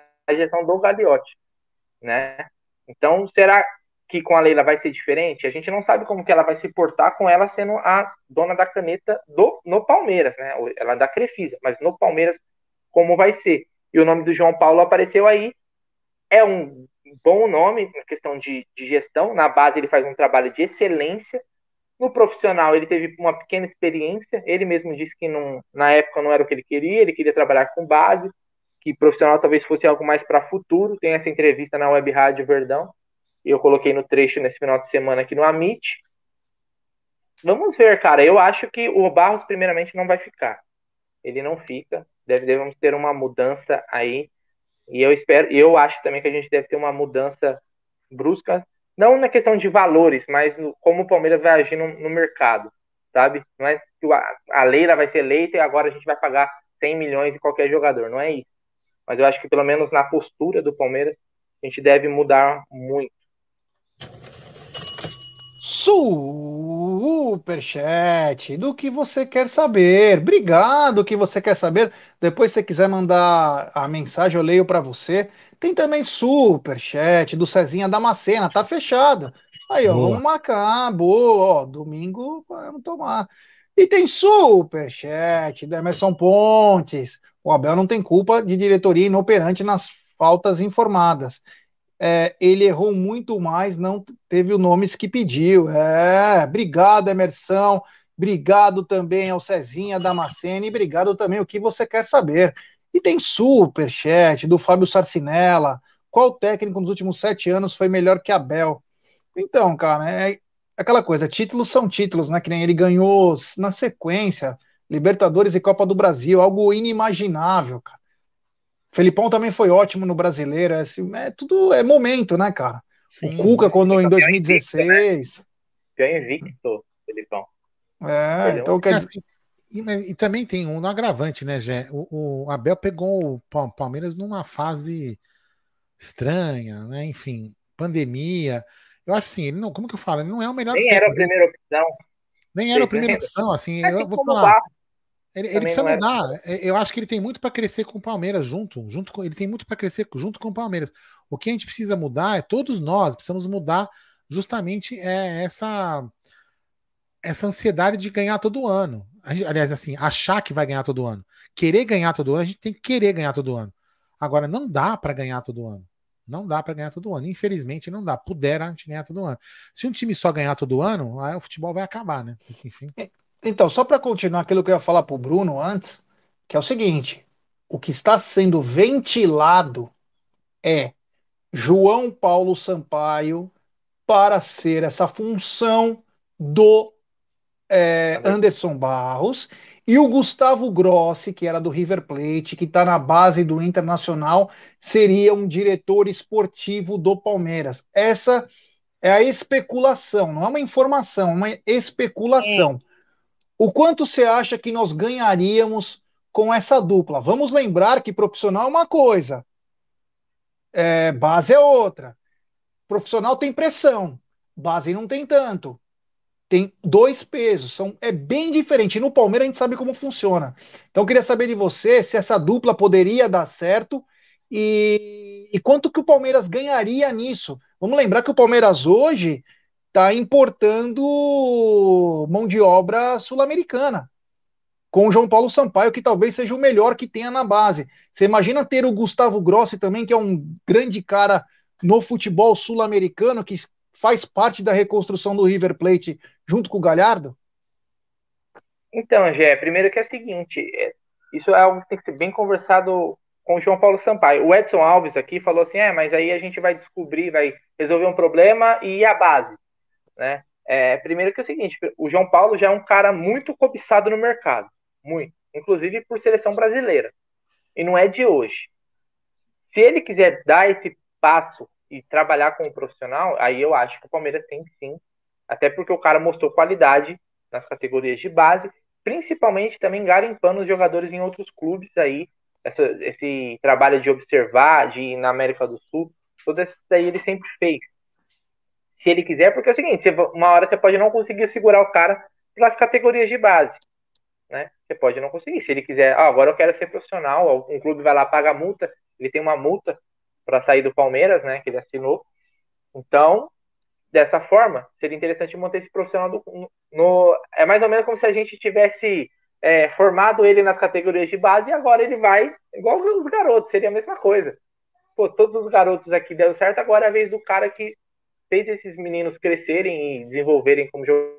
né? Então, será que com a Leila vai ser diferente? A gente não sabe como que ela vai se portar com ela sendo a dona da caneta no Palmeiras, né? Ela é da Crefisa, mas no Palmeiras, como vai ser? E o nome do João Paulo apareceu aí. É um bom nome na questão de gestão. Na base, ele faz um trabalho de excelência. No profissional, ele teve uma pequena experiência. Ele mesmo disse que na época não era o que ele queria trabalhar com base, que profissional talvez fosse algo mais para futuro. Tem essa entrevista na Web Rádio Verdão, e eu coloquei no trecho nesse final de semana aqui no Amit. Vamos ver, cara. Eu acho que o Barros, primeiramente, não vai ficar. Ele não fica. Devemos ter uma mudança aí. E eu acho também que a gente deve ter uma mudança brusca, não na questão de valores, mas como o Palmeiras vai agir no mercado, sabe? Não é que a Leila vai ser eleita e agora a gente vai pagar 100 milhões em qualquer jogador, não é isso. Mas eu acho que pelo menos na postura do Palmeiras a gente deve mudar muito. Superchat do que você quer saber. Obrigado, do que você quer saber. Depois, se você quiser mandar a mensagem, eu leio para você. Tem também superchat do Cezinha Damascena, tá fechado. Aí, ó, vamos marcar. Boa, ó, domingo vamos tomar. E tem superchat do Emerson Pontes. O Abel não tem culpa de diretoria inoperante nas faltas informadas. Ele errou muito mais, não teve os nomes que pediu. Obrigado, Emerson. Obrigado também ao Cezinha Damascene. E obrigado também o que você quer saber. E tem superchat do Fábio Sarcinella. Qual técnico nos últimos 7 anos foi melhor que Abel? Então, cara, é aquela coisa. Títulos são títulos, né? Que nem ele ganhou na sequência Libertadores e Copa do Brasil. Algo inimaginável, cara. Felipão também foi ótimo no Brasileiro. Tudo é momento, né, cara? Sim, o Cuca, quando em 2016. Ganhou invicto, Felipão. Então quer dizer. E também tem um agravante, né, Gé? O Abel pegou o Palmeiras numa fase estranha, né? Enfim, pandemia. Eu acho assim, ele não, como que eu falo? Ele não é o melhor. Nem era a primeira opção. Nem era a primeira opção, assim. Eu vou falar. Ele precisa mudar. Eu acho que ele tem muito para crescer com o Palmeiras ele tem muito para crescer junto com o Palmeiras. O que a gente precisa mudar todos nós precisamos mudar justamente essa ansiedade de ganhar todo ano. Aliás, assim, achar que vai ganhar todo ano. Querer ganhar todo ano, a gente tem que querer ganhar todo ano. Agora, não dá para ganhar todo ano. Não dá para ganhar todo ano. Infelizmente, não dá. Pudera a gente ganhar todo ano. Se um time só ganhar todo ano, aí o futebol vai acabar, né? Enfim. Então, só para continuar aquilo que eu ia falar para o Bruno antes, que é o seguinte: o que está sendo ventilado é João Paulo Sampaio para ser essa função do Anderson Barros, E o Gustavo Grossi, que era do River Plate, que está na base do Internacional, seria um diretor esportivo do Palmeiras. Essa é a especulação, não é uma informação, é uma especulação. O quanto você acha que nós ganharíamos com essa dupla? Vamos lembrar que profissional é uma coisa, base é outra. Profissional tem pressão, base não tem tanto. Tem dois pesos, é bem diferente. No Palmeiras a gente sabe como funciona. Então eu queria saber de você se essa dupla poderia dar certo e quanto que o Palmeiras ganharia nisso. Vamos lembrar que o Palmeiras hoje está importando mão de obra sul-americana, com o João Paulo Sampaio, que talvez seja o melhor que tenha na base. Você imagina ter o Gustavo Grossi também, que é um grande cara no futebol sul-americano, que faz parte da reconstrução do River Plate junto com o Galhardo? Então, Gé, primeiro que é o seguinte, isso é algo que tem que ser bem conversado com o João Paulo Sampaio. O Edson Alves aqui falou assim, mas aí a gente vai descobrir, vai resolver um problema e a base, né? Primeiro que é o seguinte, o João Paulo já é um cara muito cobiçado no mercado, muito, inclusive por seleção brasileira, e não é de hoje. Se ele quiser dar esse passo e trabalhar como profissional, aí eu acho que o Palmeiras tem sim, até porque o cara mostrou qualidade nas categorias de base, principalmente também garimpando os jogadores em outros clubes aí, esse trabalho de observar, de ir na América do Sul, tudo isso aí ele sempre fez. Se ele quiser, porque é o seguinte, uma hora você pode não conseguir segurar o cara pelas categorias de base, né? Você pode não conseguir. Se ele quiser, agora eu quero ser profissional, um clube vai lá, paga a multa, ele tem uma multa para sair do Palmeiras, né, que ele assinou. Então, dessa forma, seria interessante manter esse profissional é mais ou menos como se a gente tivesse formado ele nas categorias de base e agora ele vai, igual os garotos, seria a mesma coisa. Pô, todos os garotos aqui deram certo, agora é a vez do cara que fez esses meninos crescerem e desenvolverem como jogador.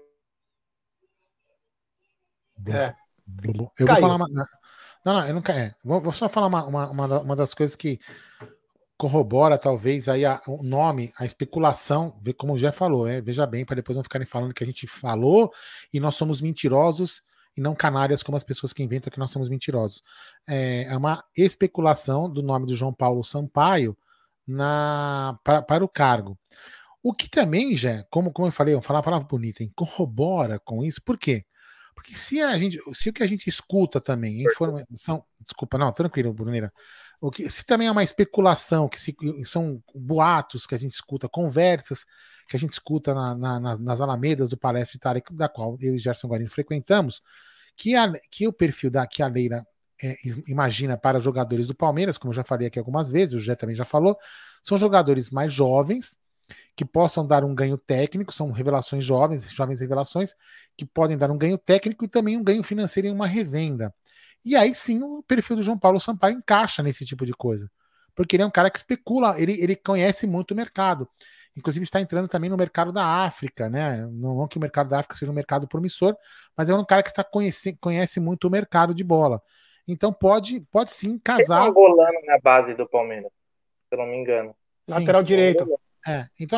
Eu vou falar uma. Não, eu não quero. Vou só falar uma das coisas que corrobora, talvez, aí o nome, a especulação, ver como já falou, veja bem, para depois não ficarem falando que a gente falou e nós somos mentirosos e não canárias como as pessoas que inventam que nós somos mentirosos. É uma especulação do nome do João Paulo Sampaio para o cargo. O que também, já, como eu falei, eu vou falar uma palavra bonita, corrobora com isso, por quê? Porque se o que a gente escuta também, informação. Desculpa, não, tranquilo, Bruneira. Se também é uma especulação, são boatos que a gente escuta, conversas que a gente escuta nas alamedas do Palestra Itália, da qual eu e Gerson Guarino frequentamos, que o perfil que a Leila imagina para jogadores do Palmeiras, como eu já falei aqui algumas vezes, o Jé também já falou, são jogadores mais jovens, que possam dar um ganho técnico, são revelações jovens revelações, que podem dar um ganho técnico e também um ganho financeiro em uma revenda. E aí sim o perfil do João Paulo Sampaio encaixa nesse tipo de coisa. Porque ele é um cara que especula, ele conhece muito o mercado. Inclusive está entrando também no mercado da África, né? Não que o mercado da África seja um mercado promissor, mas é um cara que conhece muito o mercado de bola. Então pode sim casar. Tem um angolano na base do Palmeiras, se eu não me engano. Lateral direito. Então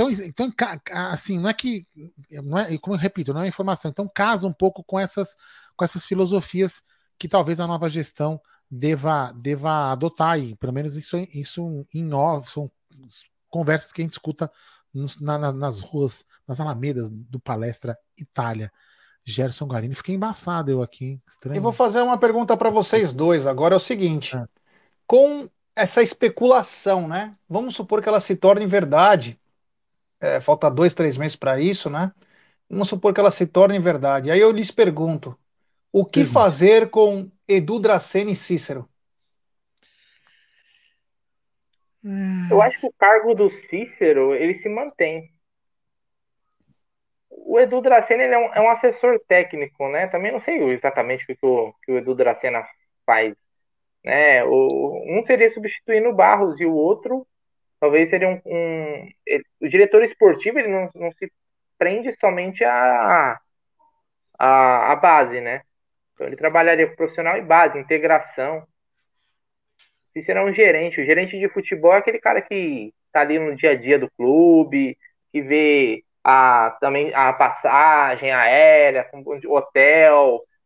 assim, não é que, como eu repito, não é informação. Então casa um pouco com essas filosofias que talvez a nova gestão deva adotar, e pelo menos isso são conversas que a gente escuta nas ruas, nas alamedas do Palestra Itália. Gerson Guarini, fiquei embaçado eu aqui, estranho. Eu vou fazer uma pergunta para vocês dois agora, é o seguinte, com essa especulação, né? Vamos supor que ela se torne verdade. Falta 2, 3 meses para isso, né? Vamos supor que ela se torne verdade. Aí eu lhes pergunto, o que fazer com Edu Dracena e Cícero? Eu acho que o cargo do Cícero, ele se mantém. O Edu Dracena, ele é um assessor técnico, né? Também não sei exatamente o que o Edu Dracena faz, né? Um seria substituindo o Barros e o outro talvez seria o diretor esportivo, ele não se prende somente à base, né? Então ele trabalharia com profissional e base, integração. Se será um gerente, o gerente de futebol é aquele cara que tá ali no dia a dia do clube, que vê também a passagem aérea, o hotel,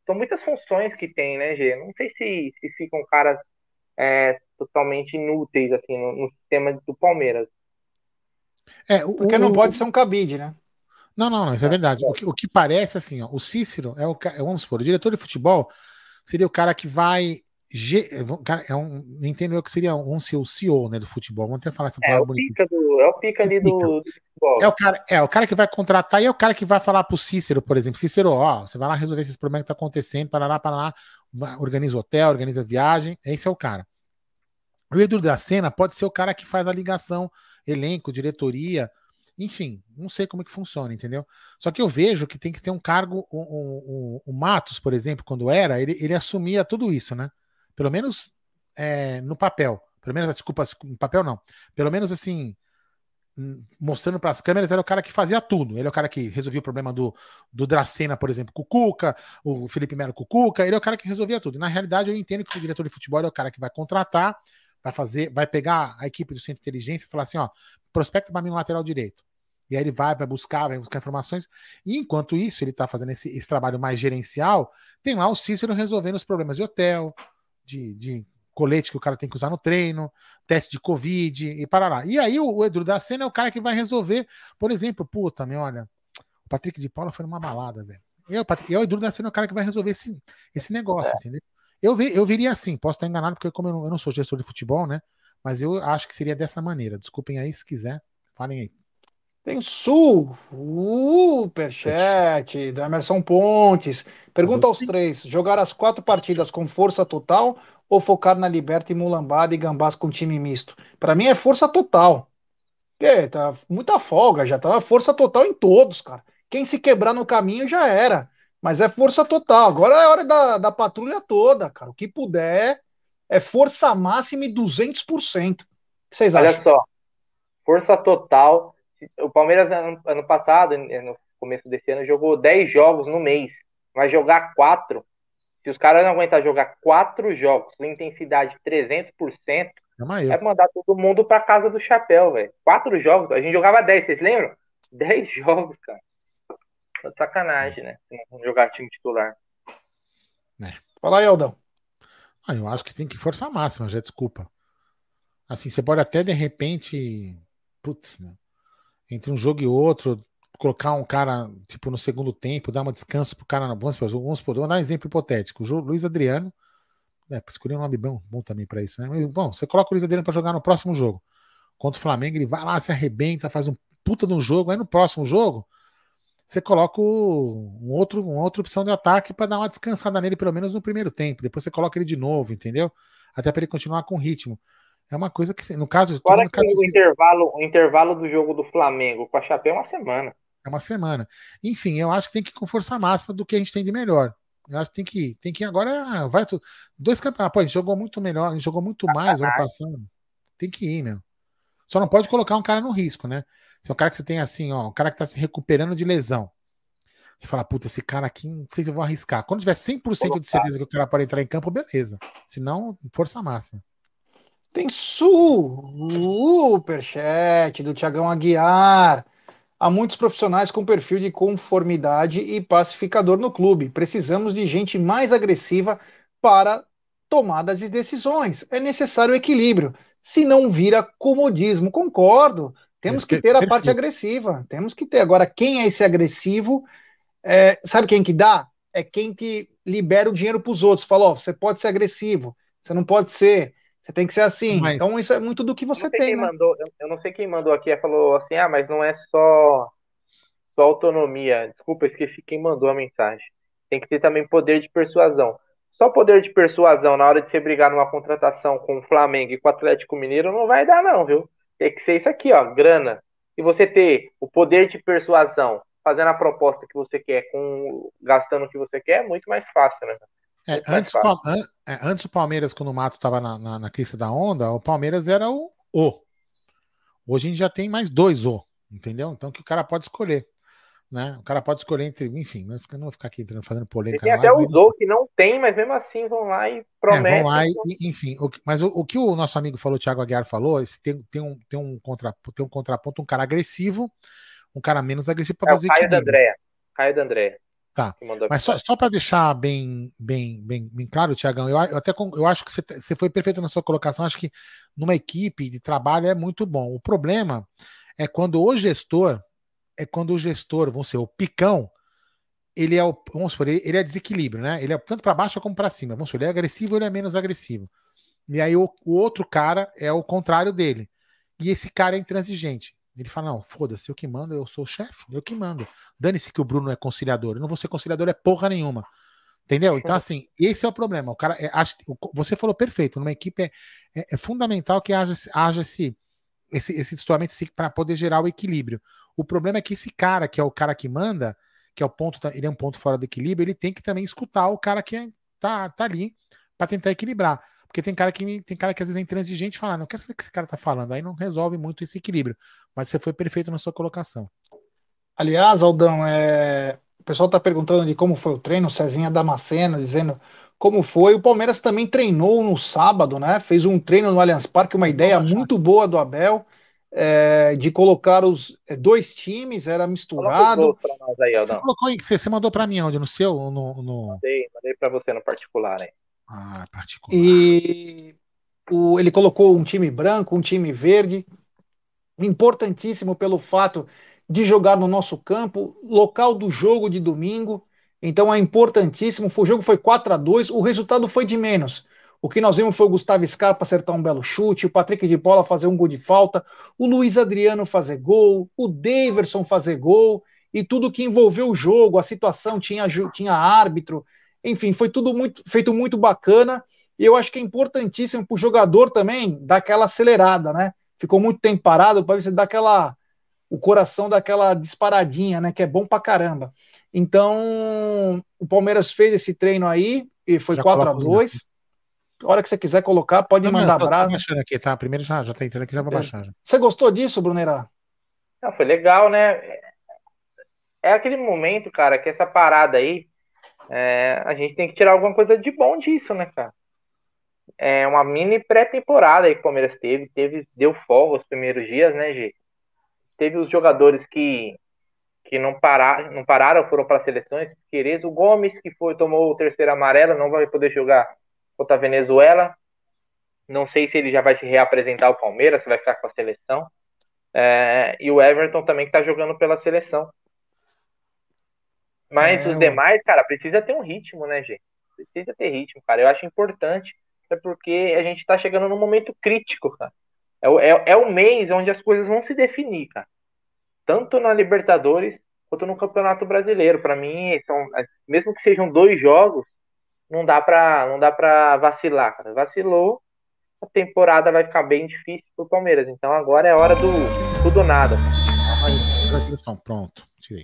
são muitas funções que tem, né, Gê? Não sei se ficam caras totalmente inúteis, assim, no sistema do Palmeiras. Porque não pode ser um cabide, né? Não, isso é verdade. O que parece, assim, ó, o Cícero vamos supor, o diretor de futebol seria o cara que vai. Nem entendo eu que seria um seu CEO, né, do futebol. Vamos tentar falar essa palavra bonita. É o pica ali do futebol. É o cara que vai contratar e é o cara que vai falar pro Cícero, por exemplo. Cícero, ó, você vai lá resolver esses problemas que tá acontecendo, para lá, organiza hotel, organiza viagem. Esse é o cara. O Edu da Sena pode ser o cara que faz a ligação, elenco, diretoria, enfim, não sei como é que funciona, entendeu? Só que eu vejo que tem que ter um cargo, o Matos, por exemplo, quando era, ele assumia tudo isso, né? Pelo menos no papel. Pelo menos, desculpa, no papel não. Pelo menos assim, mostrando para as câmeras, era o cara que fazia tudo. Ele é o cara que resolvia o problema do Dracena, por exemplo, com o Cuca, o Felipe Melo com o Cuca, ele é o cara que resolvia tudo. Na realidade, eu entendo que o diretor de futebol é o cara que vai contratar, vai pegar a equipe do centro de inteligência e falar assim, ó, prospecta para mim no lateral direito. E aí ele vai buscar informações. E enquanto isso, ele está fazendo esse trabalho mais gerencial, tem lá o Cícero resolvendo os problemas de hotel, de colete que o cara tem que usar no treino, teste de Covid e parará. E aí o Edu da Sena é o cara que vai resolver, por exemplo, olha, o Patrick de Paula foi numa balada, velho. O Edu da Sena é o cara que vai resolver esse negócio, entendeu? Eu viria assim, posso estar enganado, porque como eu não sou gestor de futebol, né? Mas eu acho que seria dessa maneira. Desculpem aí, se quiser, falem aí. Tem superchat do Emerson Pontes. Pergunta aos três: jogar as 4 partidas com força total ou focar na Liberta e Mulambada e Gambás com time misto? Para mim é força total. Tá muita folga, já tá força total em todos, cara. Quem se quebrar no caminho já era. Mas é força total. Agora é hora da patrulha toda, cara. O que puder é força máxima e 200%. O que vocês acham? Olha só, força total. O Palmeiras, ano passado, no começo desse ano, jogou 10 jogos no mês. Vai jogar 4. Se os caras não aguentar jogar 4 jogos com intensidade 300%, é mandar todo mundo pra casa do chapéu, velho. 4 jogos, a gente jogava 10, vocês lembram? 10 jogos, cara. Tá de sacanagem, né? Não jogar time titular. Fala aí, Aldão. Eu acho que tem que forçar máxima, já desculpa. Assim, você pode até de repente, putz, né? Entre um jogo e outro, colocar um cara, tipo, no segundo tempo, dar um descanso pro cara. Vamos dar um exemplo hipotético. O Luiz Adriano, escolhi um nome bom também para isso, né? Mas, bom, você coloca o Luiz Adriano para jogar no próximo jogo. Contra o Flamengo, ele vai lá, se arrebenta, faz um puta de um jogo. Aí no próximo jogo, você coloca uma outra opção de ataque para dar uma descansada nele, pelo menos no primeiro tempo. Depois você coloca ele de novo, entendeu? Até para ele continuar com ritmo. É uma coisa que, no caso... Fora que o intervalo do jogo do Flamengo com a Chape é uma semana. É uma semana. Enfim, eu acho que tem que ir com força máxima do que a gente tem de melhor. Eu acho que tem que ir agora. Vai tudo. 2 campeonatos. Pô, a gente jogou muito melhor, a gente jogou muito mais ano passado. Tem que ir, meu. Só não pode colocar um cara no risco, né? Se é um cara que você tem assim, ó, um cara que tá se recuperando de lesão. Você fala, puta, esse cara aqui, não sei se eu vou arriscar. Quando tiver 100% de certeza que o cara pode entrar em campo, beleza. Se não, força máxima. Tem superchat do Thiagão Aguiar. Há muitos profissionais com perfil de conformidade e pacificador no clube. Precisamos de gente mais agressiva para tomada de decisões. É necessário equilíbrio. Se não vira comodismo, concordo. Temos que ter a parte agressiva. Temos que ter. Agora, quem é esse agressivo? Sabe quem que dá? É quem que libera o dinheiro para os outros. Fala, ó, você pode ser agressivo, você não pode ser. Você tem que ser assim. Mas, então, isso é muito do que você tem, né? Eu não sei quem mandou aqui, falou assim, mas não é só autonomia. Desculpa, esqueci quem mandou a mensagem. Tem que ter também poder de persuasão. Só poder de persuasão na hora de você brigar numa contratação com o Flamengo e com o Atlético Mineiro não vai dar não, viu? Tem que ser isso aqui, ó, grana. E você ter o poder de persuasão fazendo a proposta que você quer, gastando o que você quer, é muito mais fácil, né? Antes o Palmeiras, quando o Matos estava na crista da onda, o Palmeiras era o. Hoje a gente já tem mais 2 entendeu? Então que o cara pode escolher. Né? O cara pode escolher entre. Enfim, não vou ficar aqui fazendo polêmica. Tem até os que não tem, mas mesmo assim vão lá e prometem. Vão lá enfim. Mas o que o nosso amigo falou, o Thiago Aguiar falou, tem um contraponto, um cara agressivo, um cara menos agressivo para fazer o Caio da Andréa. Tá. que mandou a Mas mensagem. só para deixar bem claro, Tiagão, eu acho que você foi perfeito na sua colocação. Acho que numa equipe de trabalho é muito bom. O problema é quando o gestor, vamos ser, o Picão, ele é vamos supor, ele é desequilíbrio, né? Ele é tanto para baixo como para cima. Vamos supor, ele é agressivo ou ele é menos agressivo. E aí o outro cara é o contrário dele. E esse cara é intransigente. Ele fala, não, foda-se, eu que mando, eu sou o chefe, eu que mando. Dane-se que o Bruno é conciliador. Eu não vou ser conciliador, é porra nenhuma. Entendeu? Então, assim, esse é o problema. O cara você falou perfeito. Numa equipe é fundamental que haja esse destoamento para poder gerar o equilíbrio. O problema é que esse cara, que é o cara que manda, que é o ponto, ele é um ponto fora do equilíbrio, ele tem que também escutar o cara que tá ali para tentar equilibrar. Porque tem cara que às vezes é intransigente e fala, não quero saber o que esse cara tá falando, aí não resolve muito esse equilíbrio. Mas você foi perfeito na sua colocação. Aliás, Aldão, o pessoal está perguntando de como foi o treino, o Cezinha Damasceno dizendo como foi. O Palmeiras também treinou no sábado, né? Fez um treino no Allianz Parque, uma ideia muito boa do Abel, de colocar os dois times, era Coloca os gols misturado. pra nós aí, Você Aldão. colocou aí, você mandou para mim onde? No seu? Mandei pra você no particular, hein? Particular. E ele colocou um time branco, um time verde, importantíssimo pelo fato de jogar no nosso campo, local do jogo de domingo. Então é importantíssimo. O jogo foi 4-2, o resultado foi de menos. O que nós vimos foi o Gustavo Scarpa acertar um belo chute, o Patrick de Paula fazer um gol de falta, o Luiz Adriano fazer gol, o Daverson fazer gol, e tudo que envolveu o jogo, a situação, tinha árbitro, enfim, foi tudo feito muito bacana. E eu acho que é importantíssimo para o jogador também dar aquela acelerada, né? Ficou muito tempo parado, para você dar o coração daquela disparadinha, né? Que é bom pra caramba. Então, o Palmeiras fez esse treino aí, e foi Já 4-2. A hora que você quiser colocar, pode mandar tô brasa. baixando aqui, tá? Primeiro já tá entrando aqui, já vou baixar. Já. Você gostou disso, Brunera? Não, foi legal, né? É aquele momento, cara, que essa parada aí, a gente tem que tirar alguma coisa de bom disso, né, cara? É uma mini pré-temporada aí que o Palmeiras deu folga os primeiros dias, né, G? Teve os jogadores que não pararam, foram para seleções. Queres, o Gomes, que tomou o terceiro amarelo, não vai poder jogar contra a Venezuela. Não sei se ele já vai se reapresentar ao Palmeiras, se vai ficar com a seleção. E o Everton também, que tá jogando pela seleção. Mas os demais, cara, precisa ter um ritmo, né, gente? Precisa ter ritmo, cara. Eu acho importante, porque a gente tá chegando num momento crítico, cara. É o mês onde as coisas vão se definir, cara. Tanto na Libertadores quanto no Campeonato Brasileiro. Para mim, mesmo que sejam 2 jogos, não dá pra vacilar, cara. Vacilou, a temporada vai ficar bem difícil pro Palmeiras. Então agora é hora do tudo ou nada. Pronto, tirei.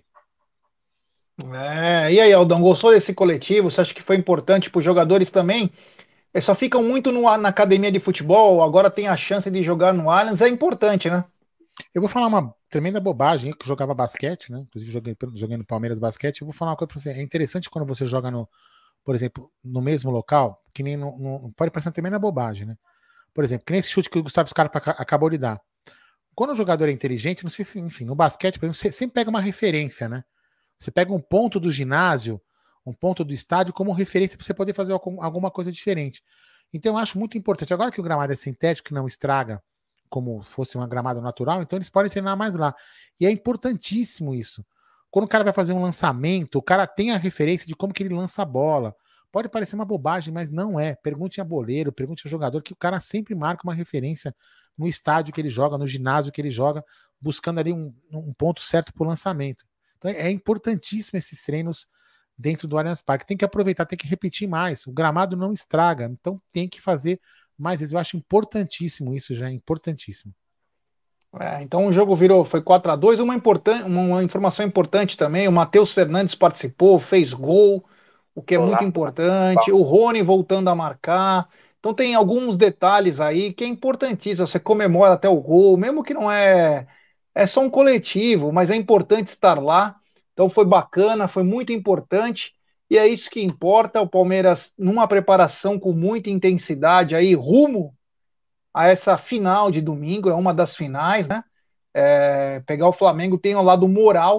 E aí, Aldão, gostou desse coletivo? Você acha que foi importante para os jogadores também? Eles só ficam muito na academia de futebol, agora tem a chance de jogar no Allianz, é importante, né? Eu vou falar uma tremenda bobagem, eu que jogava basquete, né? Inclusive joguei no Palmeiras basquete. Eu vou falar uma coisa pra você. É interessante quando você joga por exemplo, no mesmo local, que nem pode parecer uma tremenda bobagem, né? Por exemplo, que nem esse chute que o Gustavo Scarpa acabou de dar. Quando o jogador é inteligente, não sei se, enfim, no basquete, por exemplo, você sempre pega uma referência, né? Você pega um ponto do ginásio, um ponto do estádio como referência para você poder fazer alguma coisa diferente. Então eu acho muito importante. Agora que o gramado é sintético, que não estraga como fosse um gramado natural, então eles podem treinar mais lá. E é importantíssimo isso. Quando o cara vai fazer um lançamento, o cara tem a referência de como que ele lança a bola. Pode parecer uma bobagem, mas não é. Pergunte a boleiro, pergunte ao jogador, que o cara sempre marca uma referência no estádio que ele joga, no ginásio que ele joga, buscando ali um ponto certo para o lançamento. Então é importantíssimo esses treinos dentro do Allianz Parque. Tem que aproveitar, tem que repetir mais. O gramado não estraga, então tem que fazer mais vezes. Eu acho importantíssimo isso, já é importantíssimo. Então o jogo foi 4-2. Uma informação importante também: o Matheus Fernandes participou, fez gol, o que é muito importante. O Rony voltando a marcar. Então tem alguns detalhes aí que é importantíssimo. Você comemora até o gol, mesmo que não é só um coletivo, mas é importante estar lá. Então foi bacana, foi muito importante. E é isso que importa. O Palmeiras numa preparação com muita intensidade aí, rumo a essa final de domingo, é uma das finais, né? Pegar o Flamengo tem o lado moral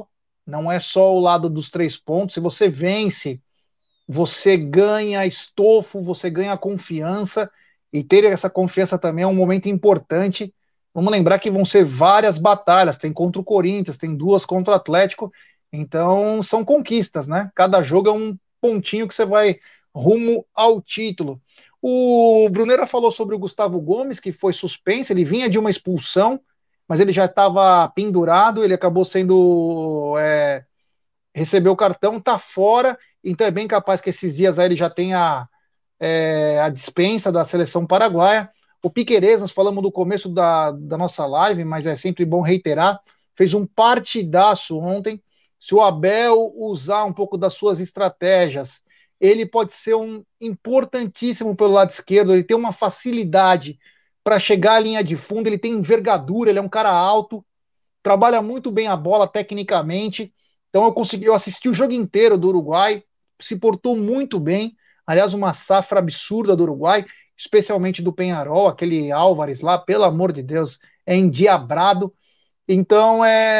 Não é só o lado dos 3 pontos. Se você vence, você ganha estofo, você ganha confiança, e ter essa confiança também é um momento importante. Vamos lembrar que vão ser várias batalhas, tem contra o Corinthians, tem 2 contra o Atlético, então são conquistas, né? Cada jogo é um pontinho que você vai rumo ao título. O Brunera falou sobre o Gustavo Gomes, que foi suspenso, ele vinha de uma expulsão, mas ele já estava pendurado, ele acabou sendo recebeu o cartão, tá fora, então é bem capaz que esses dias aí ele já tenha a dispensa da seleção paraguaia. O Piquerez, nós falamos no começo da nossa live, mas é sempre bom reiterar, fez um partidaço ontem. Se o Abel usar um pouco das suas estratégias, ele pode ser um importantíssimo pelo lado esquerdo, ele tem uma facilidade para chegar à linha de fundo, ele tem envergadura, ele é um cara alto, trabalha muito bem a bola tecnicamente. Então eu assisti o jogo inteiro do Uruguai, se portou muito bem. Aliás, uma safra absurda do Uruguai, especialmente do Penharol, aquele Álvares lá, pelo amor de Deus, é endiabrado. Então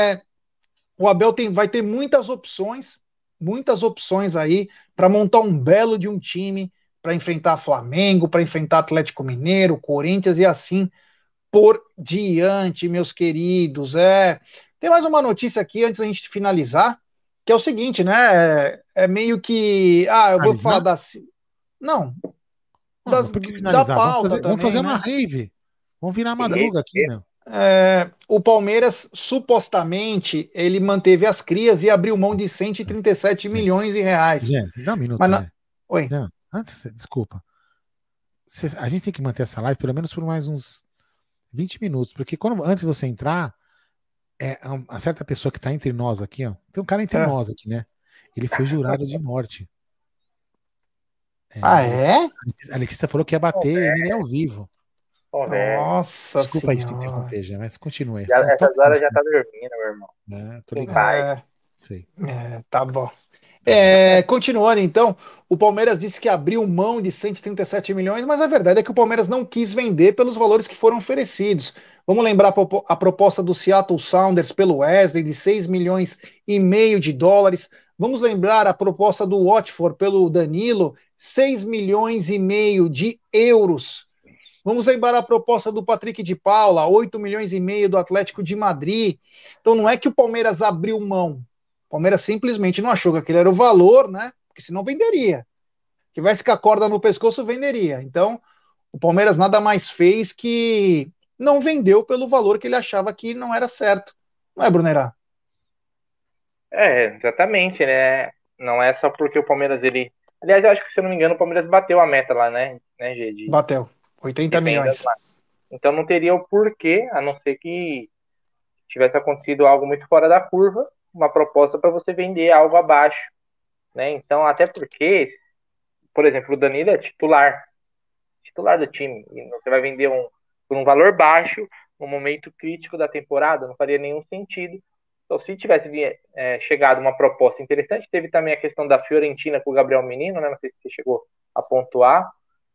o Abel vai ter muitas opções aí para montar um belo de um time para enfrentar Flamengo, para enfrentar Atlético Mineiro, Corinthians e assim por diante, meus queridos. Tem mais uma notícia aqui antes da gente finalizar, que é o seguinte, né? É meio que. Eu vou falar da. Não, Por que da finalizar? pauta Vamos fazer também, uma né? rave. Vamos virar madruga aqui, meu. O Palmeiras, supostamente, ele manteve as crias e abriu mão de 137 milhões de reais. Gente, dá um minuto, Mas né? Oi. Não, desculpa. A gente tem que manter essa live pelo menos por mais uns 20 minutos, porque antes de você entrar, uma certa pessoa que está entre nós aqui, ó, tem um cara entre nós aqui, né? Ele foi jurado de morte. A Letícia falou que ia bater ele ao vivo. Nossa Desculpa aí te senhora. interromper, já, mas continue. Essas horas já tá dormindo, meu irmão. Tô ligado. Sei. Tá bom. Continuando então, o Palmeiras disse que abriu mão de 137 milhões, mas a verdade é que o Palmeiras não quis vender pelos valores que foram oferecidos. Vamos lembrar a proposta do Seattle Sounders pelo Wesley de 6 milhões e meio de dólares. Vamos lembrar a proposta do Watford pelo Danilo, 6 milhões e meio de euros. Vamos lembrar a proposta do Patrick de Paula, 8 milhões e meio do Atlético de Madrid. Então não é que o Palmeiras abriu mão. O Palmeiras simplesmente não achou que aquele era o valor, né? Porque senão venderia. Se tivesse com a corda no pescoço, venderia. Então, o Palmeiras nada mais fez que não vendeu pelo valor que ele achava que não era certo. Não é, Brunerá? Exatamente, né? Não é só porque o Palmeiras, ele... Aliás, eu acho que, se eu não me engano, o Palmeiras bateu a meta lá, né, G? Bateu. 80 milhões. Lá. Então não teria o porquê, a não ser que tivesse acontecido algo muito fora da curva, uma proposta para você vender algo abaixo, né? Então, até porque, por exemplo, o Danilo é titular do time, e você vai vender por um valor baixo, no momento crítico da temporada, não faria nenhum sentido. Então, se tivesse chegado uma proposta interessante, teve também a questão da Fiorentina com o Gabriel Menino, né? Não sei se você chegou a pontuar,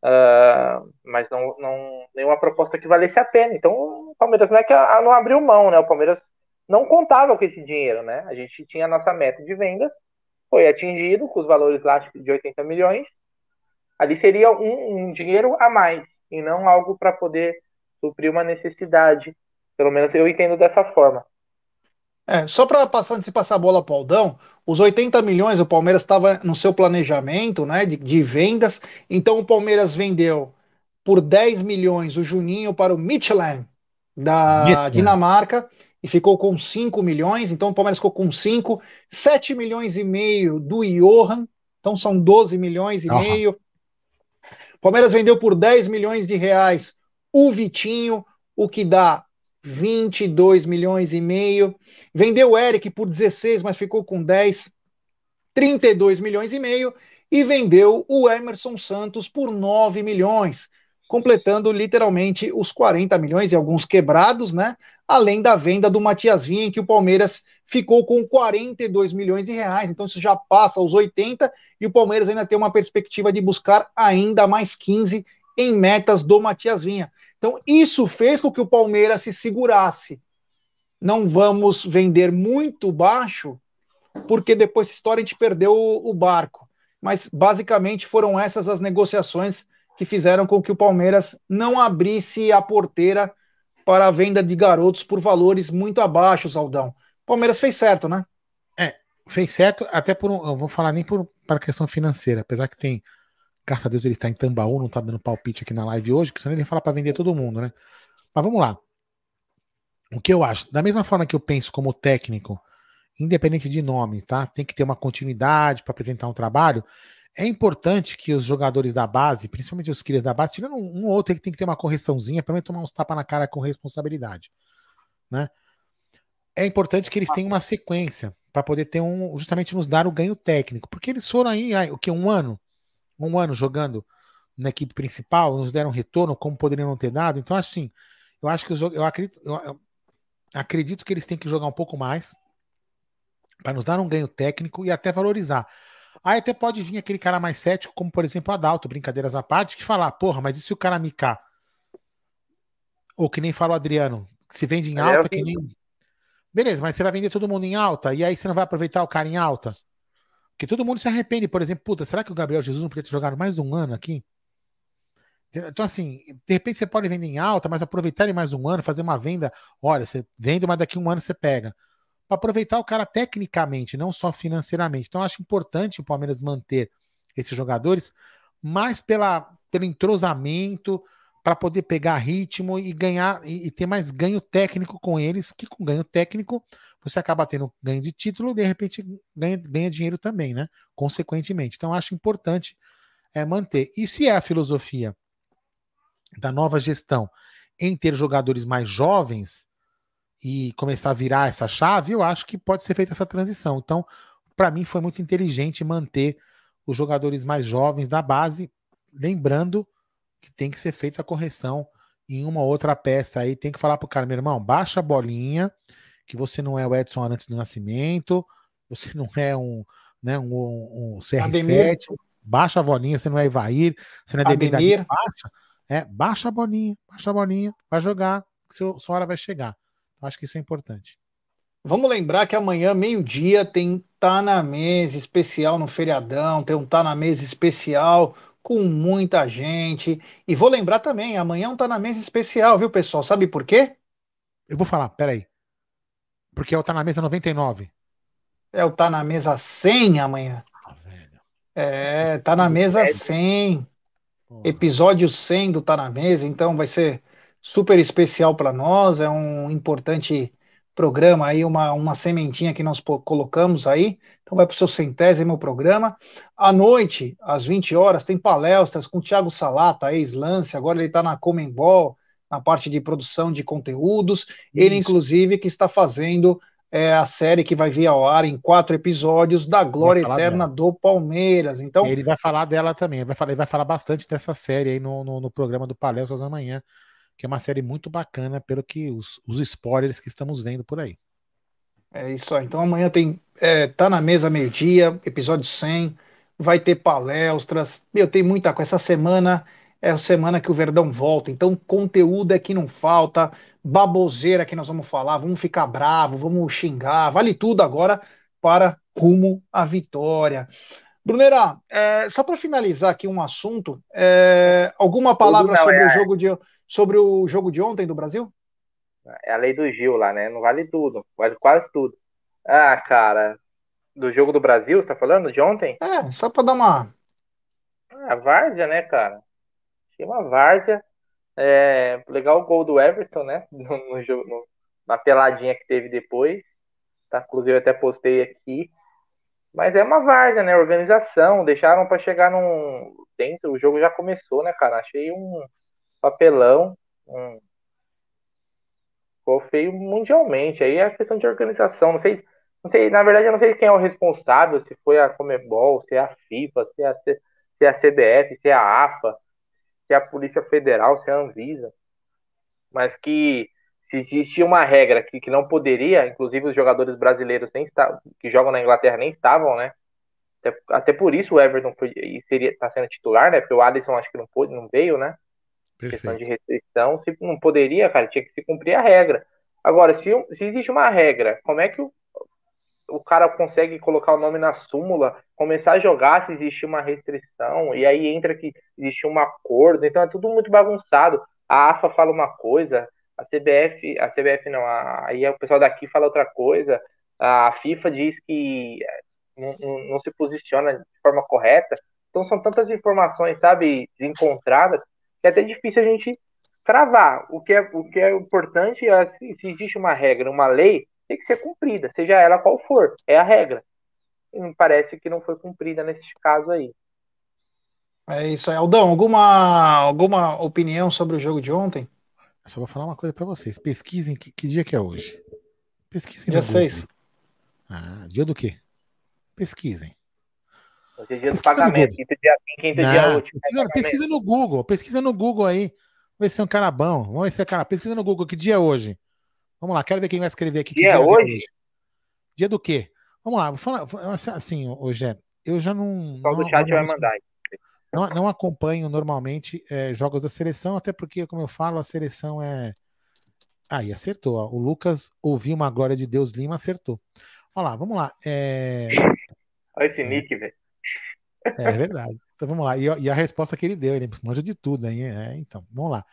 mas não nenhuma proposta que valesse a pena. Então, o Palmeiras não é que não abriu mão, né? O Palmeiras não contava com esse dinheiro, né? A gente tinha a nossa meta de vendas, foi atingido com os valores lá de 80 milhões. Ali seria um dinheiro a mais, e não algo para poder suprir uma necessidade. Pelo menos eu entendo dessa forma. Só para antes de passar a bola para o Aldão, os 80 milhões o Palmeiras estava no seu planejamento, né, de vendas. Então o Palmeiras vendeu por 10 milhões o Juninho para o Midtjylland da Dinamarca e ficou com 5 milhões. Então o Palmeiras ficou com 5, 7 milhões e meio do Johan. Então são 12 milhões e meio. O Palmeiras vendeu por 10 milhões de reais o Vitinho, o que dá 22 milhões e meio. Vendeu o Eric por 16, mas ficou com 10, 32 milhões e meio. E vendeu o Emerson Santos por 9 milhões, completando literalmente os 40 milhões e alguns quebrados, né? Além da venda do Matias Vinha, em que o Palmeiras ficou com 42 milhões de reais. Então isso já passa os 80 e o Palmeiras ainda tem uma perspectiva de buscar ainda mais 15 em metas do Matias Vinha. Então, isso fez com que o Palmeiras se segurasse. Não vamos vender muito baixo, porque depois dessa história a gente perdeu o barco. Mas basicamente foram essas as negociações que fizeram com que o Palmeiras não abrisse a porteira para a venda de garotos por valores muito abaixo, Aldão. O Palmeiras fez certo, né? Fez certo, até eu vou falar nem para a questão financeira, apesar que tem, graças a Deus ele está em Tambaú, não está dando palpite aqui na live hoje, que senão ele fala para vender todo mundo, né? Mas vamos lá. O que eu acho, da mesma forma que eu penso como técnico, independente de nome, tá? Tem que ter uma continuidade para apresentar um trabalho. É importante que os jogadores da base, principalmente os crias da base, tirando um ou outro, tem que ter uma correçãozinha para tomar uns tapas na cara com responsabilidade, né? É importante que eles tenham uma sequência para poder ter justamente nos dar o ganho técnico, porque eles foram aí, o que, um ano jogando na equipe principal, nos deram retorno, como poderiam não ter dado. Então, assim, eu acho que eu acredito que eles têm que jogar um pouco mais para nos dar um ganho técnico e até valorizar. Aí até pode vir aquele cara mais cético, como por exemplo o Adalto, brincadeiras à parte, que falar, porra, mas e se o cara micar? Ou que nem fala o Adriano, que se vende em alta, que nem. Beleza, mas você vai vender todo mundo em alta, e aí você não vai aproveitar o cara em alta? Porque todo mundo se arrepende, por exemplo, puta, será que o Gabriel Jesus não podia ter jogado mais um ano aqui? Então, assim, de repente você pode vender em alta, mas aproveitar ele mais um ano, fazer uma venda. Olha, você vende, mas daqui a um ano você pega. Para aproveitar o cara tecnicamente, não só financeiramente. Então, eu acho importante o Palmeiras manter esses jogadores, mais pelo entrosamento, para poder pegar ritmo e ganhar e ter mais ganho técnico com eles, que com ganho técnico você acaba tendo ganho de título e de repente ganha dinheiro também, né? Consequentemente. Então, eu acho importante manter. E se é a filosofia da nova gestão em ter jogadores mais jovens e começar a virar essa chave, eu acho que pode ser feita essa transição. Então, para mim, foi muito inteligente manter os jogadores mais jovens da base, lembrando que tem que ser feita a correção em uma outra peça aí. Tem que falar pro cara, meu irmão, baixa a bolinha, que você não é o Edson antes do Nascimento, você não é um CR7, Ademir. baixa a bolinha, você não é Ivair, você não é Ademir. baixa a bolinha, vai jogar, que sua hora vai chegar. Acho que isso é importante. Vamos lembrar que amanhã, meio-dia, tem Tá na Mesa especial no feriadão, tem um Tá na Mesa especial com muita gente. E vou lembrar também, amanhã é um Tá na Mesa especial, viu, pessoal? Sabe por quê? Eu vou falar, peraí. Porque eu tá na mesa 99. É o Tá na Mesa 100 amanhã. Ah, velho. Tá na Mesa É, 100. Porra. Episódio 100 do Tá na Mesa, então vai ser super especial para nós. É um importante programa aí, uma sementinha que nós colocamos aí. Então vai para o seu 100º programa. À noite, às 20 horas, tem palestras com o Thiago Salata, ex-Lance, agora ele está na Comembol, na parte de produção de conteúdos. Ele, Isso. inclusive, que está fazendo a série que vai vir ao ar em 4 episódios da Vai Glória falar Eterna dela. do Palmeiras. Então, Ele vai falar dela também. Ele vai falar bastante dessa série aí no programa do Palestras amanhã, que é uma série muito bacana, pelo que os spoilers que estamos vendo por aí. é isso aí. Então amanhã tem Tá na Mesa meio-dia, episódio 100. Vai ter palestras. Meu, tem muita coisa. Essa semana é a semana que o Verdão volta. Então conteúdo é que não falta. Baboseira que nós vamos falar. Vamos ficar bravo, vamos xingar. Vale tudo agora para rumo à vitória. Brunera, só para finalizar aqui um assunto, alguma tudo palavra não, sobre o jogo de ontem do Brasil? é a lei do Gil lá, né? Não vale tudo, vale quase tudo. Ah, cara, do jogo do Brasil, você tá falando de ontem? Só para dar uma. Ah, várzea, né, cara? Tinha uma várzea. Legal o gol do Everton, né? No jogo, na peladinha que teve depois. Tá? Inclusive, eu até postei aqui. Mas é uma várzea, né? Organização. Deixaram para chegar num. Dentro, o jogo já começou, né, cara? Achei um papelão. Ficou feio mundialmente. Aí é questão de organização. Não sei, na verdade, eu não sei quem é o responsável, se foi a Comebol, se é a FIFA, se é a CBF, se é a AFA, se é a Polícia Federal, se é a Anvisa. Mas que se existia uma regra que não poderia, inclusive os jogadores brasileiros nem estavam, que jogam na Inglaterra nem estavam, né? Até por isso o Everton tá sendo titular, né? Porque o Alisson acho que não pôde, não veio, né? Questão de Perfeito. restrição, se não poderia, cara, tinha que se cumprir a regra. Agora, se existe uma regra, como é que o cara consegue colocar o nome na súmula, começar a jogar se existe uma restrição, e aí entra que existe um acordo, então é tudo muito bagunçado. A AFA fala uma coisa, a CBF não, aí o pessoal daqui fala outra coisa, a FIFA diz que não se posiciona de forma correta. Então são tantas informações, sabe, desencontradas, que é até difícil a gente cravar. O que é importante é se existe uma regra, uma lei, tem que ser cumprida, seja ela qual for, é a regra. E me parece que não foi cumprida nesse caso aí. É isso aí. Aldão, alguma opinião sobre o jogo de ontem? Eu só vou falar uma coisa pra vocês. Pesquisem que dia que é hoje. Pesquisem Dia no Google. 6. Ah, dia do quê? Pesquisem. Hoje é dia do Pesquisa no pagamento, Google. quinto dia sim, quinto dia Não, último. pesquisa no Google. Pesquisa no Google aí. Vamos ver se é um cara bom. Vamos ver se é cara. Pesquisa no Google. Que dia é hoje? Vamos lá. Quero ver quem vai escrever aqui. Que Dia dia é hoje? hoje. Dia do quê? Vamos lá. Vou falar assim, hoje eu já O pessoal do chat vai mandar. não acompanho normalmente jogos da seleção, até porque, como eu falo, a seleção é. Aí, acertou. Ó. O Lucas ouviu uma glória de Deus Lima, acertou. Olha lá, vamos lá. Olha esse nick, velho. É verdade. Então vamos lá. E a resposta que ele deu, ele manja de tudo aí. Então, vamos lá.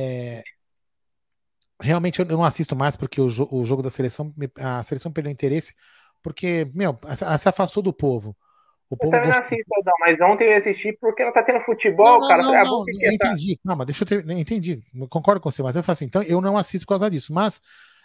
Realmente eu não assisto mais porque o jogo da seleção, a seleção perdeu interesse, porque, meu, se afastou do povo. O Eu povo também não gostou. assisto, não, mas ontem eu assisti porque não tá tendo Não, futebol, não, cara. não, Ah, não, vou eu tentar. entendi. Calma, deixa eu ter. Eu entendi. Eu concordo com você, mas eu falo assim, então eu não assisto por causa disso. Mas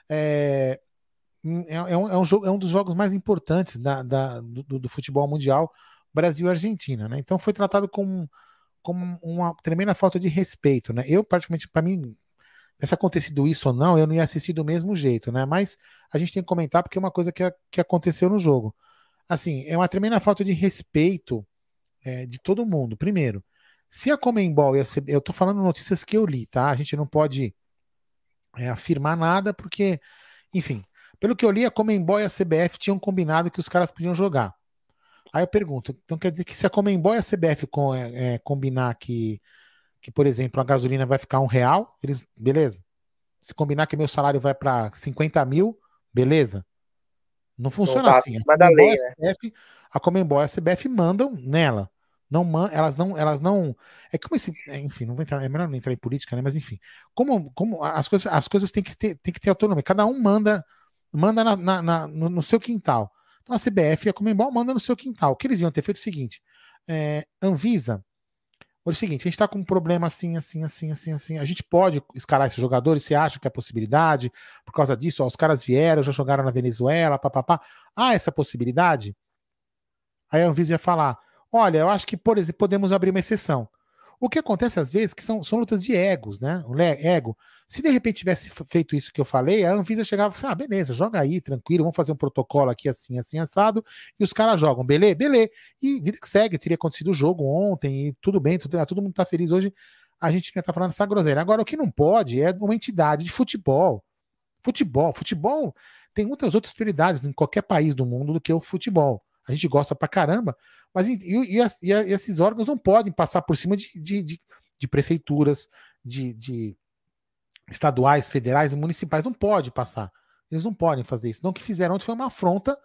é, é um jogo, é um dos jogos mais importantes do futebol mundial, Brasil e Argentina, né? Então foi tratado como uma tremenda falta de respeito, né? Eu, praticamente, para mim, se acontecido isso ou não, eu não ia assistir do mesmo jeito, né? Mas a gente tem que comentar porque é uma coisa que aconteceu no jogo. Assim, é uma tremenda falta de respeito de todo mundo. Primeiro, se a Conmebol eu tô falando notícias que eu li, tá? A gente não pode afirmar nada porque, enfim, pelo que eu li, a Conmebol e a CBF tinham combinado que os caras podiam jogar. Aí eu pergunto, então quer dizer que se a Conmebol e a CBF combinar que, por exemplo, a gasolina vai ficar R$ 1, beleza? Se combinar que meu salário vai para 50 mil, beleza? Não Não funciona tá assim. acima da lei, né? A Conmebol e a CBF mandam nela. Elas não. É como esse. Enfim, não vou entrar, é melhor não entrar em política, né? Mas enfim, como as coisas têm que ter autonomia. Cada um manda no seu quintal. Então a CBF e a Conmebol mandam no seu quintal. O que eles iam ter feito é o seguinte: Anvisa. Olha o seguinte, a gente está com um problema assim, assim, assim, assim, assim. A gente pode escalar esses jogadores? Você acha que é possibilidade? Por causa disso, ó, os caras vieram, já jogaram na Venezuela, papapá. Há essa possibilidade? Aí a Anvisa ia falar: olha, eu acho que, por exemplo, podemos abrir uma exceção. O que acontece às vezes que são lutas de egos, né? O ego. Se de repente tivesse feito isso que eu falei, a Anvisa chegava e falava: ah, beleza, joga aí, tranquilo, vamos fazer um protocolo aqui assim, assim, assado, e os caras jogam, beleza? Beleza. E vida que segue, teria acontecido o jogo ontem, e tudo bem, todo mundo tá feliz hoje. A gente não tá falando essa groselha. Agora, o que não pode é uma entidade de futebol. Futebol tem muitas outras prioridades em qualquer país do mundo do que o futebol. A gente gosta pra caramba, mas esses órgãos não podem passar por cima de prefeituras, de estaduais, federais e municipais. Não pode passar. Eles não podem fazer isso. Então, o que fizeram ontem foi uma afronta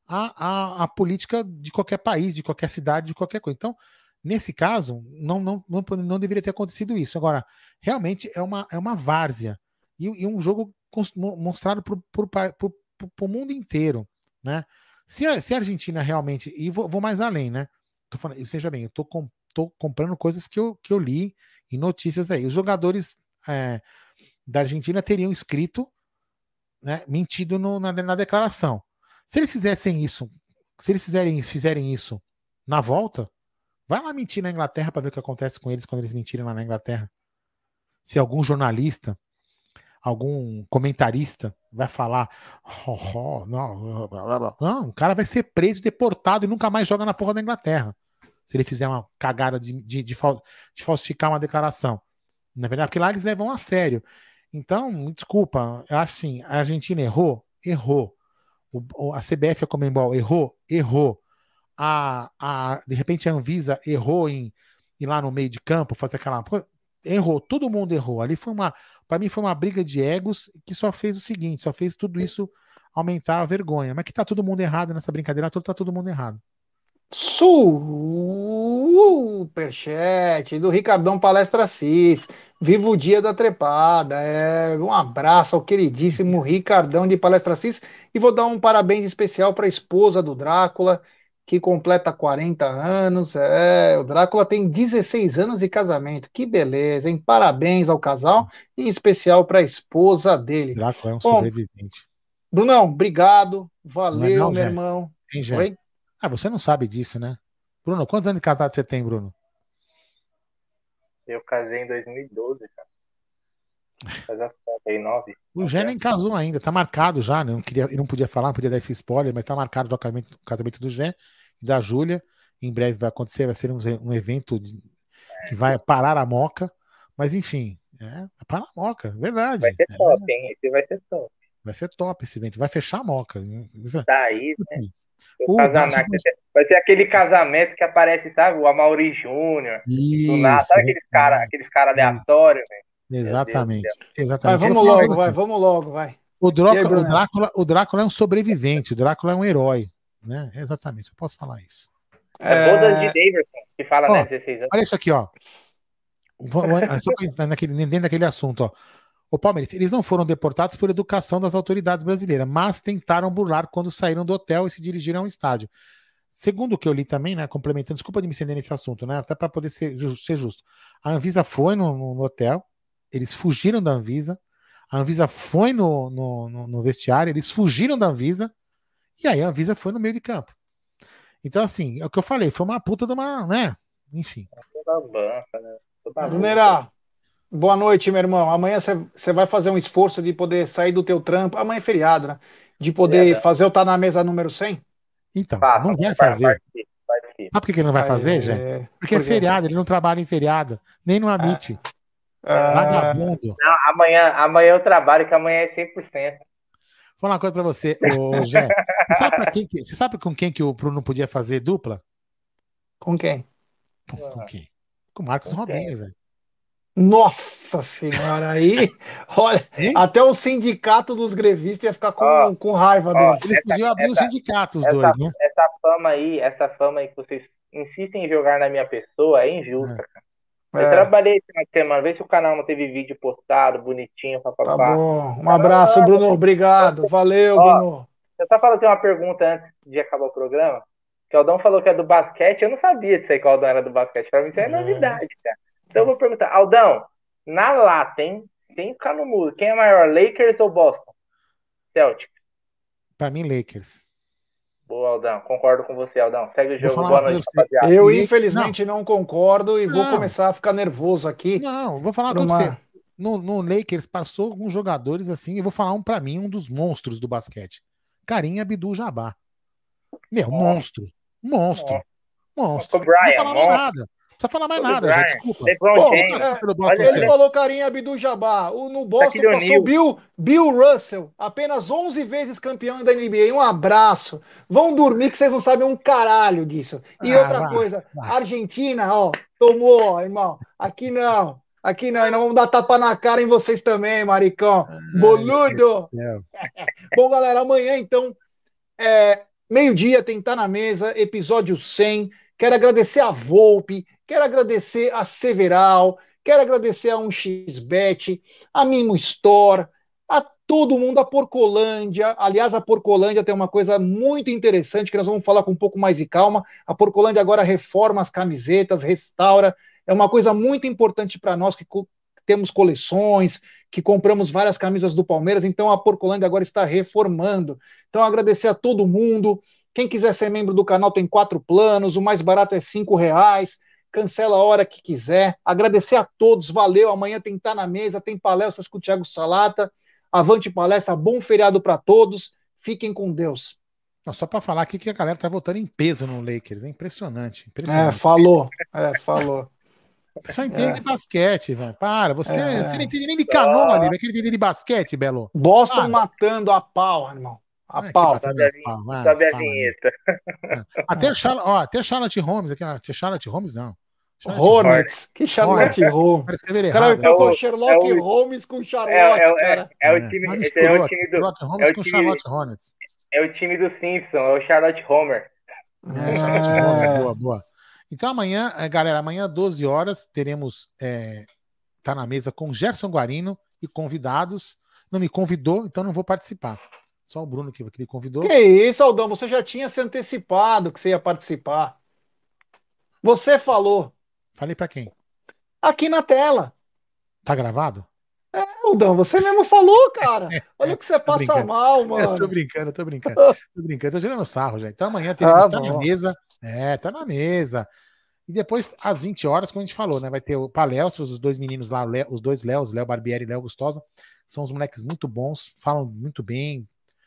à política de qualquer país, de qualquer cidade, de qualquer coisa. Então, nesse caso, não deveria ter acontecido isso. Agora, realmente é uma várzea. E um jogo mostrado para o mundo inteiro, né? Se a Argentina realmente. E vou mais além, né? Tô falando, veja bem, eu tô comprando coisas que eu li em notícias aí. Os jogadores da Argentina teriam escrito, né, mentido na declaração. Se eles fizessem isso, se eles fizerem isso na volta, vai lá mentir na Inglaterra para ver o que acontece com eles quando eles mentirem lá na Inglaterra. Se algum jornalista, algum comentarista vai falar, não, o cara vai ser preso, deportado e nunca mais joga na porra da Inglaterra. Se ele fizer uma cagada de falsificar uma declaração. Na verdade, porque lá eles levam a sério. Então, desculpa, eu acho assim, a Argentina errou. A CBF e a Conmebol errou. De repente a Anvisa errou em ir lá no meio de campo, fazer aquela coisa. Errou, todo mundo errou. Ali para mim foi uma briga de egos que só fez o seguinte, só fez tudo isso aumentar a vergonha. Mas que tá todo mundo errado nessa brincadeira toda, tá todo mundo errado. Superchat do Ricardão Palestra Cis. Viva o dia da trepada. Um abraço ao queridíssimo Ricardão de Palestra Cis. E vou dar um parabéns especial para a esposa do Drácula, que completa 40 anos. O Drácula tem 16 anos de casamento. Que beleza, hein? Parabéns ao casal, e em especial para a esposa dele. Drácula é um Bom, sobrevivente. Brunão, obrigado. Valeu, não, meu Jé? irmão. Hein, Jé? Oi? Ah, você não sabe disso, né? Bruno, quantos anos de casado você tem, Bruno? Eu casei em 2012, cara. Faz as contas aí, 9. O Jé nem casou ainda, tá marcado já, né? Eu não podia falar, não podia dar esse spoiler, mas tá marcado o casamento do Jé e da Júlia. Em breve vai acontecer, vai ser um evento que vai parar a Moca. Mas enfim, vai parar a Moca, verdade. Vai ser top, hein? Esse vai ser top. Vai ser top esse evento, vai fechar a Moca. Tá aí, né? O casamento, vai ser aquele casamento que aparece, sabe? O Amaury Júnior, do nada, sabe aqueles cara aleatórios, velho? Exatamente. Mas vamos logo, vai. O Drácula é um sobrevivente, o Drácula é um herói, né? Exatamente, eu posso falar isso. Bodas de Davidson, que fala, né, 16 anos. Olha isso aqui, ó. Só dentro daquele assunto, ó. O Palmeiras, eles não foram deportados por educação das autoridades brasileiras, mas tentaram burlar quando saíram do hotel e se dirigiram ao estádio. Segundo o que eu li também, né, complementando, desculpa de me estender nesse assunto, né, até para poder ser justo. A Anvisa foi no hotel, eles fugiram da Anvisa, a Anvisa foi no vestiário, eles fugiram da Anvisa, e aí a Anvisa foi no meio de campo. Então, assim, é o que eu falei, foi uma puta de uma, né, enfim. Brunerá, boa noite, meu irmão. Amanhã você vai fazer um esforço de poder sair do teu trampo. Amanhã é feriado, né? De poder fazer o Tá na Mesa número 100? Então, não vai fazer. Sabe por que ele não vai fazer, Jé? Porque é feriado, ele não trabalha em feriado, nem no Amit. Vagabundo. Não, amanhã eu trabalho, que amanhã é 100%. Vou falar uma coisa pra você, Jé. Você sabe com quem que o Bruno podia fazer dupla? Com quem? Com quem? Com o Marcos Robinho, velho. Nossa senhora, aí, olha, até o sindicato dos grevistas ia ficar com raiva dele. Eles podiam abrir o sindicato, os dois, né? Essa fama aí que vocês insistem em jogar na minha pessoa é injusta, cara. Eu trabalhei esse final de semana, vê se o canal não teve vídeo postado, bonitinho, papapá. Tá bom, um abraço, Bruno, obrigado, valeu, Bruno. Eu só fazer uma pergunta antes de acabar o programa, que o Aldão falou que é do basquete, eu não sabia disso aí que o Aldão era do basquete, pra mim isso é novidade, cara. Então eu vou perguntar, Aldão, na lata, hein? Sem ficar no muro, quem é maior, Lakers ou Boston? Celtics. Pra mim, Lakers. Boa, Aldão, concordo com você, Aldão. Segue o jogo, boa noite, rapaziada. Eu, infelizmente, não concordo e vou começar a ficar nervoso aqui. Não, vou falar com você. No Lakers passou alguns jogadores assim, eu vou falar pra mim, um dos monstros do basquete. Karim Abdul-Jabbar. Meu, monstro. Monstro. O Brian, não vou falar mais nada. Não precisa falar mais nada, já, desculpa. Você falou Karim Abdul-Jabbar. No Boston passou Bill Russell, apenas 11 vezes campeão da NBA. Um abraço. Vão dormir que vocês não sabem um caralho disso. E outra coisa, Argentina, tomou, irmão. Aqui não, e nós vamos dar tapa na cara em vocês também, maricão. Boludo! Bom, galera, amanhã, então, meio-dia, tem Tá na Mesa, episódio 100. Quero agradecer a Volpe, quero agradecer a Several, quero agradecer a 1xBet, a Mimo Store, a todo mundo, a Porcolândia. Aliás, a Porcolândia tem uma coisa muito interessante que nós vamos falar com um pouco mais de calma. A Porcolândia agora reforma as camisetas, restaura. É uma coisa muito importante para nós que temos coleções, que compramos várias camisas do Palmeiras. Então a Porcolândia agora está reformando. Então agradecer a todo mundo. Quem quiser ser membro do canal tem 4 planos, o mais barato é R$5, cancela a hora que quiser. Agradecer a todos, valeu. Amanhã tem Tá na Mesa, tem palestras com o Thiago Salata. Avante palestra, bom feriado para todos. Fiquem com Deus. Não, só para falar aqui que a galera tá votando em peso no Lakers, é impressionante. Falou. Só entende de basquete, velho. Para, você não entende nem de canônia, vai querer entender de basquete, Belo. Boston matando a pau, irmão. A pau. Sabe a vinheta. Até a Charlotte Holmes aqui, Charlotte Holmes não. Hornets. Que Charlotte Holmes. O cara trocou Sherlock Holmes com Charlotte, cara. É o time do... Sherlock Holmes com Charlotte Hornets. É o time do Simpson, é o Charlotte Homer. Charlotte Homer, boa. Então amanhã, galera, amanhã 12 horas, teremos Tá na Mesa com Gerson Guarino e convidados. Não me convidou, então não vou participar. Só o Bruno que me convidou. Que isso, Aldão, você já tinha se antecipado que você ia participar. Você falou. Falei pra quem? Aqui na tela. Tá gravado? Aldão, você mesmo falou, cara. Olha que você passa mal, mano. Tô brincando. Tô tirando sarro, já. Então amanhã teremos Tá na Mesa. Tá na Mesa. E depois, às 20 horas, como a gente falou, né? Vai ter o Palestros, os dois meninos lá, os dois Léos, Léo Barbieri e Léo Gustosa. São os moleques muito bons, falam muito bem.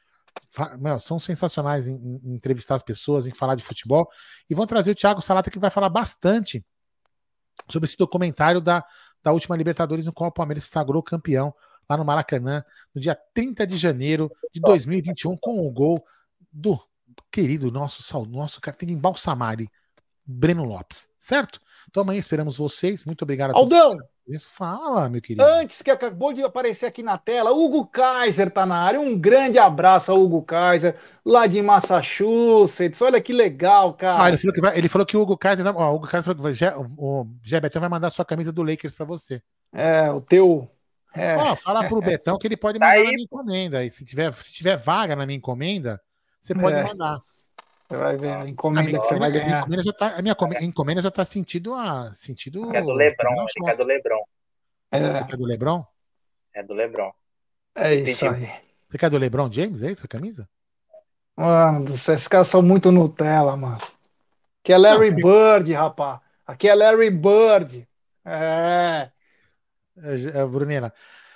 São sensacionais em entrevistar as pessoas, em falar de futebol. E vão trazer o Thiago Salata, que vai falar bastante sobre esse documentário da última Libertadores, no qual o Palmeiras se sagrou campeão lá no Maracanã, no dia 30 de janeiro de 2021, com o gol do querido nosso cara, tem que embalsamar ali, Breno Lopes, certo? Então amanhã esperamos vocês. Muito obrigado a todos. Aldão! Fala, meu querido. Antes que acabou de aparecer aqui na tela, Hugo Kaiser tá na área. Um grande abraço ao Hugo Kaiser, lá de Massachusetts. Olha que legal, cara. Ele falou que o Hugo Kaiser, o Hugo Kaiser falou que o Gé Betão vai mandar sua camisa do Lakers pra você. O teu. Fala pro Betão que ele pode mandar na minha encomenda. E se tiver vaga na minha encomenda, você pode mandar. Você vai ver a encomenda que você vai ganhar. A minha encomenda já tá sentido. É do Lebron, é do Lebron. Você quer do Lebron? É do Lebron. É isso aí. Você quer do Lebron James? É isso a camisa? Mano, esses caras são muito Nutella, mano. Aqui é Larry Bird, rapaz. Aqui é Larry Bird. Brunina.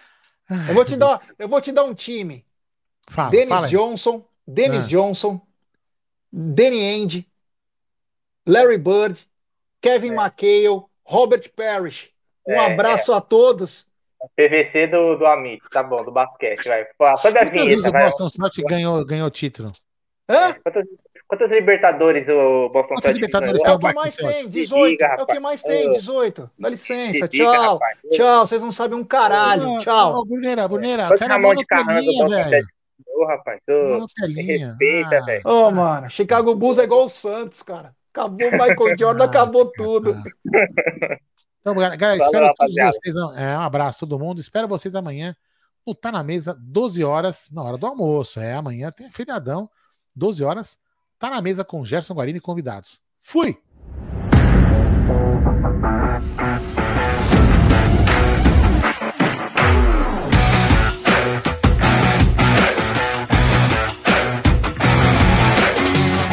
Eu vou te dar um time. Fala, Dennis Johnson, Danny Ainge, Larry Bird, Kevin McHale, Robert Parrish. Um abraço a todos. PVC do Amit, tá bom, do basquete, vai. Quantas vezes o Boston Celtics ganhou título? Quantas Libertadores o Boston Celtics ganhou? É o que mais tem, 18. É o que mais tem, 18. Dá licença, tchau. Tchau, vocês não sabem um caralho, tchau. Bruneira, cara é mão de carranca, velho. Rapaz, respeita, velho. Mano, Chicago Bulls é igual o Santos, cara. Acabou o Michael Jordan, acabou tudo. Então, galera, espero todos vocês. Um abraço a todo mundo. Espero vocês amanhã no Tá na Mesa, 12 horas, na hora do almoço. Amanhã tem feriadão, 12 horas. Tá na Mesa com Gerson Guarino e convidados. Fui!